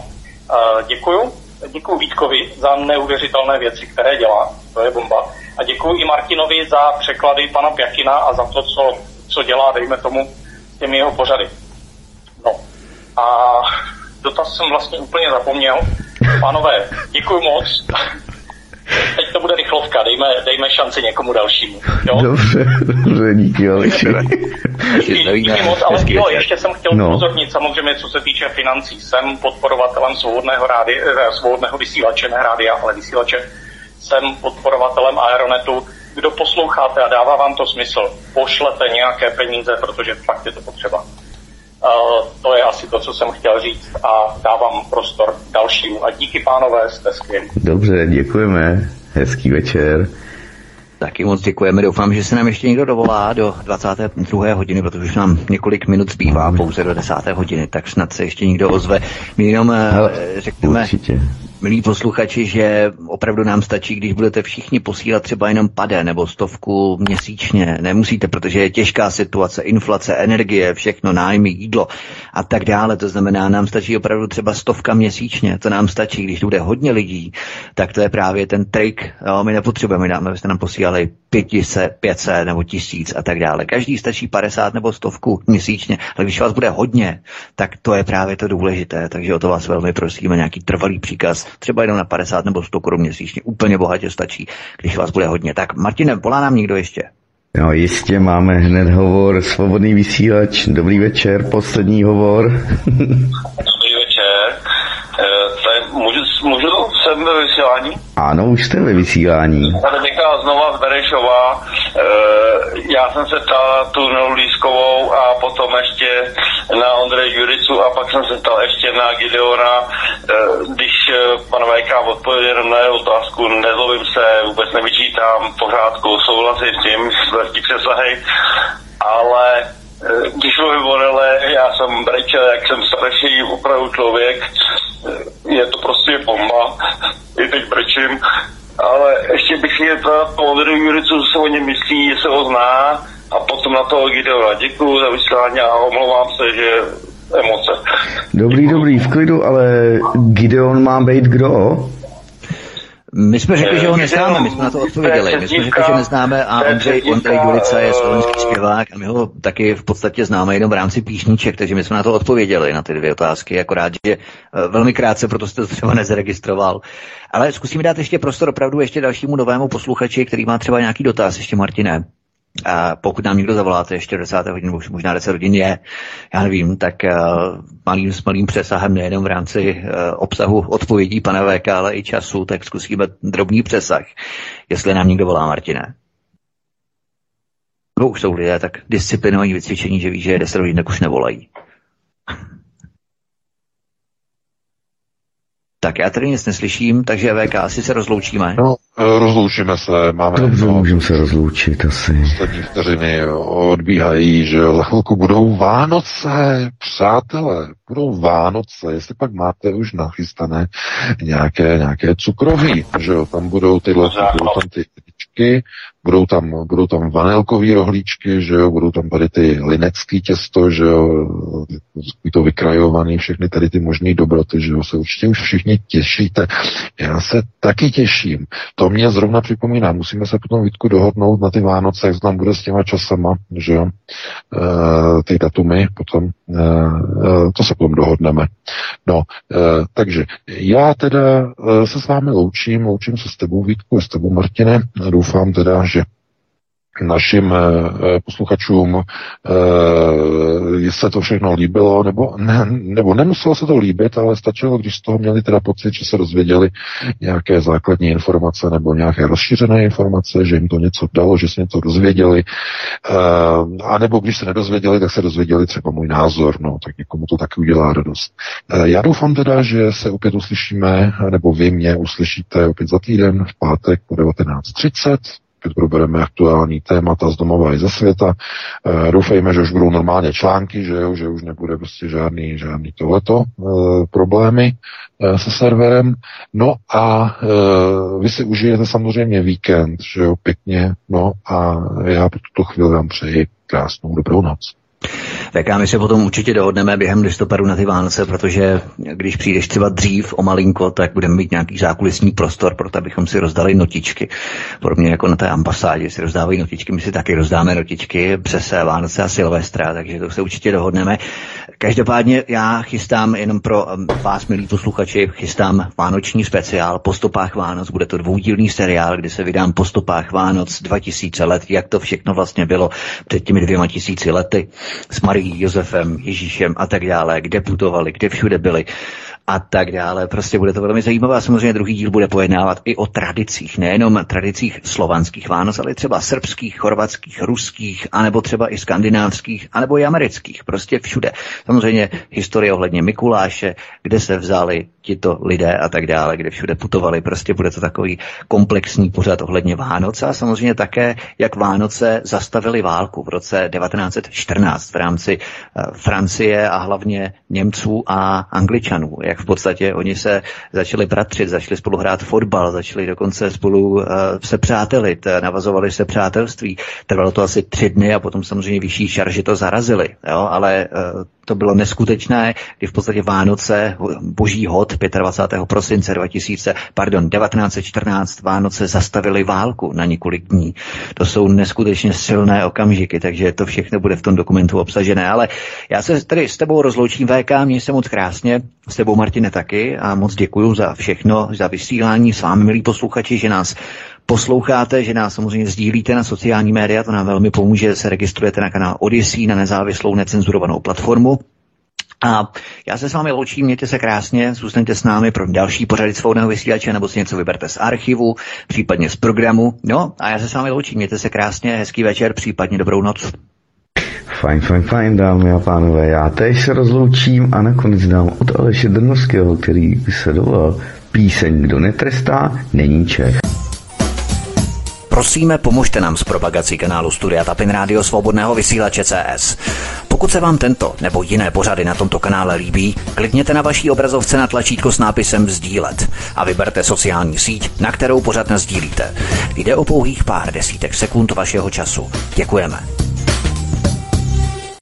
S5: Děkuju Vítkovi za neuvěřitelné věci, které dělá. To je bomba. A děkuju i Martinovi za překlady pana Pjakina a za to, co dělá, dejme tomu, s těmi jeho pořady. No. A dotaz jsem vlastně úplně zapomněl. Pánové, děkuju moc. Teď to bude rychlovka, dejme šanci někomu dalšímu. Jo?
S2: Dobře, díky, Aleši.
S5: Díky moc, ale jo, ještě jsem chtěl upozornit, samozřejmě, co se týče financí. Jsem podporovatelem svobodného vysílače, ne rádia, ale vysílače. Jsem podporovatelem Aeronetu. Kdo posloucháte a dává vám to smysl, pošlete nějaké peníze, protože fakt je to potřeba. To je asi to, co jsem chtěl říct a dávám prostor dalšímu. A díky, pánové, jste skvělí.
S2: Dobře, děkujeme. Hezký večer.
S1: Taky moc děkujeme. Doufám, že se nám ještě někdo dovolá do 22. hodiny, protože už nám několik minut zbývá pouze do 10. hodiny, tak snad se ještě někdo ozve. My jenom řekneme, určitě, milí posluchači, že opravdu nám stačí, když budete všichni posílat třeba jenom pade nebo 100 měsíčně. Nemusíte, protože je těžká situace, inflace, energie, všechno, nájmy, jídlo a tak dále. To znamená, nám stačí opravdu třeba 100 měsíčně. To nám stačí, když bude hodně lidí, tak to je právě ten trik. Jo, my nepotřebujeme, abyste nám posílali 500 nebo 1000 a tak dále. Každý stačí 50 nebo 100 měsíčně, ale když vás bude hodně, tak to je právě to důležité. Takže o to vás velmi prosíme, nějaký trvalý příkaz, třeba jenom na 50 nebo 100 korun měsíčně. Úplně bohatě stačí, když vás bude hodně. Tak Martine, volá nám někdo ještě?
S2: No jistě, máme hned hovor, svobodný vysílač. Dobrý večer, poslední hovor.
S4: Dobrý večer. Můžu jsem ve vysílání?
S2: Ano, už jste ve vysílání.
S4: Tady teďka znova z Berešova. Já jsem se ptal tu Nelu Lískovou a potom ještě na Ondreje Juricu a pak jsem se ptal ještě na Gideona. Když pan VK odpověděl na jeho otázku, nezlobím se, vůbec nevyčítám, pořádku, souhlasím s tím, velký přesahy, ale když mluvím o Nele, já jsem brečel, jak jsem starší opravdu člověk, je to prostě bomba, i teď brečím, ale ještě bych chtěl ptát po Ondreju Juricu, co se o něm myslí, jestli ho zná, a potom na toho Gideona. Děkuju za vysílání a omlouvám se, že
S5: emoce.
S2: Dobrý, v klidu, ale Gideon má být kdo?
S1: My jsme řekli, že ho neznáme, my jsme na to odpověděli. My jsme řekli, že neznáme a Ondřej Dulica je slovenský zpěvák a my ho taky v podstatě známe jenom v rámci písniček, takže my jsme na to odpověděli, na ty dvě otázky, akorát, že velmi krátce, proto jste to třeba nezaregistroval. Ale zkusíme dát ještě prostor opravdu ještě dalšímu novému posluchači, který má třeba nějaký dotaz, ještě Martine. A pokud nám někdo zavoláte ještě 10 hodin, už možná 10 hodin je, já nevím, tak malým přesahem nejenom v rámci obsahu odpovědí pana VK, ale i času, tak zkusíme drobný přesah, jestli nám někdo volá, Martine. No už jsou lidé tak disciplinovaní vycvičení, že ví, že je 10 hodin, tak už nevolají. Tak já tady nic neslyším, takže VK, asi se rozloučíme.
S3: No, rozloučíme se, máme...
S2: Dobře, můžeme se rozloučit asi.
S3: Poslední vteřiny odbíhají, že za chvilku budou Vánoce, přátelé, budou Vánoce, jestli pak máte už nachystané nějaké cukroví, že jo, tam budou ty tyčky, budou tam vanilkový rohlíčky, že jo, budou tam tady ty linecký těsto, že jo, to vykrajovaný, všechny tady ty možné dobroty, že jo, se určitě už všichni těšíte. Já se taky těším. To mě zrovna připomíná, musíme se potom, Vítku, dohodnout na ty Vánoce, jak to tam bude s těma časama, že jo, ty datumy potom, to se potom dohodneme. No, takže já teda se s vámi loučím se s tebou, Vítku, s tebou, Martine, doufám teda, že našim posluchačům se to všechno líbilo, nebo nemuselo se to líbit, ale stačilo, když z toho měli teda pocit, že se dozvěděli nějaké základní informace nebo nějaké rozšířené informace, že jim to něco dalo, že se něco dozvěděli, a nebo když se nedozvěděli, tak se dozvěděli třeba můj názor, no, tak někomu to taky udělá radost. Já doufám teda, že se opět uslyšíme, nebo vy mě uslyšíte opět za týden v pátek po 19:30. Opět probereme aktuální témata z domova i ze světa. Doufejme, že už budou normálně články, že už nebude prostě žádný tohleto problémy se serverem. No a vy si užijete samozřejmě víkend, že jo, pěkně. No a já pro tuto chvíli vám přeji krásnou dobrou noc.
S1: Tak a my se potom určitě dohodneme během listopadu na ty Vánoce, protože když přijdeš třeba dřív o malinko, tak budeme mít nějaký zákulisní prostor, proto abychom si rozdali notičky. Podobně jako na té ambasádě si rozdávají notičky, my si taky rozdáme notičky přes Vánoce a Silvestra, takže to se určitě dohodneme. Každopádně já chystám jenom pro vás, milí posluchači, chystám vánoční speciál Po stopách Vánoc. Bude to dvoudílný seriál, kdy se vydám po stopách Vánoc 2000 let, jak to všechno vlastně bylo před těmi 2000 lety s Marií, Josefem, Ježíšem a tak dále, kde putovali, kde všude byli a tak dále. Prostě bude to velmi zajímavé a samozřejmě druhý díl bude pojednávat i o tradicích, nejenom tradicích slovanských Vánoc, ale třeba srbských, chorvatských, ruských, anebo třeba i skandinávských, anebo i amerických, prostě všude. Samozřejmě historie ohledně Mikuláše, kde se vzali tito lidé a tak dále, kde všude putovali, prostě bude to takový komplexní pořad ohledně Vánoce a samozřejmě také, jak Vánoce zastavili válku v roce 1914 v rámci Francie a hlavně Němců a Angličanů, jak v podstatě oni se začali bratřit, začali spolu hrát fotbal, začali dokonce spolu se přátelit, navazovali se přátelství. Trvalo to asi 3 dny a potom samozřejmě vyšší šarži to zarazili, jo, ale to bylo neskutečné, kdy v podstatě Vánoce, boží hod 25. prosince 1914 Vánoce zastavili válku na několik dní. To jsou neskutečně silné okamžiky, takže to všechno bude v tom dokumentu obsažené. Ale já se tady s tebou rozloučím, VK, měj se moc krásně, s tebou, Martine, taky a moc děkuju za všechno, za vysílání s vámi, milí posluchači, že nás posloucháte, že nás samozřejmě sdílíte na sociální média, to nám velmi pomůže, se registrujete na kanál Odyssey, na nezávislou necenzurovanou platformu. A já se s vámi loučím, mějte se krásně, zůstaňte s námi pro další pořady Svobodného vysílače, nebo si něco vyberte z archivu, případně z programu. No a já se s vámi loučím, mějte se krásně, hezký večer, případně dobrou noc.
S2: Fajn, dámy a pánové, já též se rozloučím a nakonec dám od Aleše Drnovského, který se dovolal píseň Kdo netrestá, není Čech.
S1: Prosíme, pomožte nám s propagací kanálu Studia Tapin Rádio Svobodného vysílače CS. Pokud se vám tento nebo jiné pořady na tomto kanále líbí, klikněte na vaší obrazovce na tlačítko s nápisem sdílet a vyberte sociální síť, na kterou pořad nasdílíte. Jde o pouhých pár desítek sekund vašeho času. Děkujeme.